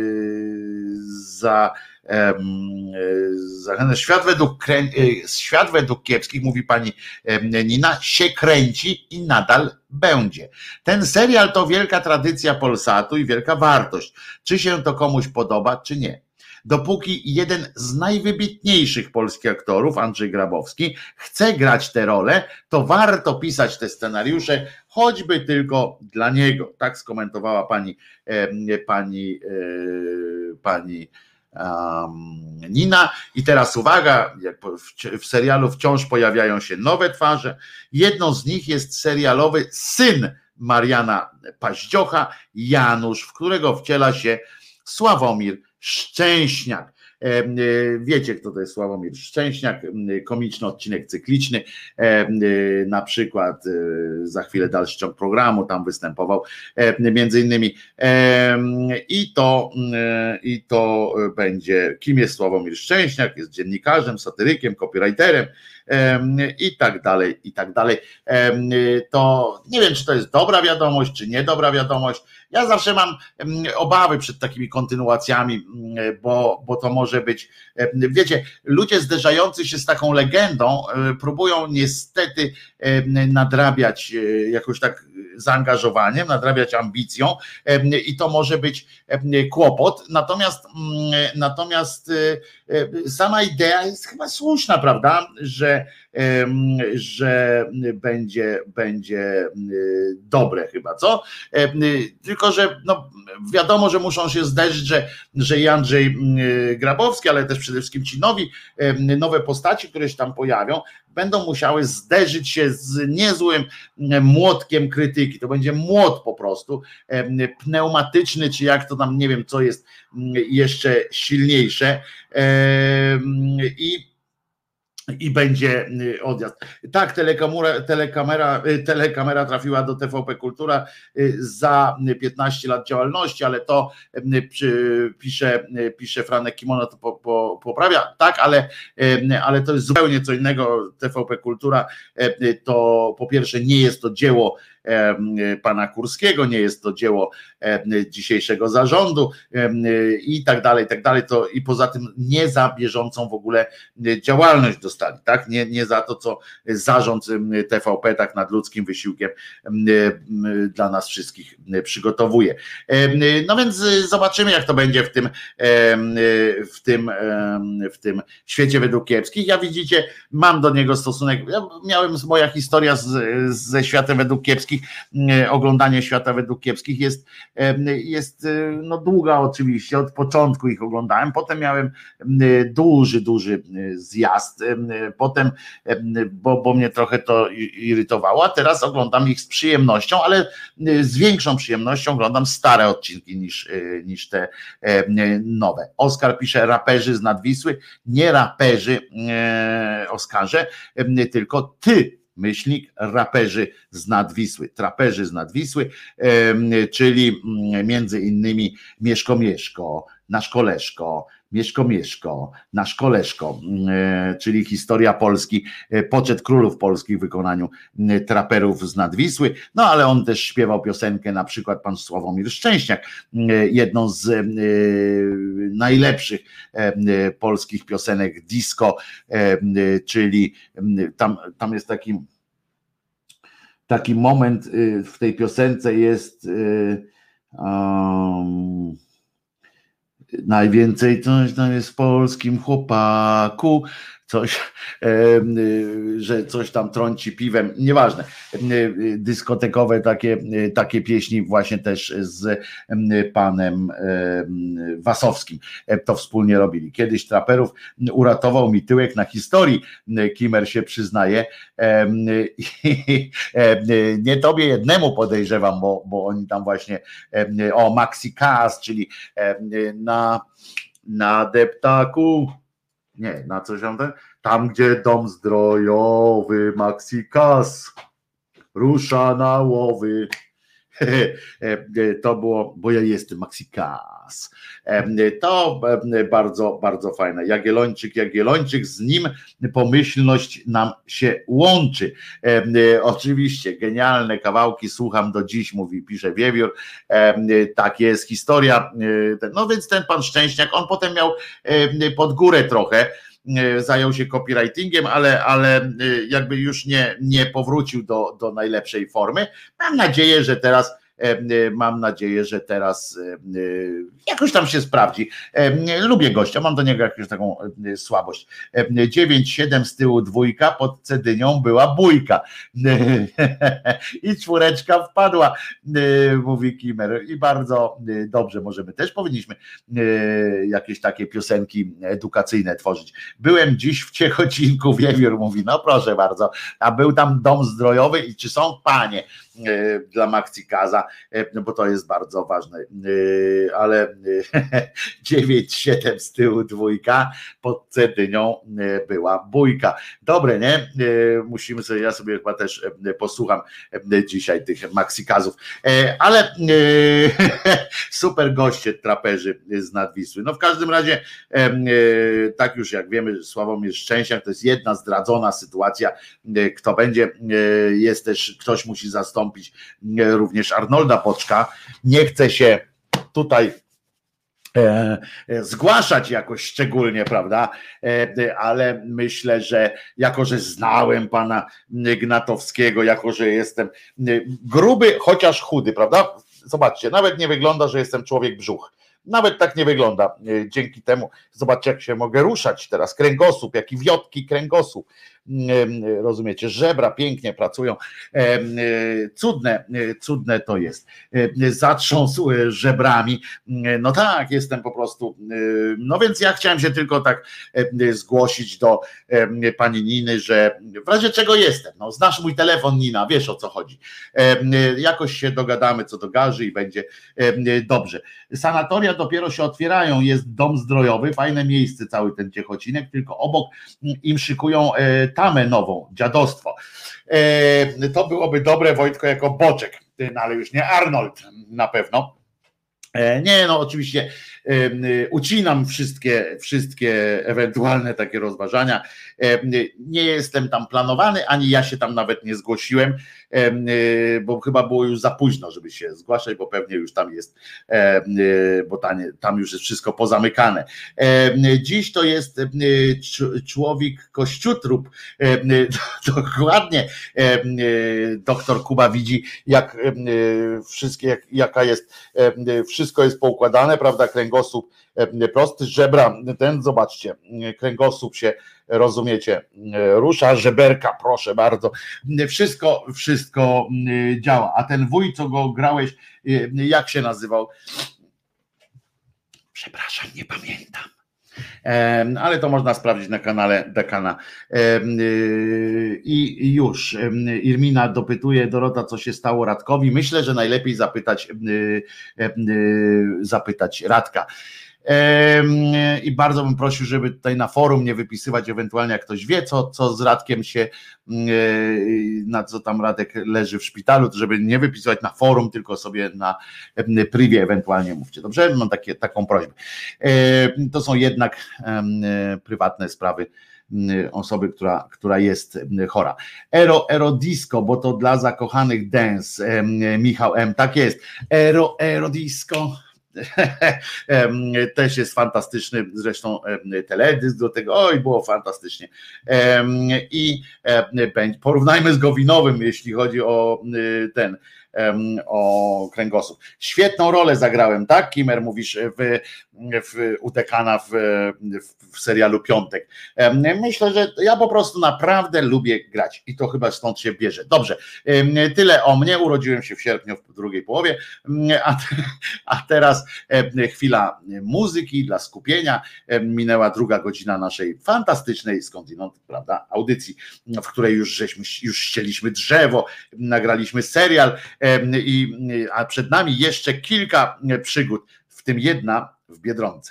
świat według kiepskich, mówi pani Nina, się kręci i nadal będzie. Ten serial to wielka tradycja Polsatu i wielka wartość. Czy się to komuś podoba, czy nie. Dopóki jeden z najwybitniejszych polskich aktorów, Andrzej Grabowski, chce grać tę rolę, to warto pisać te scenariusze, choćby tylko dla niego. Tak skomentowała pani Nina. I teraz uwaga, jak w serialu wciąż pojawiają się nowe twarze. Jedną z nich jest serialowy syn Mariana Paździocha, Janusz, w którego wciela się Sławomir Szczęśniak. Wiecie, kto to jest Sławomir Szczęśniak, komiczny odcinek cykliczny, na przykład za chwilę dalszy ciąg programu, tam występował między innymi i to będzie, kim jest Sławomir Szczęśniak, jest dziennikarzem, satyrykiem, copywriterem i tak dalej, i tak dalej. To nie wiem, czy to jest dobra wiadomość, czy niedobra wiadomość. Ja zawsze mam obawy przed takimi kontynuacjami, bo to może być, wiecie, ludzie zderzający się z taką legendą próbują niestety nadrabiać jakoś tak zaangażowaniem, nadrabiać ambicją i to może być kłopot, natomiast sama idea jest chyba słuszna, prawda, że że będzie dobre chyba, co? Tylko, że no, wiadomo, że muszą się zderzyć, że i Andrzej Grabowski, ale też przede wszystkim ci nowe postaci, które się tam pojawią, będą musiały zderzyć się z niezłym młotkiem krytyki. To będzie młot po prostu, pneumatyczny, czy jak to tam, nie wiem, co jest jeszcze silniejsze. I będzie odjazd. Tak, telekamera trafiła do TVP Kultura za 15 lat działalności, ale to pisze Franek Kimono, to poprawia. Tak, ale to jest zupełnie co innego. TVP Kultura to po pierwsze nie jest to dzieło pana Kurskiego, nie jest to dzieło dzisiejszego zarządu i tak dalej, to i poza tym nie za bieżącą w ogóle działalność dostali, tak? Nie za to, co zarząd TVP tak nad ludzkim wysiłkiem dla nas wszystkich przygotowuje. No więc zobaczymy, jak to będzie w tym świecie według kiepskich. Ja widzicie, mam do niego stosunek. Ja moja historia ze światem według kiepskich, oglądanie świata według kiepskich jest no długa oczywiście, od początku ich oglądałem, potem miałem duży zjazd, potem, bo mnie trochę to irytowało, a teraz oglądam ich z przyjemnością, ale z większą przyjemnością oglądam stare odcinki niż te nowe. Oskar pisze, raperzy z Nadwisły, nie raperzy, Oskarze, tylko ty, myślnik, raperzy z Nadwisły, traperzy z Nadwisły, czyli między innymi Mieszko, Nasz Koleżko, Mieszko, Nasz Koleżko, czyli historia Polski, poczet królów polskich w wykonaniu traperów z Nadwisły, no ale on też śpiewał piosenkę, na przykład pan Sławomir Szczęśniak, jedną z najlepszych polskich piosenek disco, czyli tam jest taki moment w tej piosence jest najwięcej coś tam jest w polskim chłopaku, coś, że coś tam trąci piwem, nieważne, dyskotekowe takie pieśni właśnie też z panem Wasowskim to wspólnie robili. Kiedyś traperów uratował mi tyłek na historii, Kimer się przyznaje, nie tobie jednemu podejrzewam, bo oni tam właśnie Maxi Kas, czyli na deptaku, nie, na coś tam gdzie dom zdrojowy, Maxi Kas rusza na łowy. To było, bo ja jestem Maxi Kas. To bardzo, bardzo fajne. Jagiellończyk, z nim pomyślność nam się łączy. Oczywiście, genialne kawałki, słucham do dziś, pisze Wiewiór. Tak jest historia. No więc ten pan Szczęśniak, on potem miał pod górę trochę, zajął się copywritingiem, ale jakby już nie powrócił do najlepszej formy. Mam nadzieję, że teraz jakoś tam się sprawdzi. Lubię gościa, mam do niego jakąś taką słabość. 9-7 z tyłu dwójka, pod Cedynią była bójka. I 4 wpadła, mówi Kimer. I bardzo dobrze, może my też powinniśmy jakieś takie piosenki edukacyjne tworzyć. Byłem dziś w Ciechocinku, Wiewiór mówi, no proszę bardzo, a był tam dom zdrojowy i czy są panie dla Maxi Kaza, no bo to jest bardzo ważne, ale 9-7 z tyłu dwójka, pod Cedynią była bójka. Dobre, nie? Musimy sobie, ja sobie chyba też posłucham dzisiaj tych Maxi Kazów, ale super goście traperzy z Nadwisły. No w każdym razie, tak już jak wiemy, Sławomir Szczęśniak to jest jedna zdradzona sytuacja, kto będzie, jest też, ktoś musi zastąpić również Arnolda Boczka. Nie chcę się tutaj zgłaszać jakoś szczególnie, prawda, ale myślę, że jako, że znałem pana Gnatowskiego, jako, że jestem gruby, chociaż chudy, prawda, zobaczcie, nawet nie wygląda, że jestem człowiek brzuch. Nawet tak nie wygląda. Dzięki temu, zobaczcie, jak się mogę ruszać teraz. Kręgosłup, jaki wiotki kręgosłup. rozumiecie, żebra pięknie pracują, cudne to jest, zatrząsł żebrami, no tak, jestem po prostu, no więc ja chciałem się tylko tak zgłosić do pani Niny, że w razie czego jestem, no znasz mój telefon Nina, wiesz o co chodzi, jakoś się dogadamy co do garzy i będzie dobrze. Sanatoria dopiero się otwierają, jest dom zdrojowy, fajne miejsce cały ten Ciechocinek, tylko obok im szykują tamę nową, dziadostwo. To byłoby dobre, Wojtko, jako boczek, no ale już nie Arnold na pewno. Nie, no oczywiście ucinam wszystkie ewentualne takie rozważania. Nie jestem tam planowany, ani ja się tam nawet nie zgłosiłem, bo chyba było już za późno, żeby się zgłaszać, bo pewnie już tam jest, bo tam już jest wszystko pozamykane. Dziś to jest człowiek kościotrup, dokładnie. Doktor Kuba widzi, jak wszystkie, jaka jest, wszystko jest poukładane, prawda, kręgosłup prosty, żebra, ten zobaczcie, kręgosłup się, rozumiecie, rusza, żeberka, proszę bardzo, wszystko działa, a ten wuj, co go grałeś, jak się nazywał? Przepraszam, nie pamiętam. Ale to można sprawdzić na kanale Dekana. I już Irmina dopytuje, Dorota, co się stało Radkowi. Myślę, że najlepiej zapytać Radka. I bardzo bym prosił, żeby tutaj na forum nie wypisywać, ewentualnie jak ktoś wie, co z Radkiem się, na co tam Radek leży w szpitalu, to żeby nie wypisywać na forum, tylko sobie na privie ewentualnie mówcie. Dobrze? Mam taką prośbę. To są jednak prywatne sprawy osoby, która jest chora. Disco, bo to dla zakochanych dance. Michał M. Tak jest. Disco. Też jest fantastyczny, zresztą teledysk do tego, oj, było fantastycznie. I porównajmy z Gowinowym, jeśli chodzi o o kręgosłup. Świetną rolę zagrałem, tak? Kimer, mówisz, u Dekana w serialu Piątek. Myślę, że ja po prostu naprawdę lubię grać i to chyba stąd się bierze. Dobrze, tyle o mnie. Urodziłem się w sierpniu w drugiej połowie, a teraz chwila muzyki dla skupienia. Minęła druga godzina naszej fantastycznej skądinąd, prawda, audycji, w której już ścieliśmy drzewo, nagraliśmy serial, a przed nami jeszcze kilka przygód, w tym jedna w Biedronce.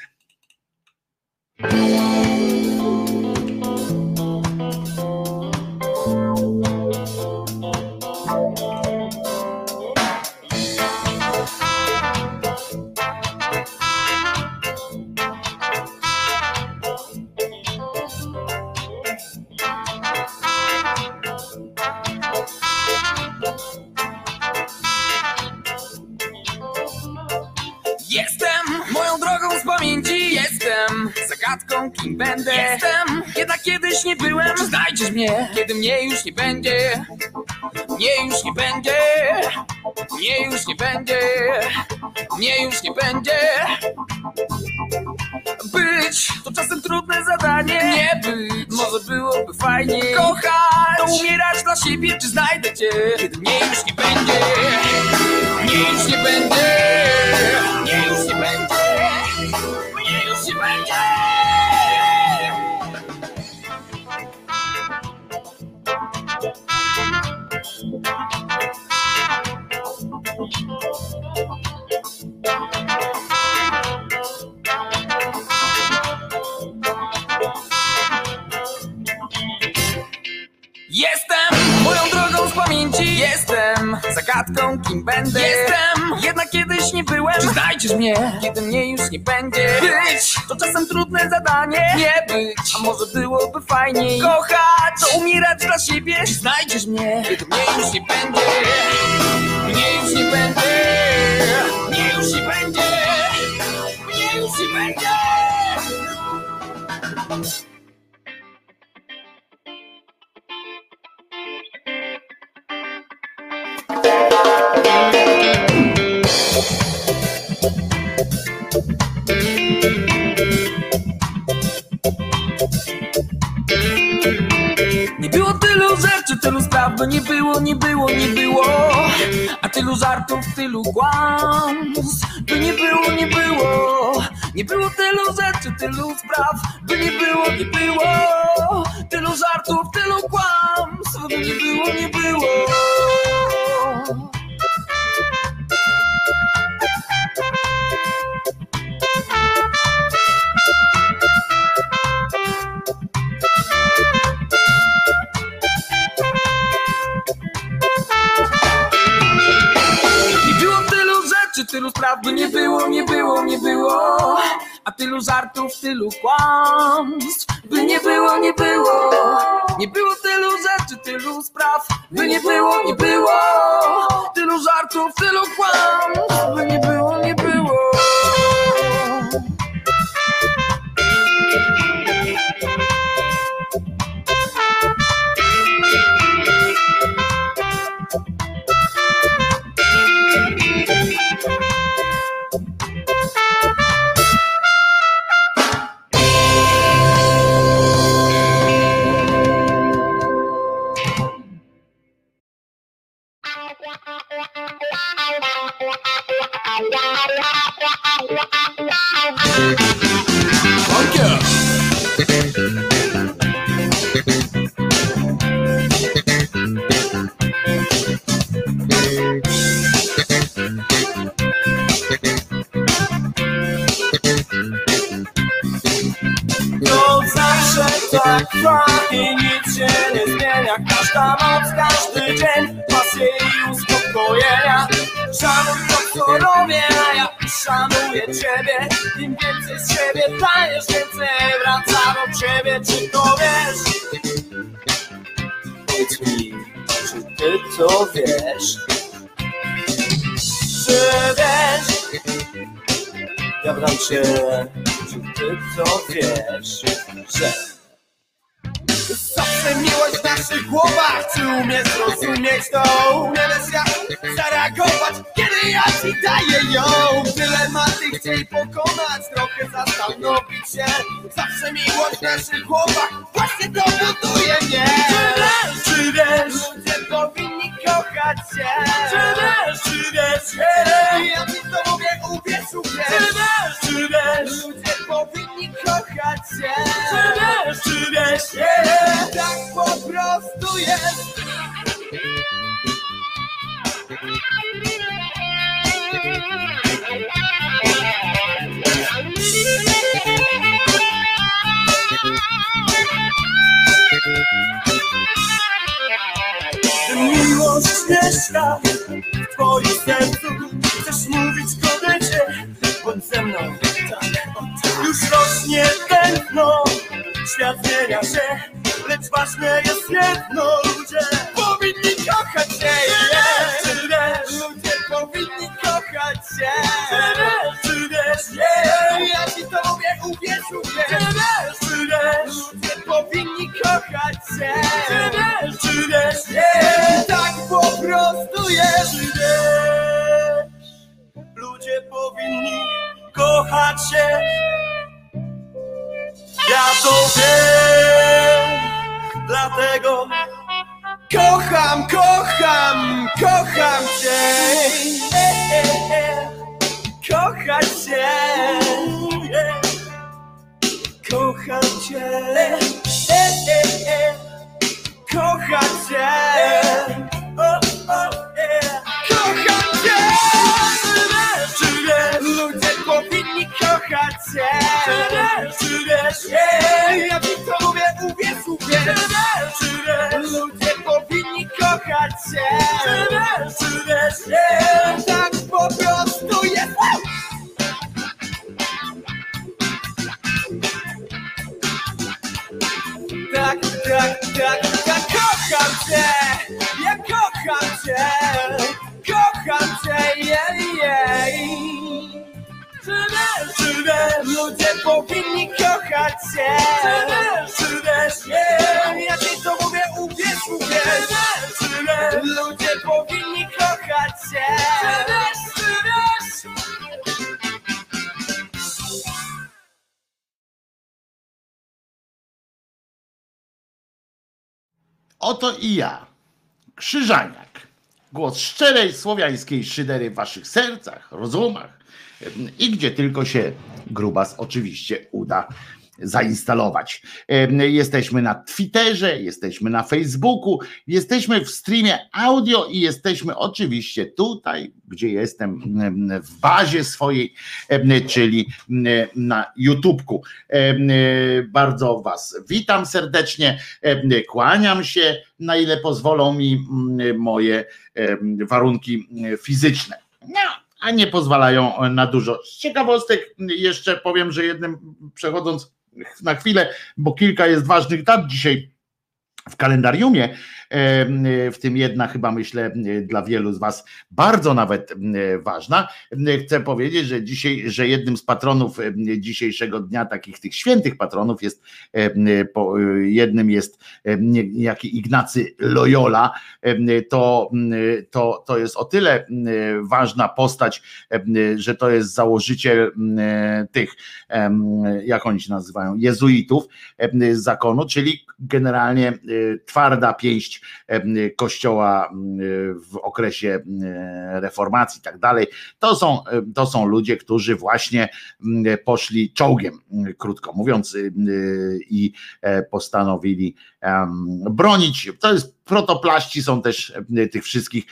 Zagadką, kim będę. Jestem, jednak kiedyś nie byłem. Czy znajdziesz mnie, kiedy mnie już nie będzie? Mnie już nie będzie. Mnie już nie będzie. Mnie już nie będzie. Być to czasem trudne zadanie. Nie być, może byłoby fajnie. Kochać, to umierać dla siebie. Czy znajdę cię, kiedy mnie już nie będzie? Mnie już nie będzie. Mnie już nie będzie. Mnie już nie będzie. Jestem moją drogą z pamięci. Jestem zagadką, kim będę. Jestem, jednak kiedyś nie byłem. Czy znajdziesz mnie, kiedy mnie już nie będzie? Być to czasem trudne zadanie. Nie być, a może byłoby fajniej. Kochać, to umierać dla siebie. Czy znajdziesz mnie, kiedy mnie już nie będzie? Mnie już nie będzie. Mnie już nie będzie. Mnie już nie będzie. Nie tylu spraw by nie było, nie było, nie było. A tylu żartów, tylu kłamstw by nie było, nie było. Nie było tylu rzeczy, tylu spraw by nie było, nie było. Tylu żartów, tylu kłamstw by nie było, nie było. Tylu spraw by nie było, nie było, nie było. A tylu żartów, tylu kłamstw by nie było, nie było. Nie było tylu rzeczy, tylu spraw by nie było, nie było. Tylu żartów, tylu kłamstw by nie było, nie było. To zawsze tak trwa i nic się nie zmienia. Każda noc, każdy dzień, pasje i uspokojenia. Szanuj to, co robię, a ja szanuję ciebie. Im więcej z siebie dajesz, więcej wraca do ciebie. Czy to wiesz? Powiedz mi, czy ty to wiesz? Czy wiesz? Ja pytam cię, czy ty to wiesz, że zawsze miłość w naszych głowach. Czy umiesz zrozumieć to? Umiesz jak zareagować, kiedy ja ci daję ją? Dylematy chciej pokonać, trochę zastanowić się. Zawsze miłość w naszych głowach właśnie to buduje mnie. Czy wiesz, ludzie powinni kochać się? Czy wiesz, ja ci to mówię, uwierz, czy wiesz, ludzie powinni kochać się? Czy wiesz, tak po prostu jest. Miłość mieszka w twoim sercu. Chcesz mówić kobiecie, bądź ze mną. Tak, już rośnie tętno, świat zmienia się, lecz ważne jest jedno, ludzie powinni kochać się. Czy wiesz, ludzie powinni kochać się. Czy wiesz, ja ci to mówię, uwierz. Czy wiesz, ludzie powinni kochać się. Czy wiesz, tak po prostu jest. Czy wiesz, ludzie powinni kochać się. Ja to wiem, dlatego kocham, kocham, kocham cię. Kochać cię. Kocham cię. Kocham cię. Kocham cię. Czy wiesz, ludzie powinni kochać cię. Czy wiesz, ja ci to mówię, uwierz. Czy wiesz, ludzie powinni kochać cię. Czy wiesz, tak po prostu jest. Tak, kocham cię, ja kocham cię, Czy wiesz, ludzie powinni kochać się. Czy wiesz, ja ci to mówię, uwierz. Czy wiesz, ludzie powinni kochać się. Czy wiesz. Oto i ja. Krzyżaniak. Głos szczerej słowiańskiej szydery w waszych sercach, rozumach i gdzie tylko się grubas oczywiście uda zainstalować. Jesteśmy na Twitterze, jesteśmy na Facebooku, jesteśmy w streamie audio i jesteśmy oczywiście tutaj, gdzie jestem w bazie swojej, czyli na YouTubeku. Bardzo was witam serdecznie, kłaniam się, na ile pozwolą mi moje warunki fizyczne. No, a nie pozwalają na dużo. Z ciekawostek jeszcze powiem, że jednym, przechodząc na chwilę, bo kilka jest ważnych dat dzisiaj w kalendariumie, w tym jedna chyba myślę dla wielu z was bardzo nawet ważna. Chcę powiedzieć, że dzisiaj, że jednym z patronów dzisiejszego dnia, takich tych świętych patronów jest, jednym jest niejaki Ignacy Loyola. To jest o tyle ważna postać, że to jest założyciel tych, jak oni się nazywają, jezuitów z zakonu, czyli generalnie twarda pięść Kościoła w okresie reformacji i tak dalej. To są ludzie, którzy właśnie poszli czołgiem, krótko mówiąc, i postanowili bronić. To jest protoplaści, są też tych wszystkich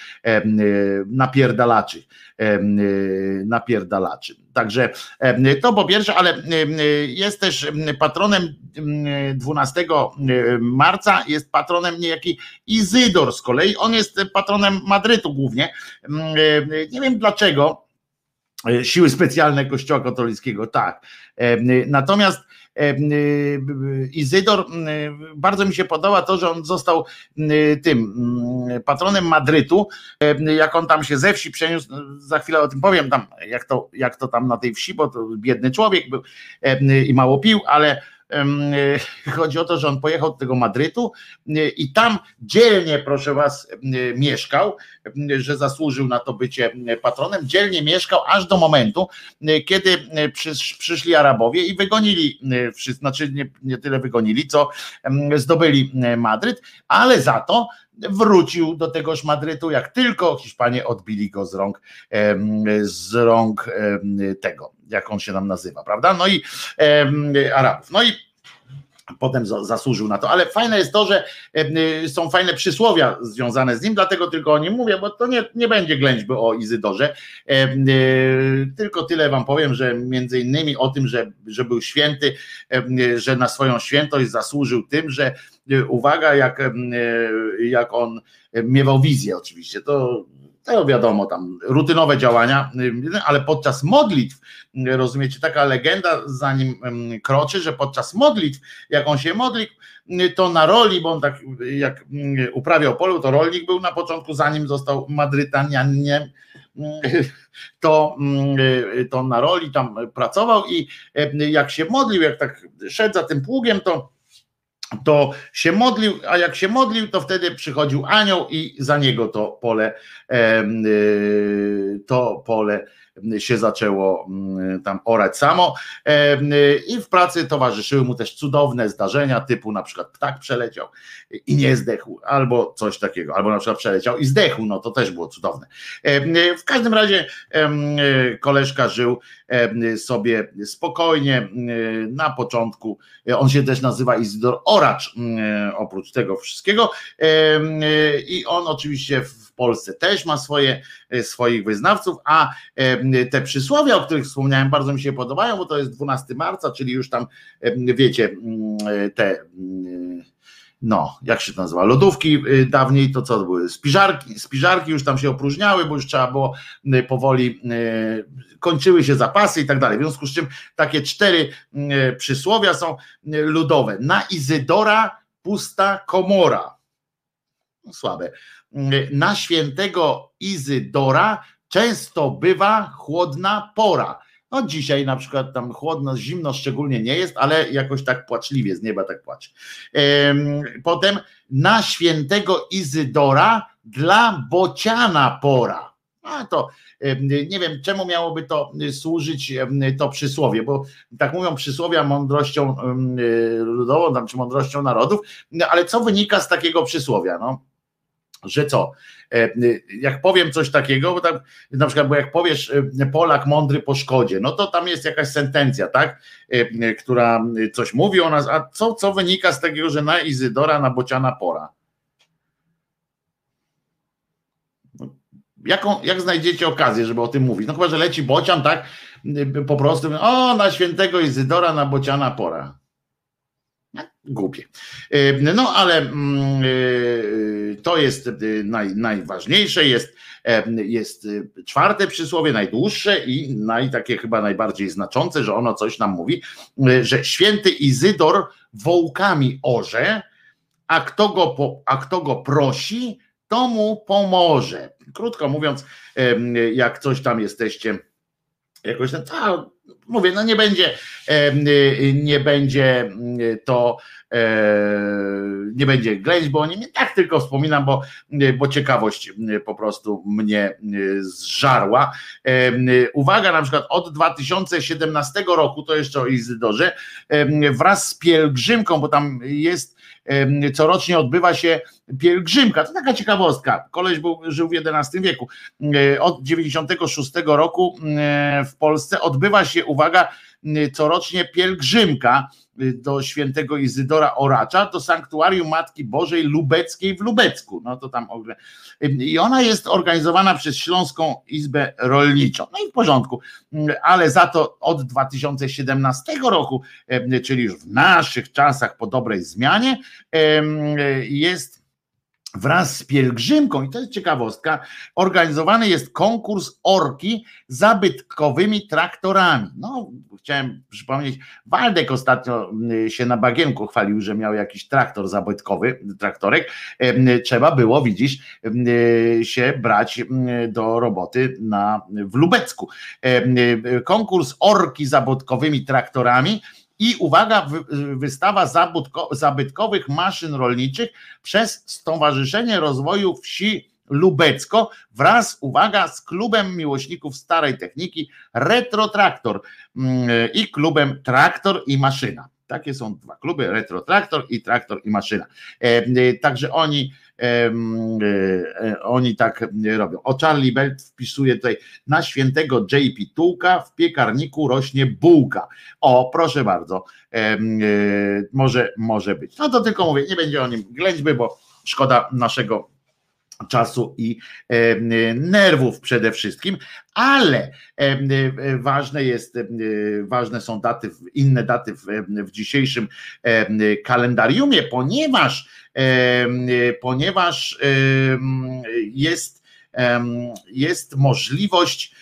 napierdalaczy. Także to po pierwsze, ale jest też patronem 12 marca, jest patronem niejaki Izydor z kolei, on jest patronem Madrytu głównie. Nie wiem dlaczego, siły specjalne Kościoła katolickiego, tak. Natomiast Izydor, bardzo mi się podoba to, że on został tym patronem Madrytu, jak on tam się ze wsi przeniósł, za chwilę o tym powiem, tam, jak to tam na tej wsi, bo to biedny człowiek był i mało pił, ale chodzi o to, że on pojechał do tego Madrytu i tam dzielnie, proszę was, mieszkał, że zasłużył na to bycie patronem, dzielnie mieszkał aż do momentu, kiedy przyszli Arabowie i wygonili, znaczy nie tyle wygonili, co zdobyli Madryt, ale za to wrócił do tegoż Madrytu, jak tylko Hiszpanie odbili go z rąk tego, jak on się tam nazywa, prawda? No i Arabów. No i potem zasłużył na to, ale fajne jest to, że są fajne przysłowia związane z nim, dlatego tylko o nim mówię, bo to nie będzie ględźby o Izydorze, tylko tyle wam powiem, że między innymi o tym, że był święty, że na swoją świętość zasłużył tym, że uwaga, jak on miewał wizję oczywiście, to wiadomo, tam rutynowe działania, ale podczas modlitw, rozumiecie, taka legenda za nim kroczy, że podczas modlitw, jak on się modlił, to na roli, bo on tak jak uprawiał polu, to rolnik był na początku, zanim został Madrytanianinem, to na roli tam pracował i jak się modlił, jak tak szedł za tym pługiem, to się modlił, a jak się modlił, to wtedy przychodził anioł i za niego to pole się zaczęło tam orać samo i w pracy towarzyszyły mu też cudowne zdarzenia, typu na przykład ptak przeleciał i nie zdechł, albo coś takiego, albo na przykład przeleciał i zdechł, no to też było cudowne. W każdym razie koleżka żył sobie spokojnie na początku, on się też nazywa Izydor Oracz, oprócz tego wszystkiego, i on oczywiście w Polsce też ma swoich wyznawców, a te przysłowia, o których wspomniałem, bardzo mi się podobają, bo to jest 12 marca, czyli już tam wiecie, te no, jak się to nazywa, lodówki dawniej, to co były, spiżarki już tam się opróżniały, bo już trzeba było powoli, kończyły się zapasy i tak dalej, w związku z czym takie 4 przysłowia są ludowe. Na Izydora pusta komora, słabe. Na świętego Izydora często bywa chłodna pora. No dzisiaj na przykład tam chłodno, zimno szczególnie nie jest, ale jakoś tak płaczliwie z nieba tak płacze. Potem na świętego Izydora dla bociana pora. A to nie wiem, czemu miałoby to służyć, to przysłowie, bo tak mówią przysłowia mądrością ludową, tam, czy mądrością narodów, ale co wynika z takiego przysłowia? No? że co? Jak powiem coś takiego, bo tam, na przykład, bo jak powiesz Polak mądry po szkodzie, no to tam jest jakaś sentencja, tak? Która coś mówi o nas, a co wynika z tego, że na Izydora, na bociana pora? Jak znajdziecie okazję, żeby o tym mówić? No chyba, że leci bocian, tak? Po prostu, na świętego Izydora, na bociana pora. Głupie. No ale to jest najważniejsze, jest czwarte przysłowie, najdłuższe i takie chyba najbardziej znaczące, że ono coś nam mówi, że święty Izydor wołkami orze, a kto go prosi, to mu pomoże. Krótko mówiąc, jak coś tam jesteście jakoś mówię, no nie będzie ględź, bo o nim tak tylko wspominam, bo ciekawość po prostu mnie zżarła. Uwaga, na przykład od 2017 roku, to jeszcze o Izydorze, wraz z pielgrzymką, bo tam jest corocznie odbywa się pielgrzymka, to taka ciekawostka, koleś żył w XI wieku, od 96 roku w Polsce odbywa się, uwaga, corocznie pielgrzymka do świętego Izydora Oracza, do sanktuarium Matki Bożej Lubeckiej w Lubecku. No to tam i ona jest organizowana przez Śląską Izbę Rolniczą. No i w porządku, ale za to od 2017 roku, czyli już w naszych czasach po dobrej zmianie, jest wraz z pielgrzymką, i to jest ciekawostka, organizowany jest konkurs orki zabytkowymi traktorami. No, chciałem przypomnieć, Waldek ostatnio się na bagienku chwalił, że miał jakiś traktor zabytkowy, traktorek. Trzeba było, widzisz, się brać do roboty w Lubecku. Konkurs orki zabytkowymi traktorami. I uwaga, wystawa zabytkowych maszyn rolniczych przez Stowarzyszenie Rozwoju Wsi Lubecko wraz, uwaga, z klubem miłośników starej techniki Retro Traktor i klubem Traktor i Maszyna. Takie są dwa kluby, Retro Traktor i Maszyna. Także oni tak robią. O, Charlie Belt wpisuje tutaj: na świętego JP Tułka w piekarniku rośnie bułka. O, proszę bardzo, może być. No to tylko mówię, nie będzie o nim ględźby, bo szkoda naszego czasu i nerwów przede wszystkim, ale ważne są daty, inne daty w dzisiejszym kalendariumie, ponieważ jest możliwość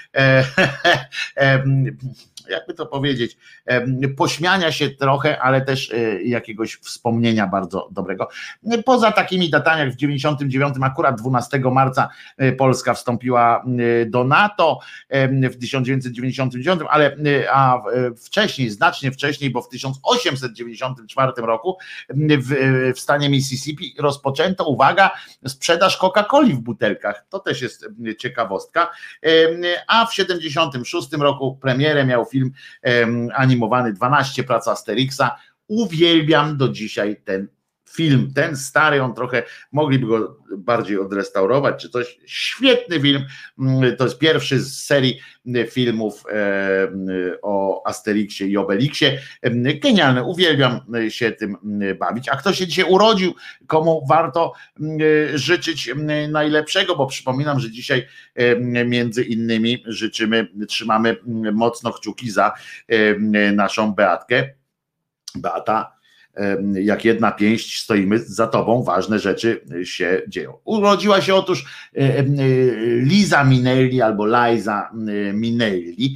jakby to powiedzieć, pośmiania się trochę, ale też jakiegoś wspomnienia bardzo dobrego. Poza takimi datami jak w 99, akurat 12 marca Polska wstąpiła do NATO, w 1999, a wcześniej, znacznie wcześniej, bo w 1894 roku w stanie Mississippi rozpoczęto, uwaga, sprzedaż Coca-Coli w butelkach. To też jest ciekawostka. A w 76 roku premierę miał film animowany 12 prac Asterixa. Uwielbiam do dzisiaj ten film, ten stary, on trochę, mogliby go bardziej odrestaurować czy coś. Świetny film, to jest pierwszy z serii filmów o Asterixie i Obelixie. Genialne, uwielbiam się tym bawić. A kto się dzisiaj urodził, komu warto życzyć najlepszego, bo przypominam, że dzisiaj między innymi trzymamy mocno kciuki za naszą Beatkę. Beata, jak jedna pięść, stoimy za tobą, ważne rzeczy się dzieją. Urodziła się otóż Liza Minnelli albo Liza Minnelli.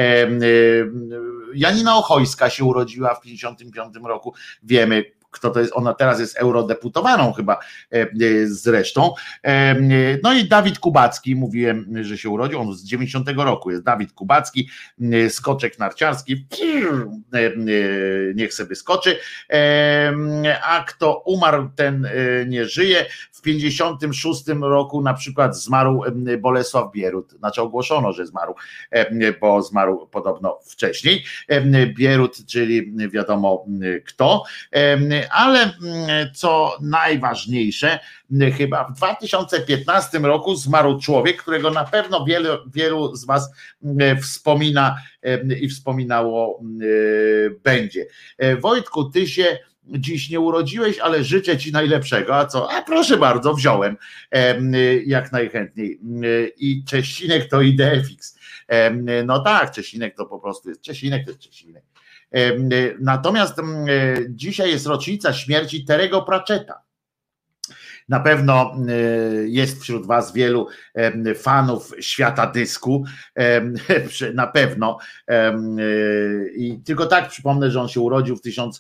Janina Ochojska się urodziła w 1955 roku. Wiemy, kto to jest, ona teraz jest eurodeputowaną chyba zresztą. No i Dawid Kubacki, mówiłem, że się urodził, on z 90 roku jest Dawid Kubacki, skoczek narciarski, niech sobie skoczy, a kto umarł, ten nie żyje. W 56 roku na przykład zmarł Bolesław Bierut, znaczy ogłoszono, że zmarł, bo zmarł podobno wcześniej. Bierut, czyli wiadomo kto, Ale co najważniejsze, chyba w 2015 roku zmarł człowiek, którego na pewno wielu z was wspomina i wspominało będzie. Wojtku, ty się dziś nie urodziłeś, ale życzę ci najlepszego. A co? A proszę bardzo, wziąłem jak najchętniej. I Czesinek to Ideefix. No tak, Czesinek to po prostu jest Czesinek, to jest Czesinek. Natomiast dzisiaj jest rocznica śmierci Terry'ego Pratchetta. Na pewno jest wśród was wielu fanów świata dysku, na pewno. I tylko tak przypomnę, że on się urodził w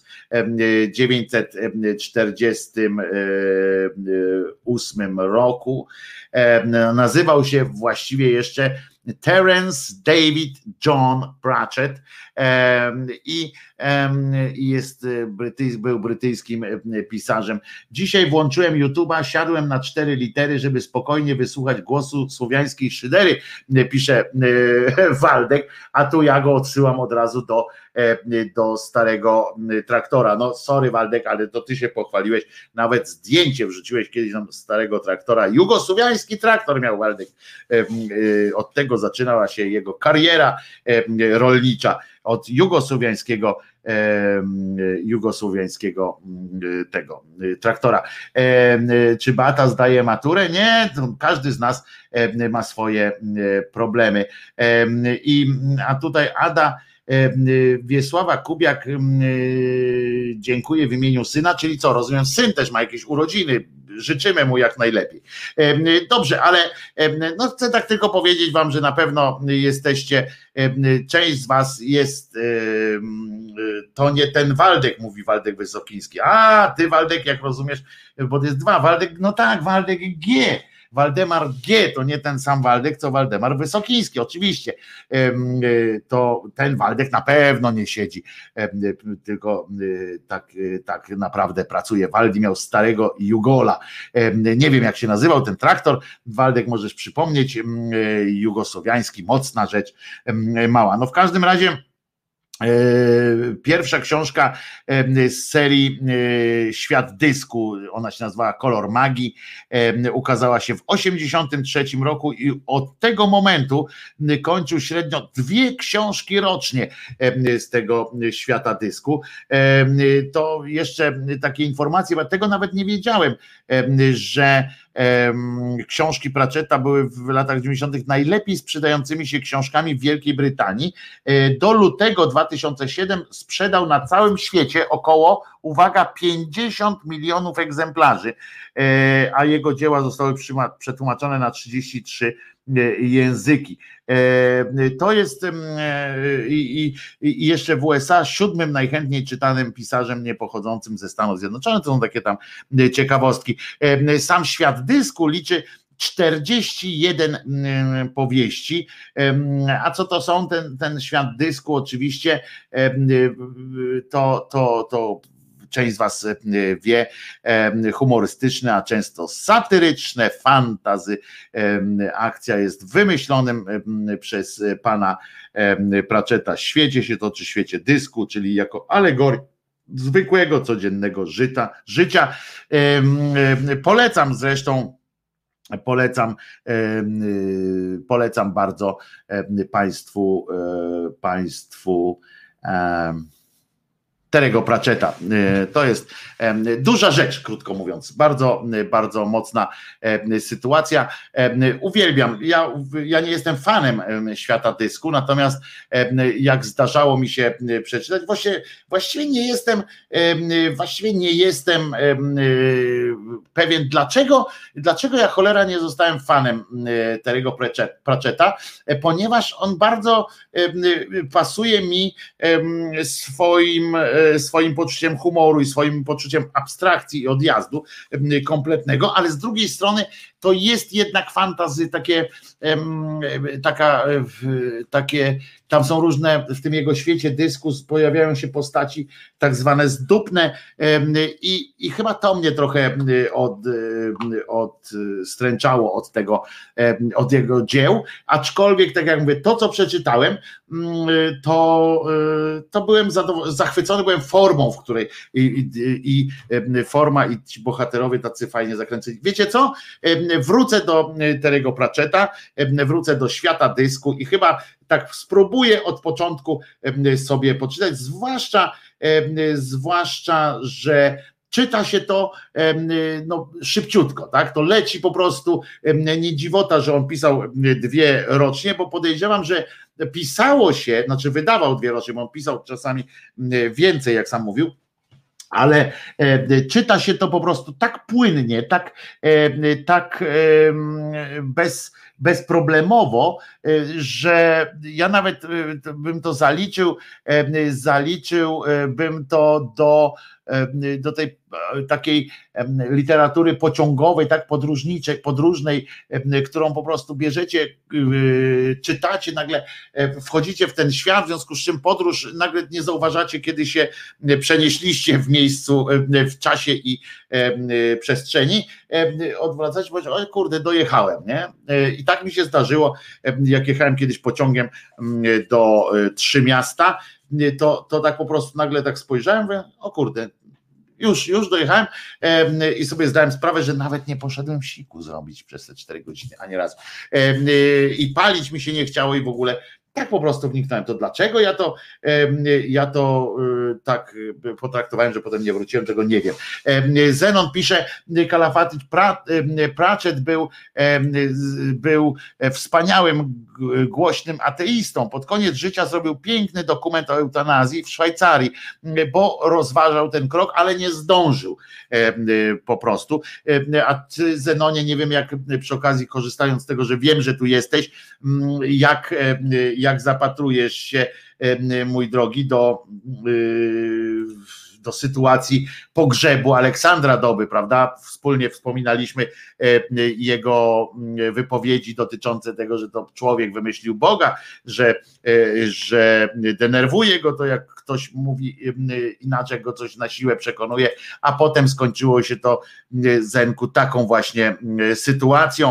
1948 roku. Nazywał się właściwie jeszcze Terence David John Pratchett i był brytyjskim pisarzem. Dzisiaj włączyłem YouTube'a, siadłem na 4 litery, żeby spokojnie wysłuchać głosu słowiańskiej szydery, pisze Waldek, a tu ja go odsyłam od razu do starego traktora. No sorry Waldek, ale to ty się pochwaliłeś, nawet zdjęcie wrzuciłeś kiedyś tam starego traktora. Jugosłowiański traktor miał Waldek. Od tego zaczynała się jego kariera rolnicza, od jugosłowiańskiego tego traktora. Czy Beata zdaje maturę? Nie, każdy z nas ma swoje problemy. A tutaj Ada Wiesława Kubiak dziękuję w imieniu syna, czyli co, rozumiem, syn też ma jakieś urodziny, życzymy mu jak najlepiej. Dobrze, ale no chcę tak tylko powiedzieć wam, że na pewno jesteście, część z was jest, to nie ten Waldek, mówi Waldek Wysokiński. A ty Waldek, jak rozumiesz, bo to jest dwa, Waldek, no tak, Waldek G. Waldemar G. to nie ten sam Waldek, co Waldemar Wysokiński, oczywiście. To ten Waldek na pewno nie siedzi, tylko tak naprawdę pracuje. Waldi miał starego Jugola. Nie wiem, jak się nazywał ten traktor. Waldek, możesz przypomnieć, jugosłowiański, mocna rzecz, mała. No w każdym razie pierwsza książka z serii Świat dysku, ona się nazywała Kolor Magii, ukazała się w 1983 roku i od tego momentu kończył średnio 2 książki rocznie z tego świata dysku. To jeszcze takie informacje, bo tego nawet nie wiedziałem, że książki Pratchetta były w latach 90. najlepiej sprzedającymi się książkami w Wielkiej Brytanii. Do lutego 2007 sprzedał na całym świecie około, uwaga, 50 milionów egzemplarzy, a jego dzieła zostały przetłumaczone na 33 języki. To jest i jeszcze w USA 7. najchętniej czytanym pisarzem niepochodzącym ze Stanów Zjednoczonych. To są takie tam ciekawostki. Sam świat dysku liczy 41 powieści. A co to są? Ten świat dysku oczywiście to część z was wie, humorystyczne, a często satyryczne, fantazy. Akcja jest wymyślonym przez pana Pratchetta świecie, się toczy świecie dysku, czyli jako alegoria zwykłego, codziennego życia. Polecam zresztą, polecam bardzo Państwu Terry'ego Pratchetta. To jest duża rzecz, krótko mówiąc, bardzo, bardzo mocna sytuacja. Uwielbiam, ja nie jestem fanem świata dysku, natomiast jak zdarzało mi się przeczytać, właściwie nie jestem pewien, dlaczego ja cholera nie zostałem fanem Terry'ego Pratchetta, ponieważ on bardzo pasuje mi swoim poczuciem humoru i swoim poczuciem abstrakcji i odjazdu kompletnego, ale z drugiej strony to jest jednak fantasy takie tam są różne, w tym jego świecie dysku pojawiają się postaci tak zwane zdupne i chyba to mnie trochę odstręczało od tego, od jego dzieł, aczkolwiek tak jak mówię, to co przeczytałem, to byłem zachwycony, byłem formą, w której i forma i ci bohaterowie tacy fajnie zakręceni. Wiecie co? Wrócę do Terry'ego Pratchetta, wrócę do świata dysku i chyba tak spróbuję od początku sobie poczytać, zwłaszcza, że czyta się to no, szybciutko, tak? To leci po prostu, nie dziwota, że on pisał 2 rocznie, bo podejrzewam, że pisało się, znaczy wydawał 2 rocznie, bo on pisał czasami więcej, jak sam mówił, ale czyta się to po prostu tak płynnie, tak bezproblemowo, że ja nawet bym to zaliczyłbym to do tej takiej literatury pociągowej, tak podróżnej, którą po prostu bierzecie, czytacie, nagle wchodzicie w ten świat, w związku z czym podróż nagle nie zauważacie, kiedy się przenieśliście w miejscu, w czasie i przestrzeni, odwracacie, powiedzieć, oj kurde, dojechałem, nie? I tak mi się zdarzyło, jak jechałem kiedyś pociągiem do Trzymiasta, to tak po prostu nagle tak spojrzałem, mówię, o kurde, już dojechałem i sobie zdałem sprawę, że nawet nie poszedłem siku zrobić przez te 4 godziny, ani raz. I palić mi się nie chciało i w ogóle tak po prostu wniknąłem. To dlaczego ja to tak potraktowałem, że potem nie wróciłem, tego nie wiem. Zenon pisze, Kalafatycz Pratchett był wspaniałym, głośnym ateistą. Pod koniec życia zrobił piękny dokument o eutanazji w Szwajcarii, bo rozważał ten krok, ale nie zdążył po prostu. A ty, Zenonie, nie wiem, jak przy okazji, korzystając z tego, że wiem, że tu jesteś, jak zapatrujesz się, mój drogi, do sytuacji pogrzebu Aleksandra Doby, prawda? Wspólnie wspominaliśmy jego wypowiedzi dotyczące tego, że to człowiek wymyślił Boga, że denerwuje go to, jak ktoś mówi inaczej, go coś na siłę przekonuje, a potem skończyło się to, Zenku, taką właśnie sytuacją,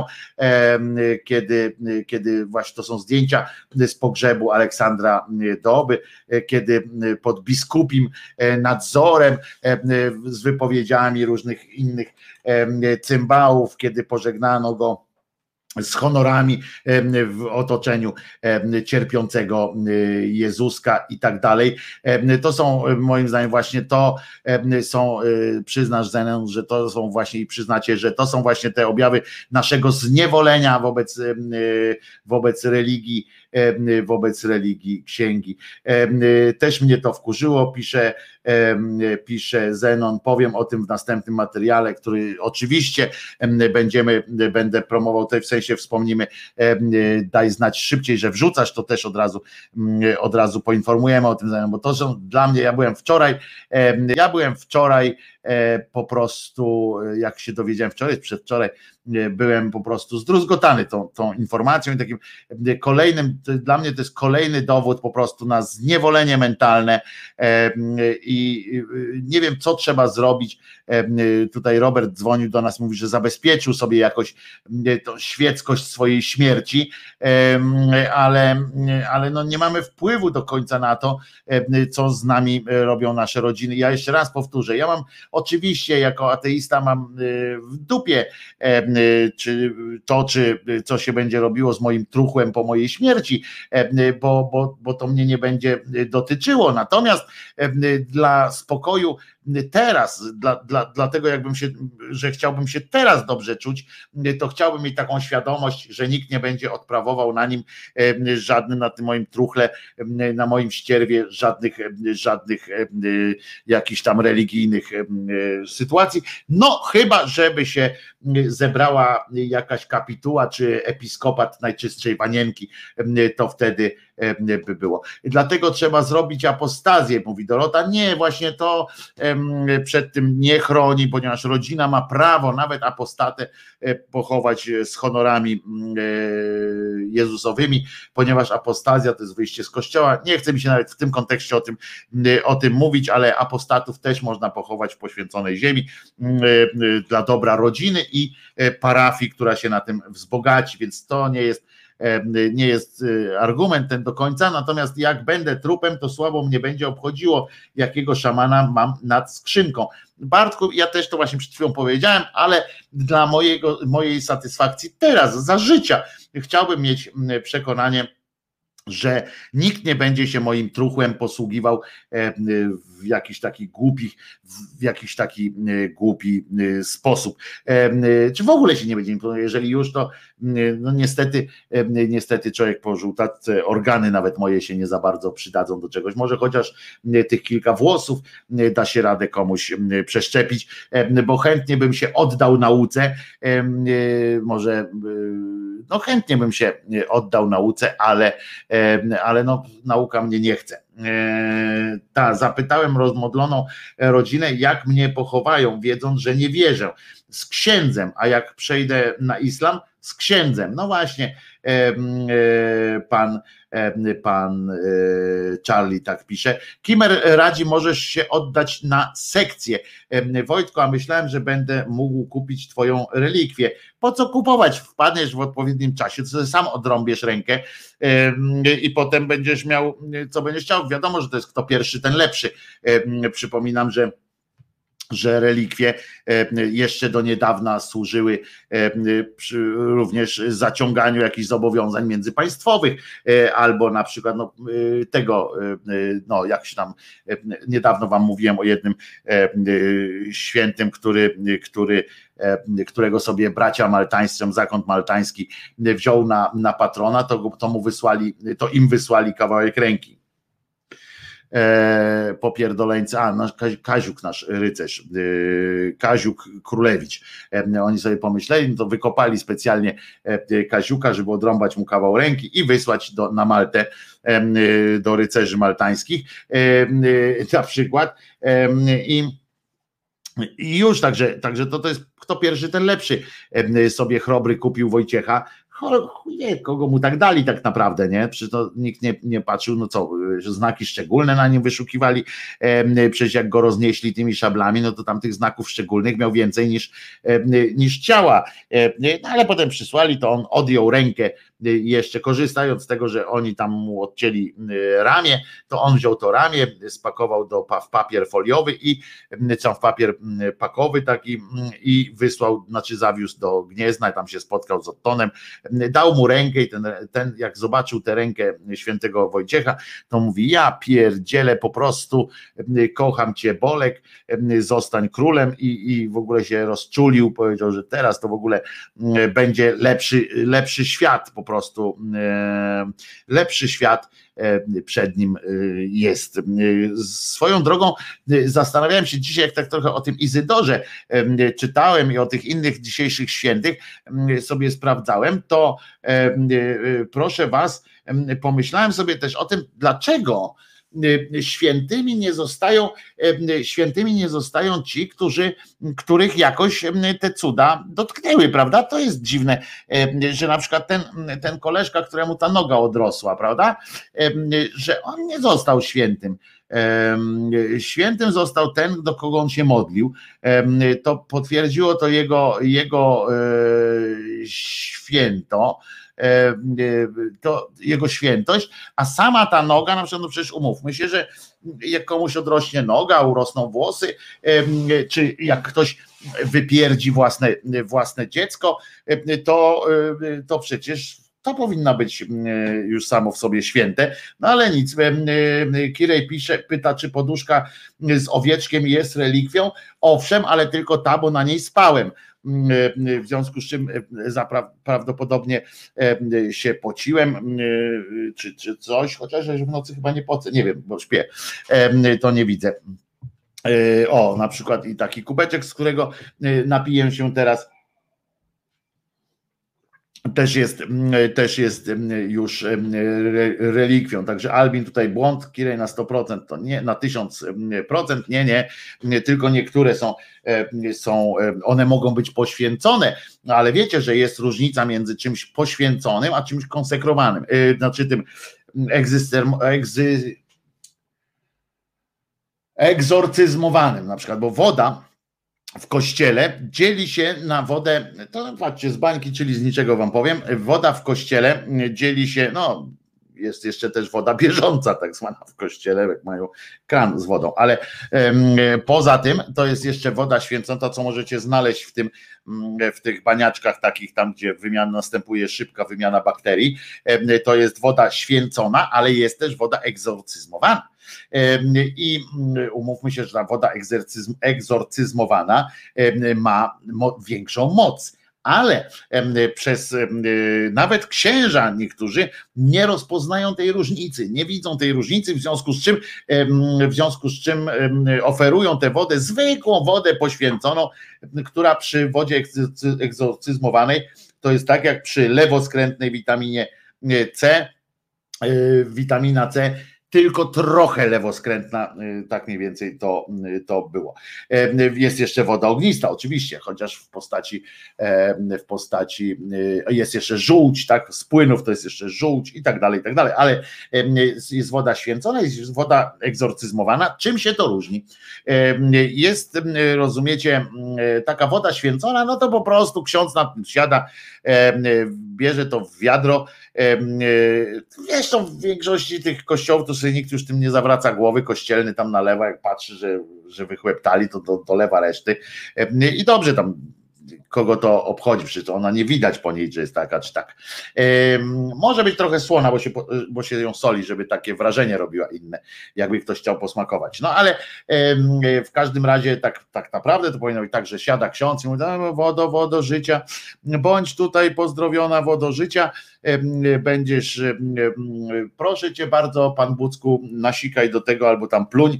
kiedy właśnie to są zdjęcia z pogrzebu Aleksandra Doby, kiedy pod biskupim nadzorem, z wypowiedziami różnych innych cymbałów, kiedy pożegnano go z honorami w otoczeniu cierpiącego Jezuska i tak dalej. To są, moim zdaniem, właśnie to są, przyznasz, Zenon, że to są właśnie, i przyznacie, że to są właśnie te objawy naszego zniewolenia wobec religii księgi. Też mnie to wkurzyło, pisze Zenon, powiem o tym w następnym materiale, który oczywiście będę promował, tutaj w sensie wspomnimy, daj znać szybciej, że wrzucasz, to też od razu poinformujemy o tym, bo to są dla mnie, ja byłem wczoraj po prostu, jak się dowiedziałem przedwczoraj, byłem po prostu zdruzgotany tą informacją i takim kolejnym, dla mnie to jest kolejny dowód po prostu na zniewolenie mentalne i nie wiem, co trzeba zrobić. Tutaj Robert dzwonił do nas, mówi, że zabezpieczył sobie jakoś tą świeckość swojej śmierci, ale no nie mamy wpływu do końca na to, co z nami robią nasze rodziny. Ja jeszcze raz powtórzę, ja mam oczywiście jako ateista mam w dupie czy co się będzie robiło z moim truchłem po mojej śmierci, bo to mnie nie będzie dotyczyło. Natomiast dla spokoju teraz, dlatego że chciałbym się teraz dobrze czuć, to chciałbym mieć taką świadomość, że nikt nie będzie odprawował na nim żadnym, na tym moim truchle, na moim ścierwie żadnych jakichś tam religijnych sytuacji. No chyba, żeby się zebrała jakaś kapituła czy episkopat Najczystszej Panienki, to wtedy by było. Dlatego trzeba zrobić apostazję, mówi Dorota. Nie, właśnie to przed tym nie chroni, ponieważ rodzina ma prawo nawet apostatę pochować z honorami jezusowymi, ponieważ apostazja to jest wyjście z kościoła. Nie chcę mi się nawet w tym kontekście o tym mówić, ale apostatów też można pochować w poświęconej ziemi dla dobra rodziny i parafii, która się na tym wzbogaci, więc to nie jest argument ten do końca, natomiast jak będę trupem, to słabo mnie będzie obchodziło, jakiego szamana mam nad skrzynką. Bartku, ja też to właśnie przed chwilą powiedziałem, ale dla mojej satysfakcji teraz, za życia, chciałbym mieć przekonanie, że nikt nie będzie się moim truchłem posługiwał w jakiś taki głupi sposób. Czy w ogóle się nie będzie, jeżeli już to no niestety człowiek pożył, te organy nawet moje się nie za bardzo przydadzą do czegoś. Może chociaż tych kilka włosów da się radę komuś przeszczepić, bo chętnie bym się oddał nauce, może no chętnie bym się oddał nauce, ale no nauka mnie nie chce. Zapytałem rozmodloną rodzinę, jak mnie pochowają, wiedząc, że nie wierzę. Z księdzem, a jak przejdę na islam, z księdzem. No właśnie, pan Charlie tak pisze. Kimer radzi, możesz się oddać na sekcję. Wojtko, a myślałem, że będę mógł kupić twoją relikwię. Po co kupować? Wpadniesz w odpowiednim czasie, to sobie sam odrąbiesz rękę i potem będziesz miał, co będziesz chciał. Wiadomo, że to jest kto pierwszy, ten lepszy. Przypominam, że relikwie jeszcze do niedawna służyły również zaciąganiu jakichś zobowiązań międzypaństwowych, albo na przykład jak się tam, niedawno wam mówiłem o jednym świętym, którego sobie bracia maltańscy, zakon maltański wziął na patrona, to im wysłali kawałek ręki. Popierdoleńca, Kaziuk nasz rycerz, Kaziuk Królewicz. Oni sobie pomyśleli, no to wykopali specjalnie Kaziuka, żeby odrąbać mu kawał ręki i wysłać na Maltę do rycerzy maltańskich na przykład. I już, także to jest kto pierwszy, ten lepszy. Sobie Chrobry kupił Wojciecha. Nie, kogo mu tak dali tak naprawdę, nie? Przecież to nikt nie patrzył, no co, znaki szczególne na nim wyszukiwali, przecież jak go roznieśli tymi szablami, no to tam tych znaków szczególnych miał więcej niż ciała, no ale potem przysłali, to on odjął rękę, jeszcze korzystając z tego, że oni tam mu odcięli ramię, to on wziął to ramię, spakował w papier foliowy i w papier pakowy taki i wysłał, znaczy zawiózł do Gniezna, tam się spotkał z Ottonem, dał mu rękę i ten jak zobaczył tę rękę świętego Wojciecha, to mówi: ja pierdzielę, po prostu kocham cię, Bolek, zostań królem, i w ogóle się rozczulił, powiedział, że teraz to w ogóle będzie lepszy świat, po prostu lepszy świat przed nim jest. Swoją drogą zastanawiałem się dzisiaj, jak tak trochę o tym Izydorze czytałem i o tych innych dzisiejszych świętych sobie sprawdzałem, to proszę was, pomyślałem sobie też o tym, dlaczego świętymi nie zostają ci, których jakoś te cuda dotknęły, prawda? To jest dziwne, że na przykład ten koleżka, któremu ta noga odrosła, prawda? Że on nie został świętym. Świętym został ten, do kogo on się modlił. To potwierdziło to jego święto, to jego świętość, a sama ta noga, na przykład, no przecież umówmy się, że jak komuś odrośnie noga, urosną włosy, czy jak ktoś wypierdzi własne dziecko, to przecież to powinno być już samo w sobie święte, no ale nic. Kirej pyta, czy poduszka z owieczkiem jest relikwią. Owszem, ale tylko ta, bo na niej spałem. W związku z czym prawdopodobnie się pociłem, czy coś, chociaż w nocy chyba nie pocę, nie wiem, bo śpię, to nie widzę. O, na przykład i taki kubeczek, z którego napiję się teraz też jest już relikwią. Także Albin tutaj błąd, Kirej na 100%, to nie, na 1000%, nie, tylko niektóre są, one mogą być poświęcone, ale wiecie, że jest różnica między czymś poświęconym, a czymś konsekrowanym, znaczy tym egzorcyzmowanym na przykład, bo woda w kościele dzieli się na wodę, to patrzcie, z bańki, czyli z niczego wam powiem, woda w kościele dzieli się, no jest jeszcze też woda bieżąca tak zwana w kościele, jak mają kran z wodą, ale poza tym to jest jeszcze woda święcona, to co możecie znaleźć w tych baniaczkach takich tam, gdzie następuje szybka wymiana bakterii, to jest woda święcona, ale jest też woda egzorcyzmowana. I umówmy się, że ta woda egzorcyzmowana ma większą moc, ale nawet księża niektórzy nie rozpoznają tej różnicy, nie widzą tej różnicy, w związku z czym oferują tę wodę, zwykłą wodę poświęconą, która przy wodzie egzorcyzmowanej to jest tak jak przy lewoskrętnej witaminie C, witamina C, tylko trochę lewoskrętna, tak mniej więcej to było. Jest jeszcze woda ognista, oczywiście, chociaż w postaci jest jeszcze żółć, tak, z płynów to jest jeszcze żółć i tak dalej, ale jest woda święcona, jest woda egzorcyzmowana. Czym się to różni? Jest, rozumiecie, taka woda święcona, no to po prostu ksiądz siada, bierze to w wiadro. Zresztą w większości tych kościołów to sobie nikt już tym nie zawraca głowy, kościelny tam nalewa, jak patrzy, że wychłeptali, to dolewa reszty i dobrze tam kogo to obchodzi, przecież ona nie widać po niej, czy jest taka, czy tak. Może być trochę słona, bo się ją soli, żeby takie wrażenie robiła inne, jakby ktoś chciał posmakować. No ale w każdym razie tak naprawdę to powinno być tak, że siada ksiądz i mówi: wodo życia, bądź tutaj pozdrowiona wodo życia, będziesz, proszę cię bardzo, Pan Bucku, nasikaj do tego albo tam pluń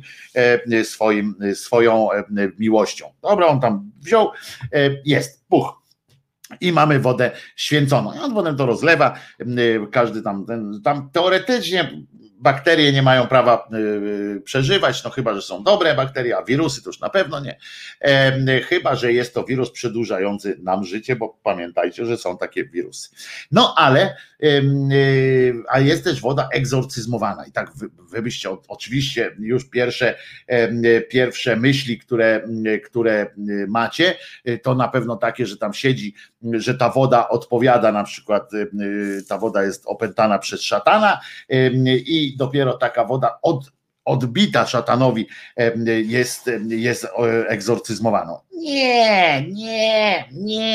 swoją miłością. Dobra, on tam wziął, jest, puch. I mamy wodę święconą. I on potem to rozlewa, każdy tam teoretycznie bakterie nie mają prawa przeżywać, no chyba że są dobre bakterie, a wirusy to już na pewno nie. Chyba że jest to wirus przedłużający nam życie, bo pamiętajcie, że są takie wirusy. No ale a jest też woda egzorcyzmowana i tak wy byście oczywiście już pierwsze myśli, które macie, to na pewno takie, że tam siedzi, że ta woda odpowiada, na przykład ta woda jest opętana przez szatana i dopiero taka woda odbita szatanowi jest egzorcyzmowaną. Nie.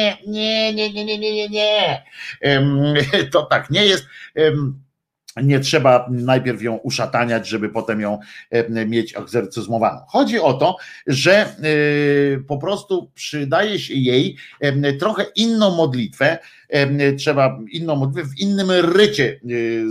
To tak nie jest. Nie trzeba najpierw ją uszataniać, żeby potem ją mieć egzorcyzmowaną. Chodzi o to, że po prostu przydaje się jej trochę inną modlitwę, w innym rycie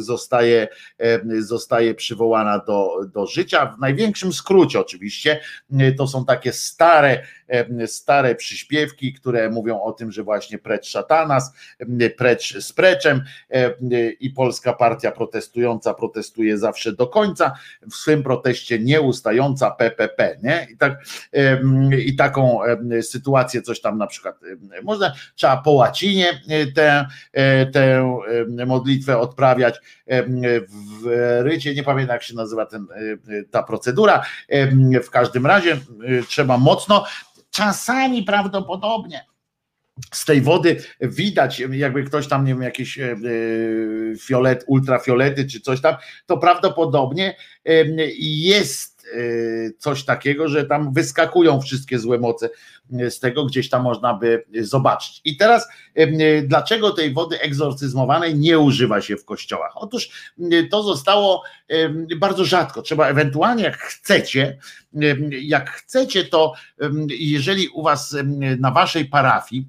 zostaje przywołana do życia. W największym skrócie oczywiście to są takie stare przyśpiewki, które mówią o tym, że właśnie precz szatanas, precz z preczem, i polska partia protestująca protestuje zawsze do końca, w swym proteście nieustająca PPP, nie? I taką sytuację coś tam na przykład trzeba po łacinie tę modlitwę odprawiać w rycie, nie pamiętam jak się nazywa ta procedura, w każdym razie trzeba mocno, czasami prawdopodobnie z tej wody widać, jakby ktoś tam, nie wiem, jakieś ultrafiolety czy coś tam, to prawdopodobnie jest coś takiego, że tam wyskakują wszystkie złe moce z tego, gdzieś tam można by zobaczyć. I teraz dlaczego tej wody egzorcyzmowanej nie używa się w kościołach? Otóż to zostało bardzo rzadko. Trzeba ewentualnie, jak chcecie, to jeżeli u was na waszej parafii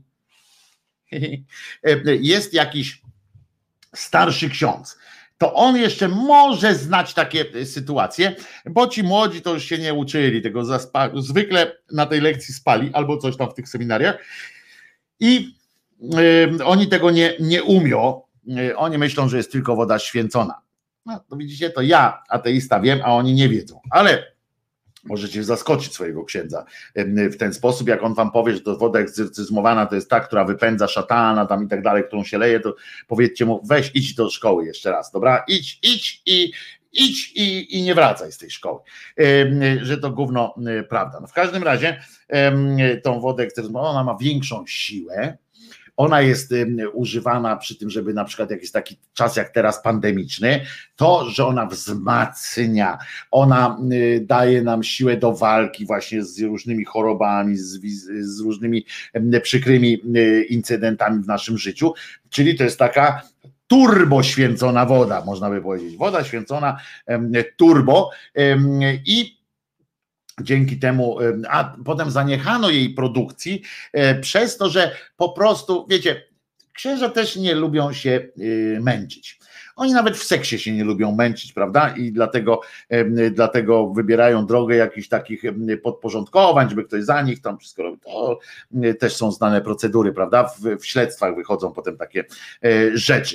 jest jakiś starszy ksiądz, to on jeszcze może znać takie sytuacje, bo ci młodzi to już się nie uczyli tego, zwykle na tej lekcji spali albo coś tam w tych seminariach i oni tego nie umią, oni myślą, że jest tylko woda święcona. No, to widzicie, to ja, ateista, wiem, a oni nie wiedzą, ale możecie zaskoczyć swojego księdza w ten sposób, jak on wam powie, że to woda egzorcyzmowana to jest ta, która wypędza szatana tam i tak dalej, którą się leje, to powiedzcie mu, weź idź do szkoły jeszcze raz, dobra, idź i nie wracaj z tej szkoły, że to gówno prawda. No w każdym razie tą wodę egzorcyzmowaną, ona ma większą siłę. Ona jest używana przy tym, żeby na przykład jak jest taki czas jak teraz pandemiczny, to, że ona wzmacnia, ona daje nam siłę do walki właśnie z różnymi chorobami, z różnymi przykrymi incydentami w naszym życiu, czyli to jest taka turbo święcona woda, można by powiedzieć, woda święcona turbo i dzięki temu, a potem zaniechano jej produkcji przez to, że po prostu, wiecie, księża też nie lubią się męczyć. Oni nawet w seksie się nie lubią męczyć, prawda? I dlatego wybierają drogę jakichś takich podporządkowań, żeby ktoś za nich tam wszystko robił. To też są znane procedury, prawda? W śledztwach wychodzą potem takie rzeczy.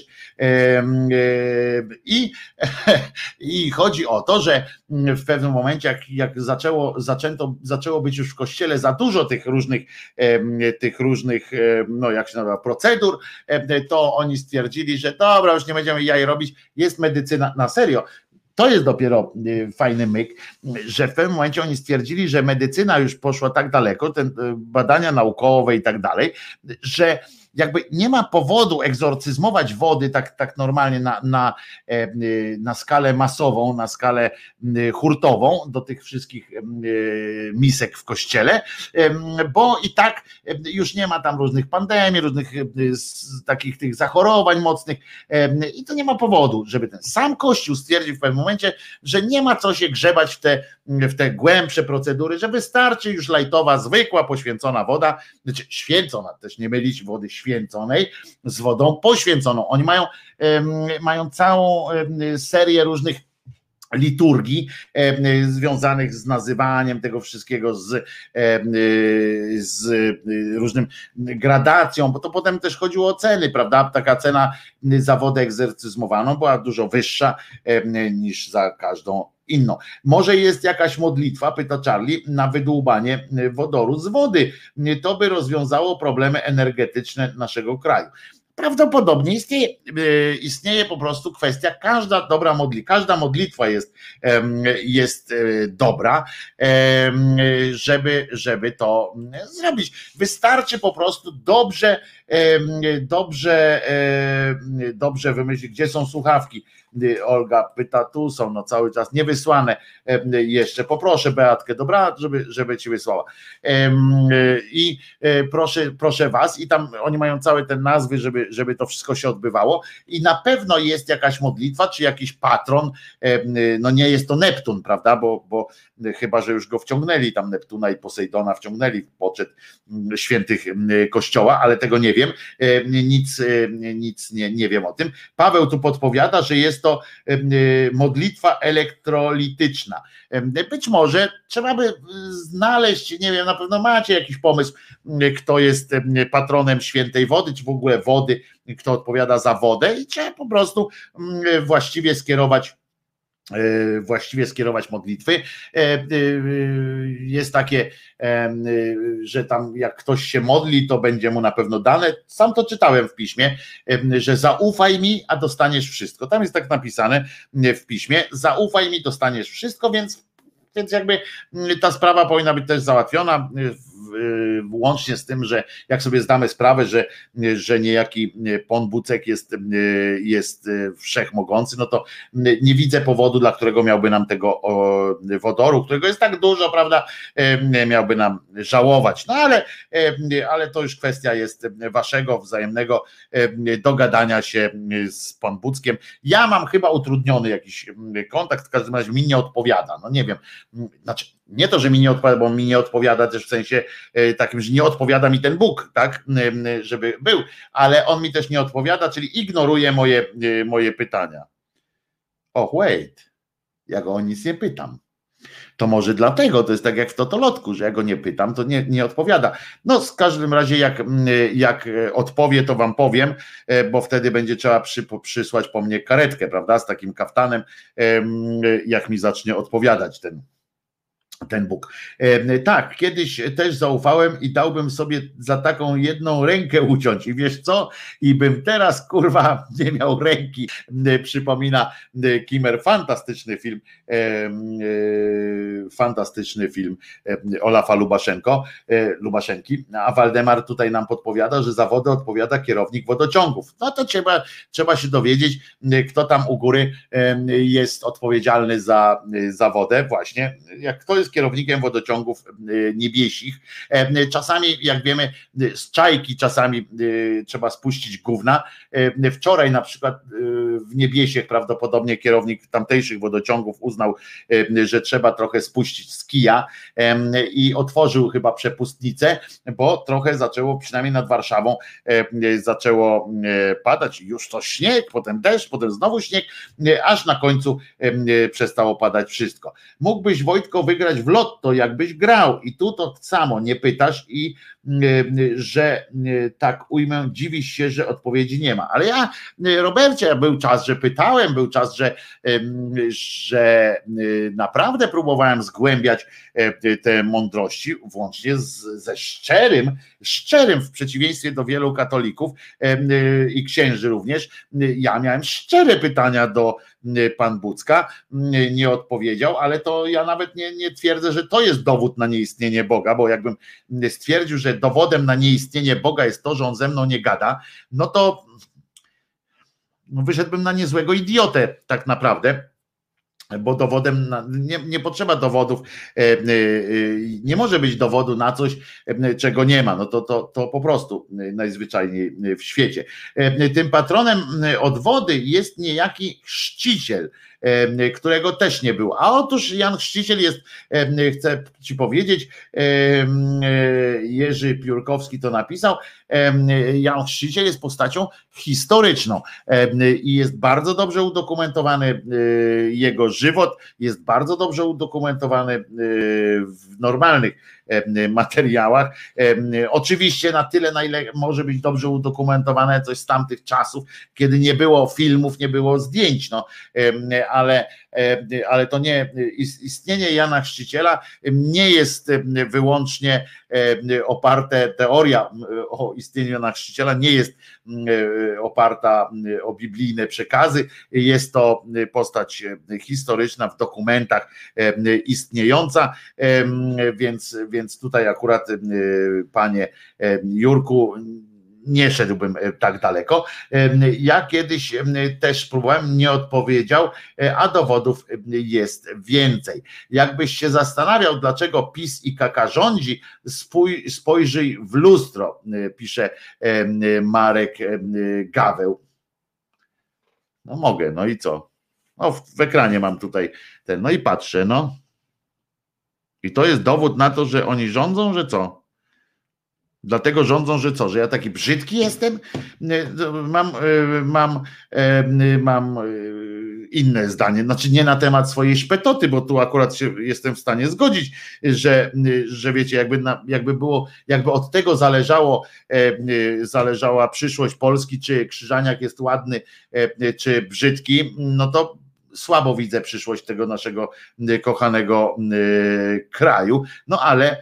I chodzi o to, że w pewnym momencie, jak zaczęło być już w kościele za dużo tych różnych, no jak się nazywa, procedur, to oni stwierdzili, że dobra, już nie będziemy jaj robić, jest medycyna na serio. To jest dopiero fajny myk, że w pewnym momencie oni stwierdzili, że medycyna już poszła tak daleko, te badania naukowe i tak dalej, że jakby nie ma powodu egzorcyzmować wody tak normalnie na skalę masową, na skalę hurtową do tych wszystkich misek w kościele, bo i tak już nie ma tam różnych pandemii, różnych takich tych zachorowań mocnych i to nie ma powodu, żeby ten sam Kościół stwierdził w pewnym momencie, że nie ma co się grzebać w te głębsze procedury, że wystarczy już lajtowa, zwykła, poświęcona woda, znaczy święcona, też nie mylić wody święconej z wodą poświęconą. Oni mają całą serię różnych liturgii związanych z nazywaniem tego wszystkiego, z różnym gradacją, bo to potem też chodziło o ceny, prawda? Taka cena za wodę egzorcyzmowaną była dużo wyższa niż za każdą inną. Może jest jakaś modlitwa, pyta Charlie, na wydłubanie wodoru z wody. To by rozwiązało problemy energetyczne naszego kraju. Prawdopodobnie istnieje po prostu kwestia, każda modlitwa jest dobra, żeby to zrobić. Wystarczy po prostu dobrze wymyślić, gdzie są słuchawki. Olga pyta, tu są, no cały czas niewysłane jeszcze, poproszę Beatkę, dobra, żeby ci wysłała. I proszę was, i tam oni mają całe te nazwy, żeby to wszystko się odbywało i na pewno jest jakaś modlitwa, czy jakiś patron, no nie jest to Neptun, prawda, bo chyba, że już go wciągnęli, tam Neptuna i Posejdona wciągnęli w poczet świętych kościoła, ale tego nie wiem, nic nie wiem o tym. Paweł tu podpowiada, że jest to modlitwa elektrolityczna. Być może trzeba by znaleźć, nie wiem, na pewno macie jakiś pomysł, kto jest patronem świętej wody, czy w ogóle wody, kto odpowiada za wodę i trzeba po prostu właściwie skierować modlitwy. Jest takie, że tam jak ktoś się modli, to będzie mu na pewno dane. Sam to czytałem w piśmie, że zaufaj mi, a dostaniesz wszystko. Tam jest tak napisane w piśmie, zaufaj mi, dostaniesz wszystko, więc jakby ta sprawa powinna być też załatwiona, łącznie z tym, że jak sobie zdamy sprawę, że niejaki Pon Bucek jest wszechmogący, no to nie widzę powodu, dla którego miałby nam tego wodoru, którego jest tak dużo, prawda, miałby nam żałować. No ale to już kwestia jest waszego wzajemnego dogadania się z Pon Buckiem. Ja mam chyba utrudniony jakiś kontakt, w każdym razie mi nie odpowiada, no nie wiem, znaczy nie to, że mi nie odpowiada, bo mi nie odpowiada też w sensie takim, że nie odpowiada mi ten Bóg, tak, żeby był, ale on mi też nie odpowiada, czyli ignoruje moje pytania. Oh wait, ja go o nic nie pytam. To może dlatego, to jest tak jak w totolotku, że ja go nie pytam, to nie odpowiada. No w każdym razie jak odpowie, to wam powiem, bo wtedy będzie trzeba przysłać po mnie karetkę, prawda, z takim kaftanem, jak mi zacznie odpowiadać ten Bóg. Tak, kiedyś też zaufałem i dałbym sobie za taką jedną rękę uciąć i wiesz co? I bym teraz kurwa nie miał ręki. Przypomina Kimmer, fantastyczny film Olafa Lubaszenki, a Waldemar tutaj nam podpowiada, że za wodę odpowiada kierownik wodociągów. No to trzeba się dowiedzieć, kto tam u góry jest odpowiedzialny za wodę właśnie. Kto jest kierownikiem wodociągów niebiesich. Czasami, jak wiemy, z czajki czasami trzeba spuścić gówna. Wczoraj na przykład w Niebiesiech prawdopodobnie kierownik tamtejszych wodociągów uznał, że trzeba trochę spuścić z kija i otworzył chyba przepustnicę, bo trochę zaczęło, przynajmniej nad Warszawą, zaczęło padać. Już to śnieg, potem deszcz, potem znowu śnieg, aż na końcu przestało padać wszystko. Mógłbyś, Wojtko, wygrać w lotto, jakbyś grał i tu to samo, nie pytasz i że tak ujmę, dziwisz się, że odpowiedzi nie ma. Ale ja, Robercie, był czas, że pytałem, był czas, że naprawdę próbowałem zgłębiać te mądrości, włącznie ze szczerym, w przeciwieństwie do wielu katolików i księży również, ja miałem szczere pytania do pan Bucka, nie odpowiedział, ale to ja nawet nie twierdzę, że to jest dowód na nieistnienie Boga, bo jakbym stwierdził, że dowodem na nieistnienie Boga jest to, że on ze mną nie gada, no to wyszedłbym na niezłego idiotę tak naprawdę. Bo dowodem, nie potrzeba dowodów, nie może być dowodu na coś, czego nie ma, no to po prostu najzwyczajniej w świecie. Tym patronem od wody jest niejaki chrzciciel, którego też nie było. A otóż Jan Chrzciciel jest, chcę ci powiedzieć, Jerzy Piórkowski to napisał, Jan Chrzciciel jest postacią historyczną i jest bardzo dobrze udokumentowany jego żywot, jest bardzo dobrze udokumentowany w normalnych materiałach. Oczywiście na tyle, na ile może być dobrze udokumentowane coś z tamtych czasów, kiedy nie było filmów, nie było zdjęć, no, ale to nie, istnienie Jana Chrzciciela nie jest wyłącznie oparte, teoria o istnieniu Jana Chrzciciela nie jest oparta o biblijne przekazy, jest to postać historyczna w dokumentach istniejąca, więc tutaj akurat, panie Jurku, nie szedłbym tak daleko. Ja kiedyś też próbowałem, nie odpowiedział, a dowodów jest więcej. Jakbyś się zastanawiał, dlaczego PiS i KK rządzi, spojrzyj w lustro, pisze Marek Gaweł. No mogę, no i co? No w ekranie mam tutaj ten, no i patrzę, no. I to jest dowód na to, że oni rządzą, że co? Dlatego rządzą, że co? Że ja taki brzydki jestem? Mam inne zdanie. Znaczy nie na temat swojej szpetoty, bo tu akurat się jestem w stanie zgodzić, że wiecie, jakby od tego zależała przyszłość Polski, czy Krzyżaniak jest ładny, czy brzydki, no to słabo widzę przyszłość tego naszego kochanego kraju. No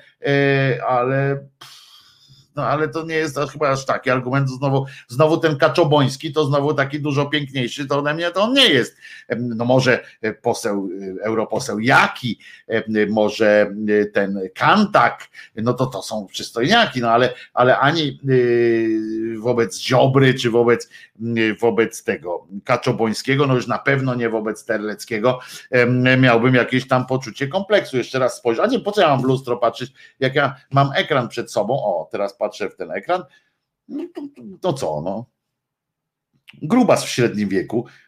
ale to nie jest chyba aż taki argument. Znowu ten Kaczoboński to znowu taki dużo piękniejszy, to ode mnie to on nie jest. No może europoseł Jaki, może ten Kantak, no to są przystojniaki, no ale ani wobec Ziobry, czy wobec tego Kaczobońskiego, no już na pewno nie wobec Terleckiego miałbym jakieś tam poczucie kompleksu. Jeszcze raz spojrzę, a nie, po co ja mam w lustro patrzeć, jak ja mam ekran przed sobą, o teraz patrzę w ten ekran, no to co, no grubas w średnim wieku,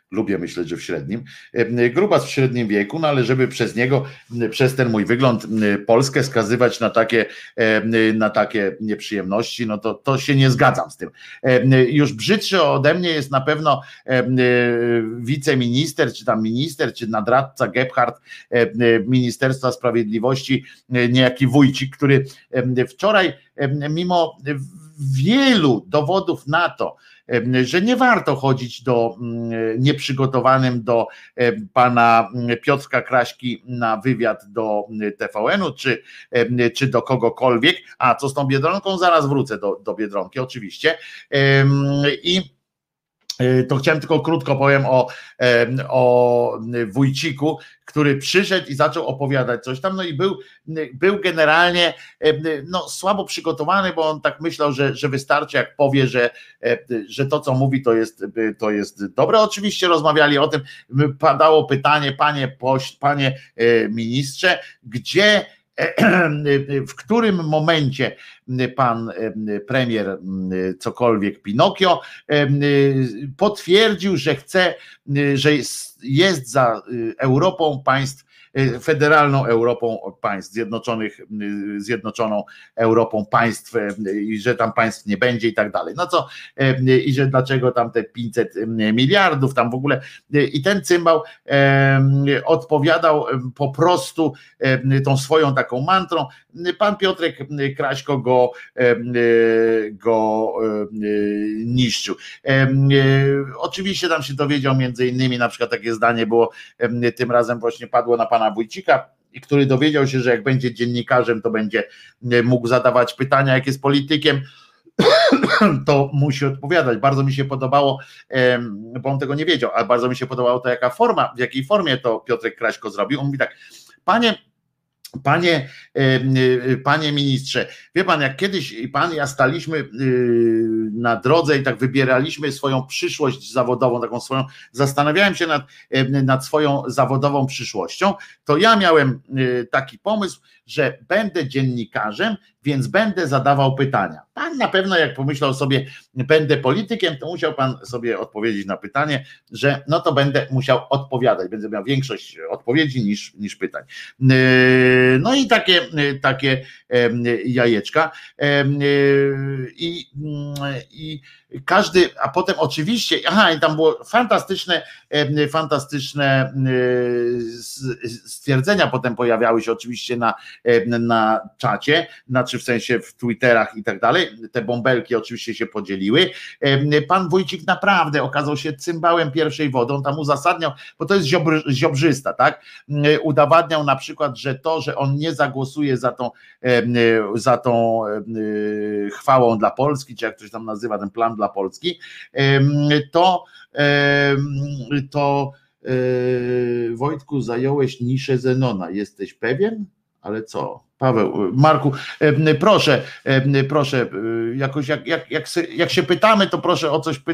lubię myśleć, że w średnim, grubas w średnim wieku, no ale żeby przez niego, przez ten mój wygląd Polskę skazywać na takie nieprzyjemności, no to się nie zgadzam z tym. Już brzydszy ode mnie jest na pewno wiceminister, czy tam minister, czy nadradca Gebhardt Ministerstwa Sprawiedliwości, niejaki Wójcik, który wczoraj mimo wielu dowodów na to, że nie warto chodzić nieprzygotowanym do pana Piotrka Kraśki na wywiad do TVN-u, czy do kogokolwiek, a co z tą Biedronką? Zaraz wrócę do Biedronki oczywiście. I to chciałem tylko krótko powiem o Wójciku, który przyszedł i zaczął opowiadać coś tam, no i był generalnie słabo przygotowany, bo on tak myślał, że wystarczy, jak powie, że to, co mówi, to jest dobre. Oczywiście rozmawiali o tym, padało pytanie, panie ministrze, gdzie, w którym momencie pan premier cokolwiek Pinokio potwierdził, że chce, że jest za Europą państw, federalną Europą państw zjednoczoną Europą państw i że tam państw nie będzie i tak dalej. No co, i że dlaczego tam te 500 miliardów tam w ogóle, i ten cymbał odpowiadał po prostu tą swoją taką mantrą. Pan Piotrek Kraśko go niszczył. Oczywiście tam się dowiedział między innymi, na przykład takie zdanie było, tym razem właśnie padło na pana Wójcika, który dowiedział się, że jak będzie dziennikarzem, to będzie mógł zadawać pytania, jak jest politykiem, to musi odpowiadać. Bardzo mi się podobało, bo on tego nie wiedział, ale bardzo mi się podobało to, w jakiej formie to Piotrek Kraśko zrobił. On mówi tak: Panie ministrze, wie pan, jak kiedyś pan i ja staliśmy na drodze i tak wybieraliśmy swoją przyszłość zawodową, taką swoją, zastanawiałem się nad swoją zawodową przyszłością, to ja miałem taki pomysł, że będę dziennikarzem, więc będę zadawał pytania. Pan na pewno, jak pomyślał sobie, będę politykiem, to musiał pan sobie odpowiedzieć na pytanie, że no to będę musiał odpowiadać, będę miał większość odpowiedzi niż pytań. No i takie jajeczka. I każdy, a potem oczywiście, i tam było fantastyczne stwierdzenia potem pojawiały się oczywiście na czacie, znaczy w sensie w Twitterach i tak dalej, te bąbelki oczywiście się podzieliły. Pan Wójcik naprawdę okazał się cymbałem pierwszej wody, on tam uzasadniał, bo to jest ziobrzysta, tak? Udowadniał na przykład, że to, że on nie zagłosuje za tą chwałą dla Polski, czy jak ktoś tam nazywa ten plan dla Polski, to Wojtku, zająłeś niszę Zenona, jesteś pewien? Ale co? Paweł, Marku, proszę, jakoś jak się pytamy, to proszę o coś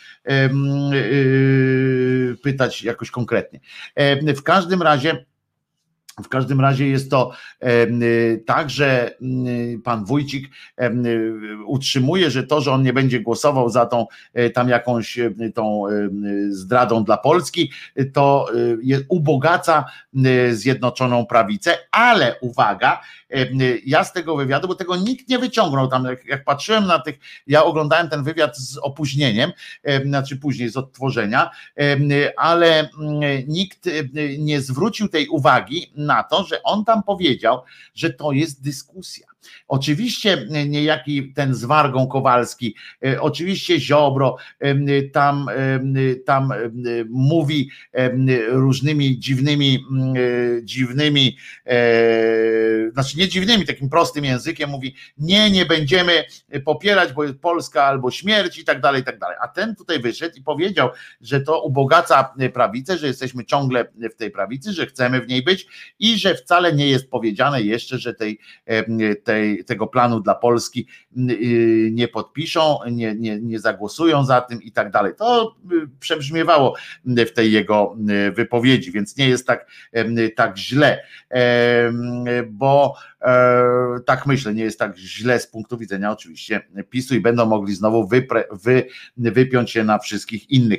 pytać jakoś konkretnie. W każdym razie jest to tak, że pan Wójcik utrzymuje, że to, że on nie będzie głosował za tą tam jakąś tą zdradą dla Polski, to ubogaca Zjednoczoną Prawicę, ale uwaga, ja z tego wywiadu, bo tego nikt nie wyciągnął tam, jak patrzyłem na tych, ja oglądałem ten wywiad z opóźnieniem, znaczy później z odtworzenia, ale nikt nie zwrócił tej uwagi na to, że on tam powiedział, że to jest dyskusja. Oczywiście niejaki ten z Wargą Kowalski, oczywiście Ziobro tam mówi różnymi dziwnymi, znaczy nie dziwnymi, takim prostym językiem mówi, nie będziemy popierać, bo jest Polska albo śmierć i tak dalej, i tak dalej. A ten tutaj wyszedł i powiedział, że to ubogaca prawicę, że jesteśmy ciągle w tej prawicy, że chcemy w niej być i że wcale nie jest powiedziane jeszcze, że tej tego planu dla Polski nie podpiszą, nie zagłosują za tym i tak dalej. To przebrzmiewało w tej jego wypowiedzi, więc nie jest tak źle, bo tak myślę, nie jest tak źle z punktu widzenia oczywiście PiS-u i będą mogli znowu wypiąć się na wszystkich innych.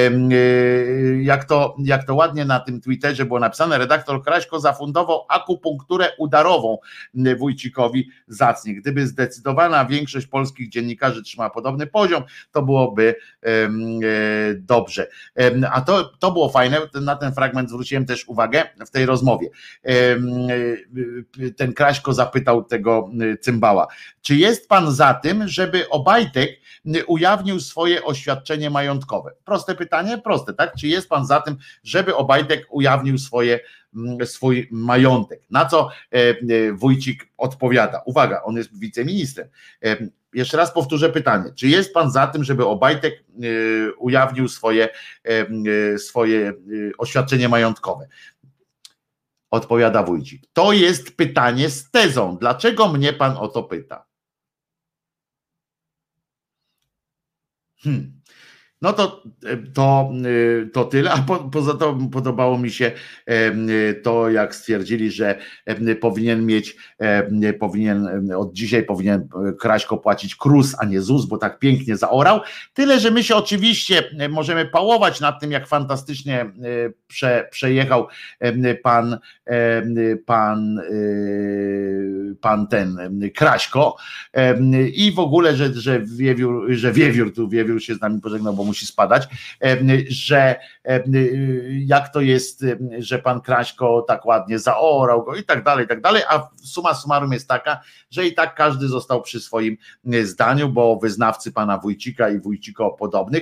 Jak to ładnie na tym Twitterze było napisane, redaktor Kraśko zafundował akupunkturę udarową Wójcikowi zacnie. Gdyby zdecydowana większość polskich dziennikarzy trzymała podobny poziom, to byłoby dobrze. A to było fajne, na ten fragment zwróciłem też uwagę w tej rozmowie. Ten Kraśko zapytał tego cymbała, czy jest pan za tym, żeby Obajtek ujawnił swoje oświadczenie majątkowe? Proste pytanie, proste, tak? Czy jest pan za tym, żeby Obajtek ujawnił swój majątek? Na co Wójcik odpowiada. Uwaga, on jest wiceministrem. Jeszcze raz powtórzę pytanie. Czy jest pan za tym, żeby Obajtek ujawnił swoje oświadczenie majątkowe? Odpowiada Wójcik. To jest pytanie z tezą. Dlaczego mnie pan o to pyta? No to tyle, a poza to podobało mi się to, jak stwierdzili, że od dzisiaj powinien Kraśko płacić KRUS, a nie ZUS, bo tak pięknie zaorał. Tyle, że my się oczywiście możemy pałować nad tym, jak fantastycznie przejechał pan ten Kraśko i w ogóle, że Wiewiór się z nami pożegnał, bo musi spadać, że jak to jest, że pan Kraśko tak ładnie zaorał go i tak dalej, a summa summarum jest taka, że i tak każdy został przy swoim zdaniu, bo wyznawcy pana Wójcika i Wójciko podobnych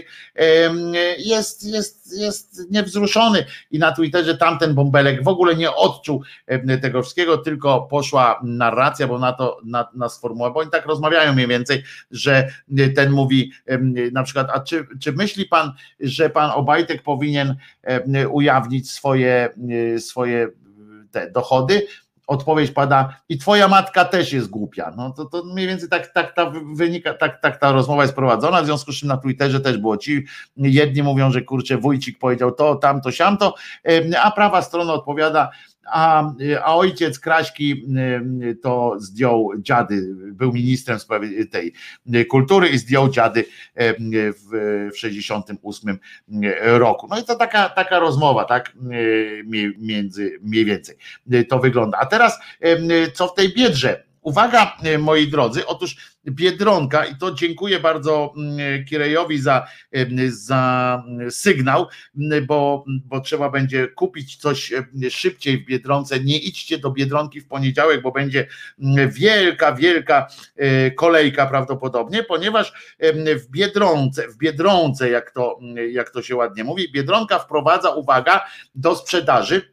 jest niewzruszony i na Twitterze tamten bąbelek w ogóle nie odczuł tego wszystkiego, tylko poszła narracja, bo na sformułował, bo oni tak rozmawiają mniej więcej, że ten mówi na przykład, a czy myśli pan, że pan Obajtek powinien ujawnić swoje te dochody? Odpowiedź pada, i twoja matka też jest głupia. No to mniej więcej tak ta rozmowa jest prowadzona, w związku z czym na Twitterze też było jedni mówią, że kurczę, Wójcik powiedział to, tamto, siamto, a prawa strona odpowiada, a ojciec Kraśki to zdjął dziady, był ministrem w sprawie tej kultury i zdjął dziady w 68 roku. No i to taka rozmowa, tak mniej więcej to wygląda. A teraz co w tej Biedrze? Uwaga, moi drodzy, otóż Biedronka, i to dziękuję bardzo Kirejowi za sygnał, bo trzeba będzie kupić coś szybciej w Biedronce. Nie idźcie do Biedronki w poniedziałek, bo będzie wielka kolejka prawdopodobnie, ponieważ w Biedronce, jak to się ładnie mówi, Biedronka wprowadza, uwaga, do sprzedaży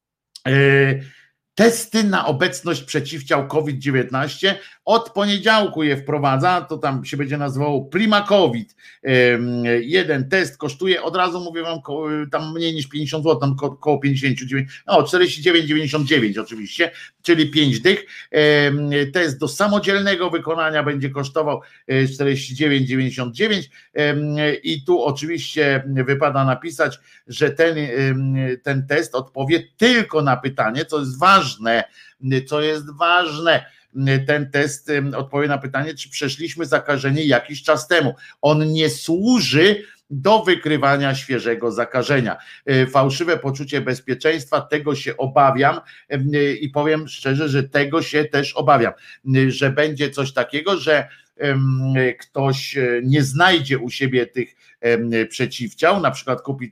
testy na obecność przeciwciał COVID-19. Od poniedziałku je wprowadza, to tam się będzie nazywało Prima COVID. Jeden test kosztuje, od razu mówię wam, tam mniej niż 50 zł, tam około 59, 49,99 oczywiście, czyli 5 dych. Test do samodzielnego wykonania będzie kosztował 49,99 i tu oczywiście wypada napisać, że ten test odpowie tylko na pytanie, co jest ważne, ten test odpowie na pytanie, czy przeszliśmy zakażenie jakiś czas temu. On nie służy do wykrywania świeżego zakażenia. Fałszywe poczucie bezpieczeństwa, tego się obawiam i powiem szczerze, że tego się też obawiam, że będzie coś takiego, że ktoś nie znajdzie u siebie tych przeciwciał, na przykład kupi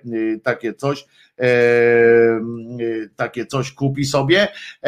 takie coś kupi sobie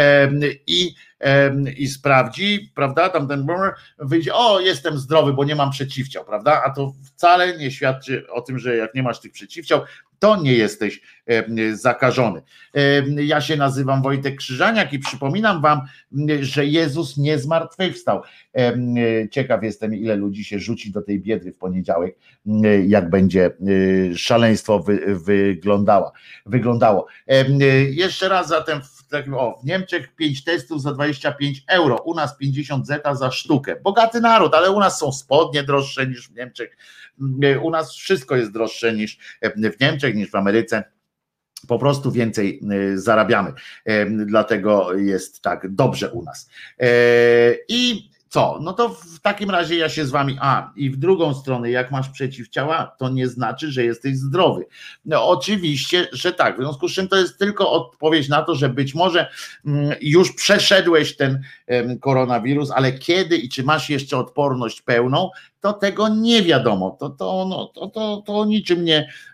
i sprawdzi, prawda, tamten wyjdzie, jestem zdrowy, bo nie mam przeciwciał, prawda, a to wcale nie świadczy o tym, że jak nie masz tych przeciwciał, to nie jesteś zakażony. Ja się nazywam Wojtek Krzyżaniak i przypominam wam, że Jezus nie zmartwychwstał. Ciekaw jestem, ile ludzi się rzuci do tej Biedry w poniedziałek, jak będzie szaleństwo wyglądało. Jeszcze raz zatem w w Niemczech 5 testów za 25 euro, u nas 50 zeta za sztukę. Bogaty naród, ale u nas są spodnie droższe niż w Niemczech. U nas wszystko jest droższe niż w Niemczech, niż w Ameryce. Po prostu więcej zarabiamy, dlatego jest tak dobrze u nas. I co? No to w takim razie ja się z wami, i w drugą stronę, jak masz przeciwciała, to nie znaczy, że jesteś zdrowy. No oczywiście, że tak, w związku z czym to jest tylko odpowiedź na to, że być może już przeszedłeś ten koronawirus, ale kiedy i czy masz jeszcze odporność pełną, to tego nie wiadomo, to o niczym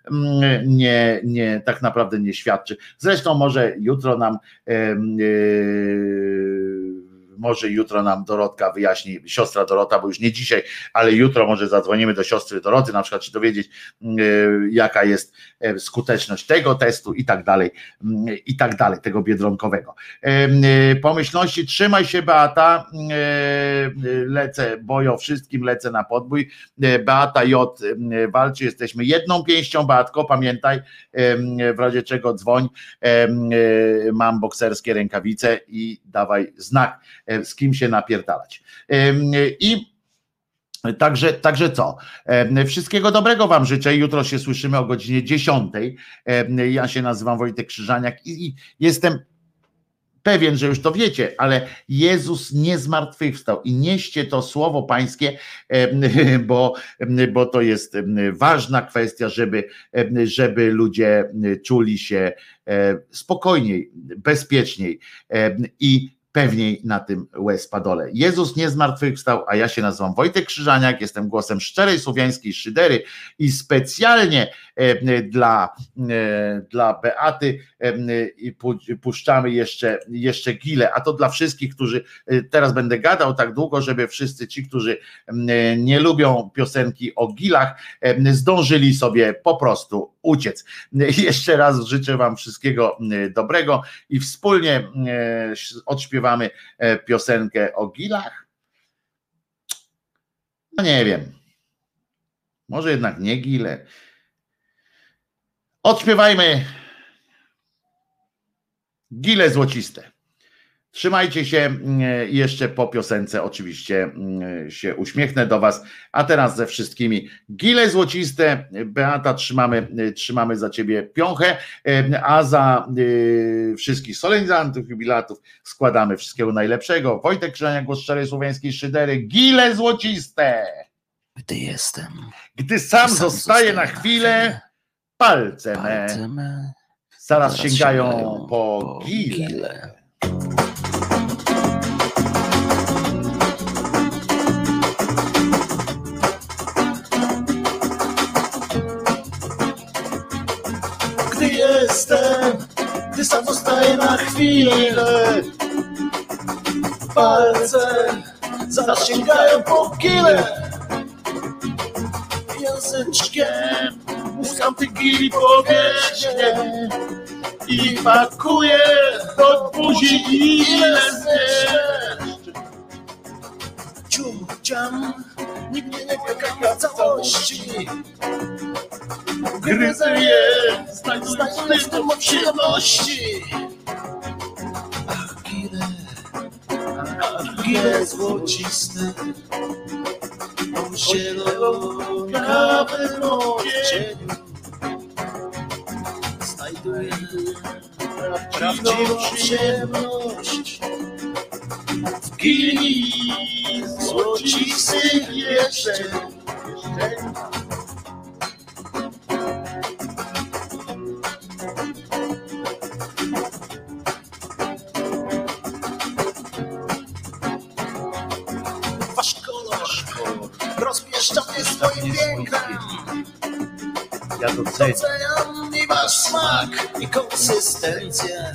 nie tak naprawdę nie świadczy. Zresztą może jutro nam Dorotka wyjaśni, siostra Dorota, bo już nie dzisiaj, ale jutro może zadzwonimy do siostry Doroty, na przykład, czy dowiedzieć, jaka jest skuteczność tego testu i tak dalej, tego biedronkowego. Pomyślności, trzymaj się, Beata, lecę, bojo wszystkim, lecę na podbój. Beata J. walczy, jesteśmy jedną pięścią, Beatko, pamiętaj, w razie czego dzwoń, mam bokserskie rękawice i dawaj znak, z kim się napierdalać. I Także co? Wszystkiego dobrego wam życzę. Jutro się słyszymy o godzinie 10. Ja się nazywam Wojtek Krzyżaniak i jestem pewien, że już to wiecie, ale Jezus nie zmartwychwstał i nieście to słowo pańskie, bo to jest ważna kwestia, żeby ludzie czuli się spokojniej, bezpieczniej i pewniej na tym łez-padole. Jezus nie zmartwychwstał, a ja się nazywam Wojtek Krzyżaniak, jestem głosem szczerej słowiańskiej szydery i specjalnie dla Beaty puszczamy jeszcze gilę, a to dla wszystkich, którzy, teraz będę gadał tak długo, żeby wszyscy ci, którzy nie lubią piosenki o gilach, zdążyli sobie po prostu uciec. Jeszcze raz życzę wam wszystkiego dobrego i wspólnie odśpiewamy piosenkę o gilach. No nie wiem, może jednak nie gile. Odśpiewajmy gile złociste. Trzymajcie się, jeszcze po piosence oczywiście się uśmiechnę do was, a teraz ze wszystkimi gile złociste. Beata, trzymamy za ciebie piąchę, a za wszystkich solenizantów, jubilatów składamy wszystkiego najlepszego. Wojtek Krzyżaniak, głos szczerej słowiańskiej szydery, gile złociste. Gdy sam zostaje na chwilę, palce me zaraz sięgają po gile. Gdy sam zostaje na chwilę, palce zaraz sięgają po gilę. Języczkiem muskam tych gili powierzchnię i pakuję do buzi gilę zmieszczę. Cium, ciam, nikt mnie nie pyka całości. Gryzę je, znajduję w tym przyjemności. Ach, gile złociste, o zielonawym cieniu. Znajduję prawdziwą przyjemność w gili złocistych jeszcze. Rozpieszcza mnie swoim pięknem. Ja doceniam i wasz smak i konsystencję.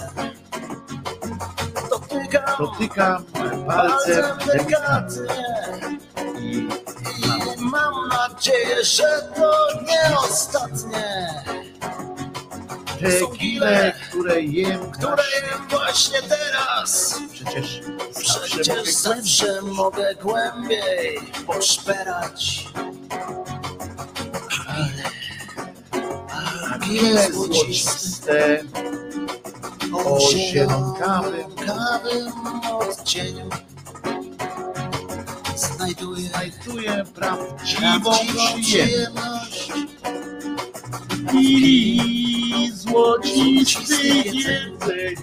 Dotykam palcem delikatnie i mam nadzieję, że to nie ostatnie. Te gile, które jem właśnie teraz. Przecież zawsze mogę głębiej poszperać. Gile złociste, o zielonkawym odcieniu znajduję prawdziwą przyjemność przyjemność i złocisty jedzeniu.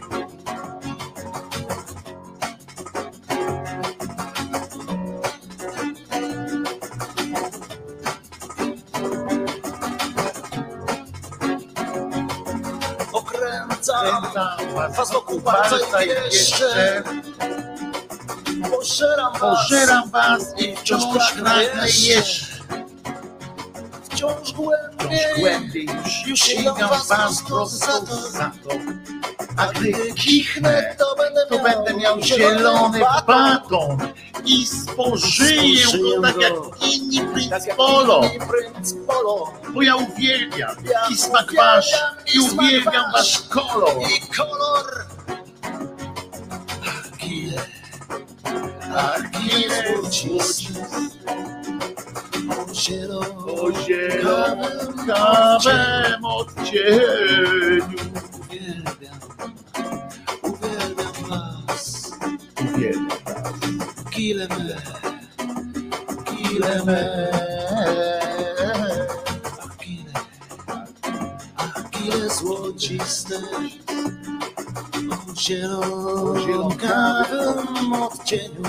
okręcam was wokół palca i jeszcze pożeram was i wciąż pragnę jeszcze. Wciąż głębiej już sięgam was prosto za to. A gdy kichnę, to będę miał zielony baton i spożyję go tak jak inni Prince Polo. Bo ja uwielbiam i smak wasz i uwielbiam wasz kolor. I kolor. O zielonkawym odcieniu. Uwielbiam was. Kile me. Ach, kile złociste. O zielonkawym odcieniu.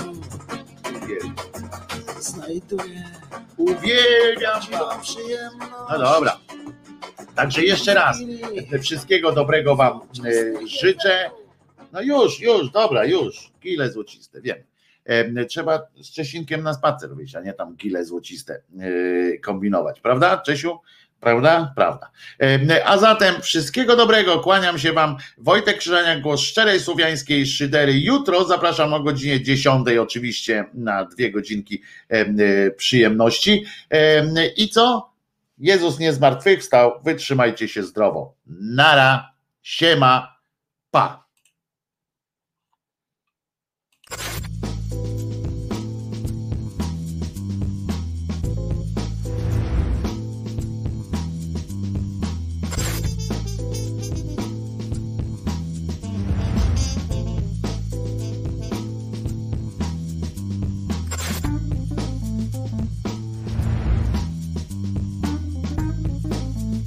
Znajduję. Uwielbiam was. Przyjemność. No dobra. Także jeszcze raz wszystkiego dobrego wam życzę. No już, dobra, już. Gile złociste, wiem. Trzeba z Czesinkiem na spacer wyjść, a nie tam gile złociste kombinować. Prawda, Czesiu? Prawda? A zatem wszystkiego dobrego, kłaniam się wam. Wojtek Krzyżaniak, głos szczerej słowiańskiej szydery. Jutro zapraszam o godzinie 10 oczywiście na 2 godzinki przyjemności. I co? Jezus nie zmartwychwstał, wytrzymajcie się zdrowo. Nara, siema, pa.